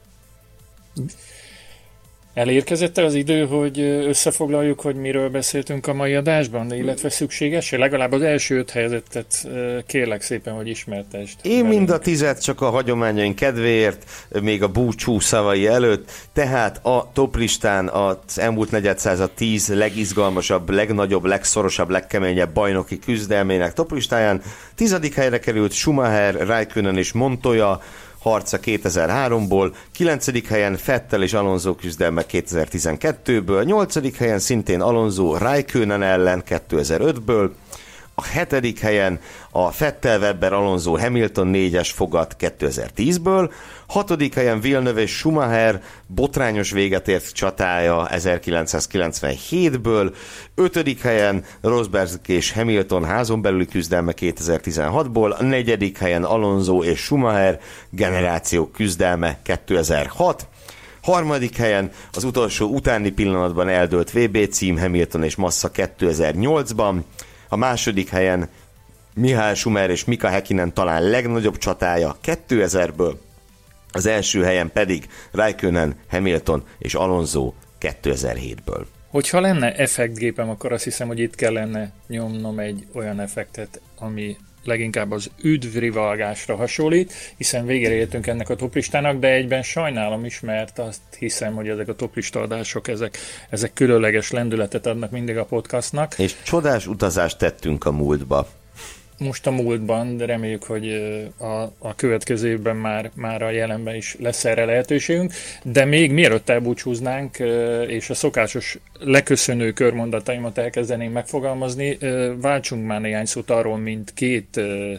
Elérkezett az idő, hogy összefoglaljuk, hogy miről beszéltünk a mai adásban, illetve szükséges? Legalább az első öt helyzetet kérlek szépen, hogy ismertesd. Én velünk. Mind a tizet csak a hagyományaink kedvéért, még a búcsú szavai előtt, tehát a toplistán az elmúlt negyedszázad tíz legizgalmasabb, legnagyobb, legszorosabb, legkeményebb bajnoki küzdelmének toplistáján tizedik helyre került Schumacher, Räikkönen és Montoya harca kétezer-háromból, kilencedik helyen Vettel és Alonso küzdelme kétezer-tizenkettőből, nyolcadik helyen szintén Alonso Räikkönen ellen kétezer-ötből, a hetedik helyen a Vettel, Webber, Alonso, Hamilton négyes fogat kétezer-tízből, hatodik helyen Villeneuve és Schumacher botrányos véget ért csatája ezerkilencszázkilencvenhétből, ötödik helyen Rosberg és Hamilton házon belüli küzdelme kétezer-tizenhatból, a negyedik helyen Alonso és Schumacher generációk küzdelme kétezer-hat, harmadik helyen az utolsó utáni pillanatban eldőlt vé bé cím Hamilton és Massa kétezer-nyolcban, a második helyen Michael Schumacher és Mika Häkkinen talán legnagyobb csatája kétezerből, az első helyen pedig Räikkönen, Hamilton és Alonso kétezer-hétből. Hogyha lenne effektgépem, akkor azt hiszem, hogy itt kellene nyomnom egy olyan effektet, ami leginkább az üdvrivalgásra hasonlít, hiszen végére értünk ennek a toplistának, de egyben sajnálom is, mert azt hiszem, hogy ezek a toplistaadások, ezek, ezek különleges lendületet adnak mindig a podcastnak. És csodás utazást tettünk a múltba. Most a múltban, de reméljük, hogy a, a következő évben már, már a jelenben is lesz erre lehetőségünk. De még mielőtt elbúcsúznánk, és a szokásos leköszönő körmondataimat elkezdenénk megfogalmazni, váltsunk már néhány szót arról, mint két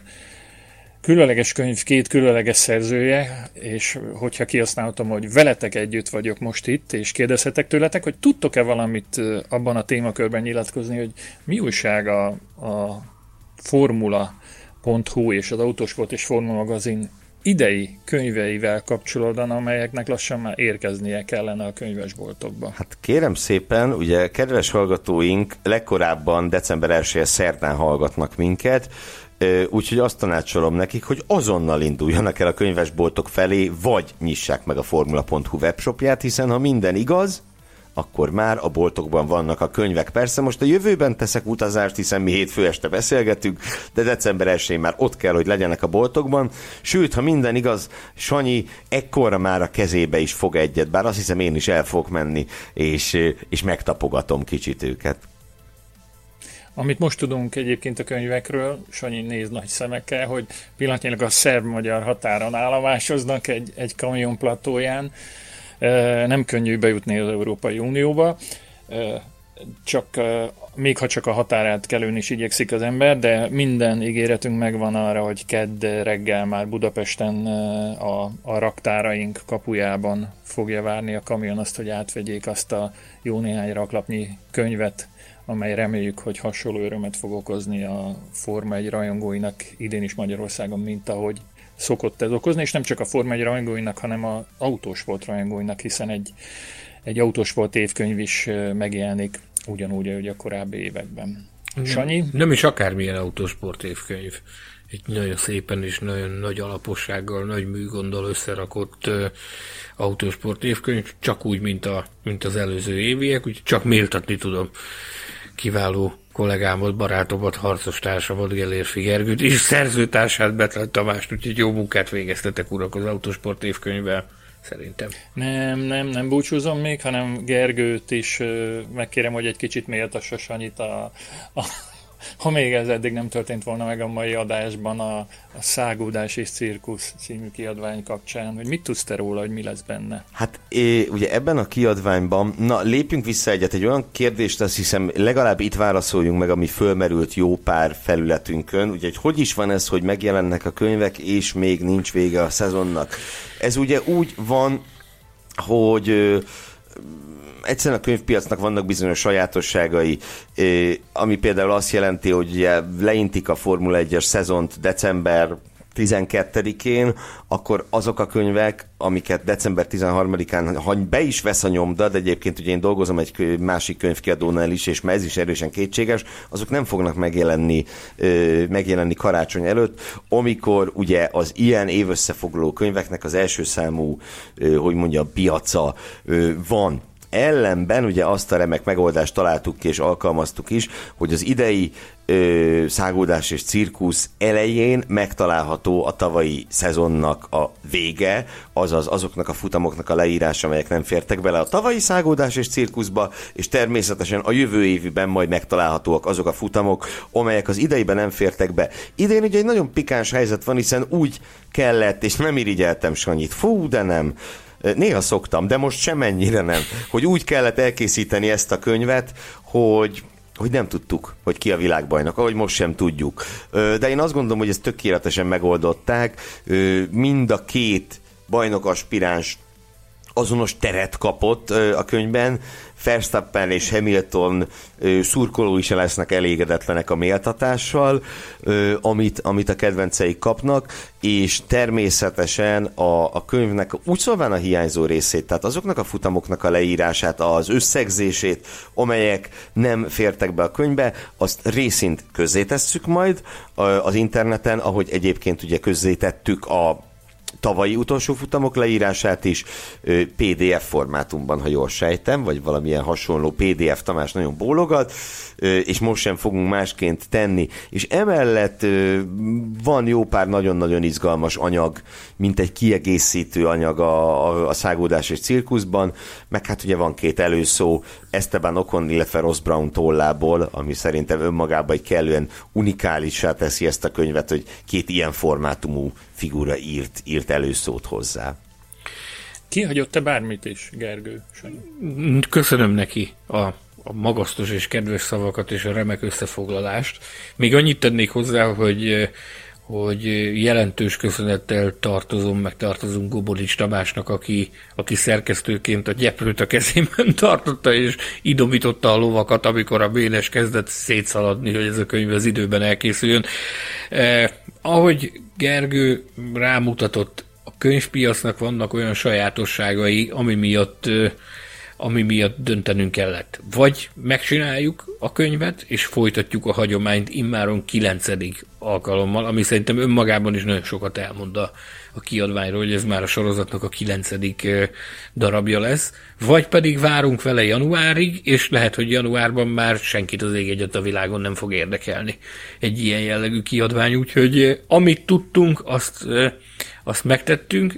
különleges könyv, két különleges szerzője, és hogyha kihasználhatom, hogy veletek együtt vagyok most itt, és kérdezhetek tőletek, hogy tudtok-e valamit abban a témakörben nyilatkozni, hogy mi újság a, a formula pont hu és az Autósport és Formula magazin idei könyveivel kapcsolatban, amelyeknek lassan már érkeznie kellene a könyvesboltokba. Hát kérem szépen, ugye kedves hallgatóink legkorábban december elsején szerdán hallgatnak minket, úgyhogy azt tanácsolom nekik, hogy azonnal induljanak el a könyvesboltok felé, vagy nyissák meg a formula pont hu webshopját, hiszen ha minden igaz, akkor már a boltokban vannak a könyvek. Persze most a jövőben teszek utazást, hiszen mi hétfő este beszélgetünk, de december elsején már ott kell, hogy legyenek a boltokban. Sőt, ha minden igaz, Sanyi ekkorra már a kezébe is fog egyet, bár azt hiszem én is el fogok menni, és, és megtapogatom kicsit őket. Amit most tudunk egyébként a könyvekről, Sanyi néz nagy szemekkel, hogy pillanatnyilag a szerb-magyar határon állomásoznak egy, egy kamion platóján. Nem könnyű bejutni az Európai Unióba, csak, még ha csak a határát kelőn is igyekszik az ember, de minden ígéretünk megvan arra, hogy kedd reggel már Budapesten a, a raktáraink kapujában fogja várni a kamion azt, hogy átvegyék azt a jó néhány raklapnyi könyvet, amely reméljük, hogy hasonló örömet fog okozni a Forma egy rajongóinak idén is Magyarországon, mint ahogy szokott ez okozni, és nem csak a Forma egy rajongóinak, hanem az autósport rajongóinak, hiszen egy, egy autósport évkönyv is megjelenik ugyanúgy, ahogy a korábbi években. Sanyi? Nem is akármilyen autósport évkönyv. Egy nagyon szépen és nagyon nagy alapossággal, nagy műgonddal összerakott uh, autósport évkönyv, csak úgy, mint, a, mint az előző éviek, úgyhogy csak méltatni tudom kiváló kollégámat, barátomat, harcos társamat, Gellérfi Gergőt, és szerzőtársát, Betlen Tamást, úgyhogy jó munkát végeztetek, urak, az autósport évkönyvvel, szerintem. Nem, nem, nem búcsúzom még, hanem Gergőt is uh, megkérem, hogy egy kicsit méltassa Sanyit a... a ha még ez eddig nem történt volna meg a mai adásban a, a Szágódás és Cirkusz című kiadvány kapcsán, hogy mit tudsz te róla, hogy mi lesz benne? Hát é, ugye ebben a kiadványban, na lépjünk vissza egyet, egy olyan kérdést, azt hiszem legalább itt válaszoljunk meg, ami fölmerült jó pár felületünkön, ugye hogy hogy is van ez, hogy megjelennek a könyvek, és még nincs vége a szezonnak. Ez ugye úgy van, hogy... Ö, egyszerűen a könyvpiacnak vannak bizonyos sajátosságai, ami például azt jelenti, hogy ugye leintik a Formula egyes szezont december tizenkettedikén, akkor azok a könyvek, amiket december tizenharmadikán, ha be is vesz a nyomda, de egyébként ugye én dolgozom egy másik könyvkiadónál is, és ez is erősen kétséges, azok nem fognak megjelenni, megjelenni karácsony előtt, amikor ugye az ilyen évösszefoglaló könyveknek az első számú, hogy mondja, piaca van. Ellenben ugye azt a remek megoldást találtuk ki és alkalmaztuk is, hogy az idei ö, Szágódás és Cirkusz elején megtalálható a tavalyi szezonnak a vége, azaz azoknak a futamoknak a leírása, amelyek nem fértek bele a tavalyi Szágódás és Cirkuszba, és természetesen a jövő évben majd megtalálhatóak azok a futamok, amelyek az ideiben nem fértek be. Idén ugye egy nagyon pikáns helyzet van, hiszen úgy kellett, és nem irigyeltem Sanyit, fú, de nem, néha szoktam, de most semennyire nem, hogy úgy kellett elkészíteni ezt a könyvet, hogy, hogy nem tudtuk, hogy ki a világbajnok, ahogy most sem tudjuk. De én azt gondolom, hogy ezt tökéletesen megoldották. Mind a két bajnokaspiráns azonos teret kapott a könyvben, Verstappen és Hamilton szurkolói se lesznek elégedetlenek a méltatással, amit, amit a kedvenceik kapnak, és természetesen a, a könyvnek úgy szólván a hiányzó részét, tehát azoknak a futamoknak a leírását, az összegzését, amelyek nem fértek be a könyvbe, azt részint közzétesszük majd az interneten, ahogy egyébként ugye közzétettük a tavalyi utolsó futamok leírását is pé dé ef formátumban, ha jól sejtem, vagy valamilyen hasonló pé dé ef, Tamás nagyon bólogat, és most sem fogunk másként tenni. És emellett van jó pár nagyon-nagyon izgalmas anyag, mint egy kiegészítő anyag a, a, a Szágódás és Cirkuszban, meg hát ugye van két előszó, Esteban Ocon, illetve Ross Brown tollából, ami szerintem önmagában egy kellően unikálissá teszi ezt a könyvet, hogy két ilyen formátumú figura írt, írt előszót hozzá. Kihagyott-e bármit is, Gergő? Köszönöm neki a, a magasztos és kedves szavakat és a remek összefoglalást. Még annyit tennék hozzá, hogy hogy jelentős köszönettel tartozom, meg tartozunk Gobodics Tamásnak, aki, aki szerkesztőként a gyeplőt a kezében tartotta, és idomította a lovakat, amikor a Bénes kezdett szétszaladni, hogy ez a könyv az időben elkészüljön. Eh, ahogy Gergő rámutatott, a könyvpiacnak vannak olyan sajátosságai, ami miatt eh, ami miatt döntenünk kellett. Vagy megcsináljuk a könyvet, és folytatjuk a hagyományt immáron kilencedik alkalommal, ami szerintem önmagában is nagyon sokat elmond a, a kiadványról, hogy ez már a sorozatnak a kilencedik darabja lesz. Vagy pedig várunk vele januárig, és lehet, hogy januárban már senkit az ég egyet a világon nem fog érdekelni egy ilyen jellegű kiadvány, úgyhogy amit tudtunk, azt, azt megtettünk.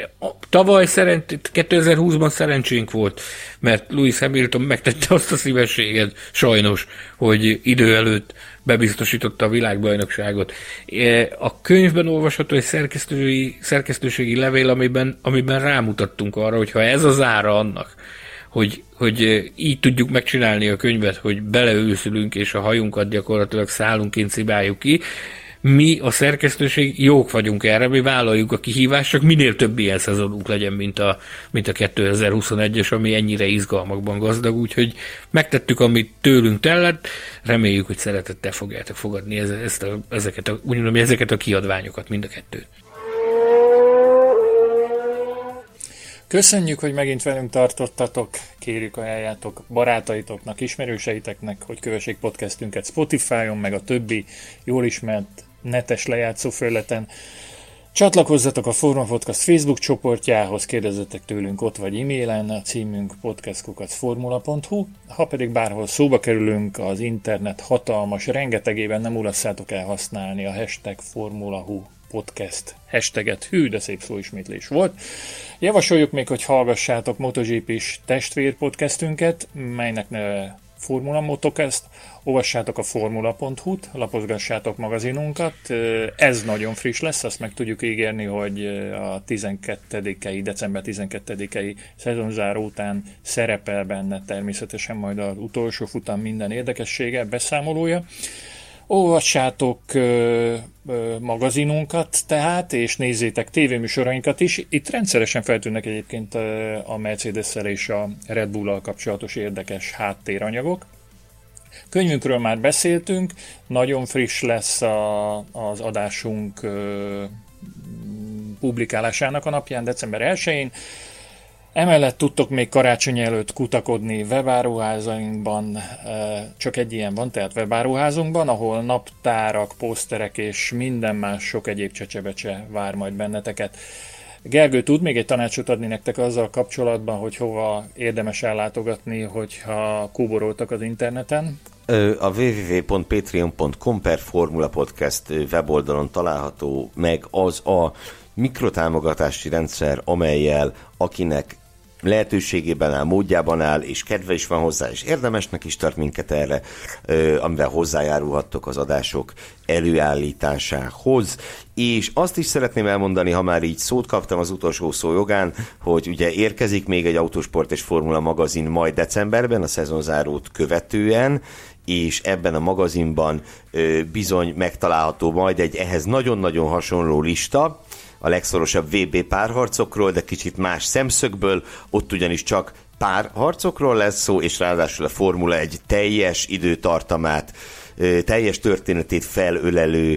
Tavaly szerint, kétezer-húszban szerencsénk volt, mert Lewis Hamilton megtette azt a szívességet, sajnos, hogy idő előtt bebiztosította a világbajnokságot. A könyvben olvasható egy szerkesztői, szerkesztőségi levél, amiben, amiben rámutattunk arra, hogy ha ez az ára annak, hogy, hogy így tudjuk megcsinálni a könyvet, hogy beleőszülünk, és a hajunkat gyakorlatilag szálunként cibáljuk ki, mi a szerkesztőség jók vagyunk erre, mi vállaljuk a kihívást, csak minél több ilyen szezonunk legyen, mint a, mint a kétezer-huszonegyes, ami ennyire izgalmakban gazdag, úgyhogy megtettük, amit tőlünk tellett, reméljük, hogy szeretettel fogjátok fogadni ezt a, ezeket, a, úgy mondom, ezeket a kiadványokat, mind a kettőt. Köszönjük, hogy megint velünk tartottatok, kérjük ajánljátok barátaitoknak, ismerőseiteknek, hogy kövessék podcastünket Spotify-on, meg a többi jól ismert netes lejátszó felületen. Csatlakozzatok a Formula Podcast Facebook csoportjához, kérdezzetek tőlünk ott vagy e-mailen, a címünk podcast kukac formula pont hu. Ha pedig bárhol szóba kerülünk, az internet hatalmas rengetegében nem ulasszátok el használni a hashtag formulahu podcast hashtaget. Hű, de szép szóismétlés volt. Javasoljuk még, hogy hallgassátok MotoGP-s testvér podcastünket, melynek neve Formula Motocast. Olvassátok a formula pont hu-t, lapozgassátok magazinunkat. Ez nagyon friss lesz, azt meg tudjuk ígérni, hogy a tizenkettedikei, december tizenkettedikei szezonzáró után szerepel benne természetesen majd az utolsó futam minden érdekessége, beszámolója. Olvassátok ö, ö, magazinunkat tehát, és nézzétek tévéműsorainkat is. Itt rendszeresen feltűnnek egyébként ö, a Mercedes-szel és a Red Bull-al kapcsolatos érdekes háttéranyagok. Könyvünkről már beszéltünk, nagyon friss lesz a, az adásunk ö, publikálásának a napján, december elsején. Emellett tudtok még karácsony előtt kutakodni webáruházainkban, csak egy ilyen van, tehát webáruházunkban, ahol naptárak, poszterek és minden más sok egyéb csecsebecse vár majd benneteket. Gergő tud még egy tanácsot adni nektek azzal kapcsolatban, hogy hova érdemes ellátogatni, hogyha kóboroltak az interneten? A double-u double-u double-u pont patreon pont com per Formula Podcast weboldalon található meg az a mikrotámogatási rendszer, amellyel akinek lehetőségében áll, módjában áll, és kedve is van hozzá, és érdemesnek is tart minket erre, amivel hozzájárulhattok az adások előállításához. És azt is szeretném elmondani, ha már így szót kaptam az utolsó szó jogán, hogy ugye érkezik még egy Autósport és Formula magazin majd decemberben, a szezonzárót követően, és ebben a magazinban bizony megtalálható majd egy ehhez nagyon-nagyon hasonló lista, a legszorosabb vé bé párharcokról, de kicsit más szemszögből, ott ugyanis csak párharcokról lesz szó, és ráadásul a Formula egy teljes időtartamát, teljes történetét felölelő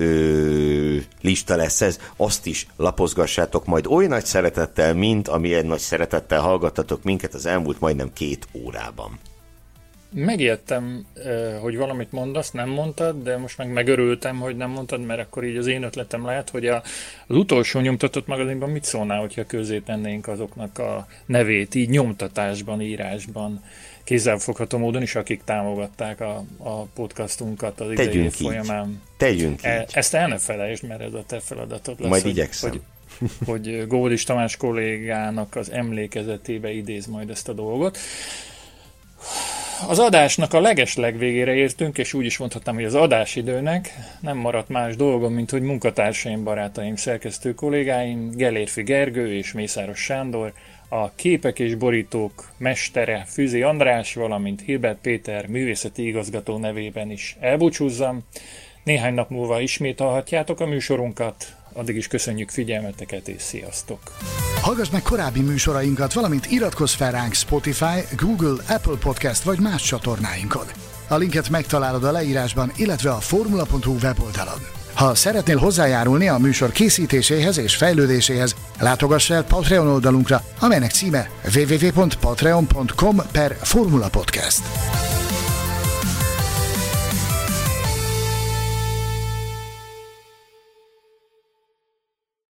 ö, lista lesz ez. Azt is lapozgassátok majd oly nagy szeretettel, mint amilyen nagy szeretettel hallgattatok minket az elmúlt majdnem két órában. Megijedtem, hogy valamit mondasz, nem mondtad, de most meg megörültem, hogy nem mondtad, mert akkor így az én ötletem lehet, hogy a, az utolsó nyomtatott magazinban mit szólnál, hogyha közzé tennénk azoknak a nevét, így nyomtatásban, írásban, kézzelfogható módon is, akik támogatták a, a podcastunkat az idei év folyamán. Tegyünk e, így. Ezt el ne felejtsd, mert ez a te feladatod lesz. Majd hogy, igyekszem. Hogy, hogy Gólis Tamás kollégának az emlékezetébe idéz majd ezt a dolgot. Az adásnak a legesleg végére értünk, és úgy is mondhatnám, hogy az adásidőnek nem maradt más dolgom, mint hogy munkatársaim, barátaim, szerkesztő kollégáim, Gellérfi Gergő és Mészáros Sándor, a képek és borítók mestere Füzi András, valamint Hilbert Péter művészeti igazgató nevében is elbúcsúzzam. Néhány nap múlva ismét hallhatjátok a műsorunkat, addig is köszönjük figyelmeteket, és sziasztok! Hallgass meg korábbi műsorainkat, valamint iratkozz fel ránk Spotify, Google, Apple Podcast vagy más csatornáinkon. A linket megtalálod a leírásban, illetve a formula pont hu weboldalon. Ha szeretnél hozzájárulni a műsor készítéséhez és fejlődéséhez, látogass el Patreon oldalunkra, amelynek címe double-u double-u double-u pont patreon pont com per Formula Podcast.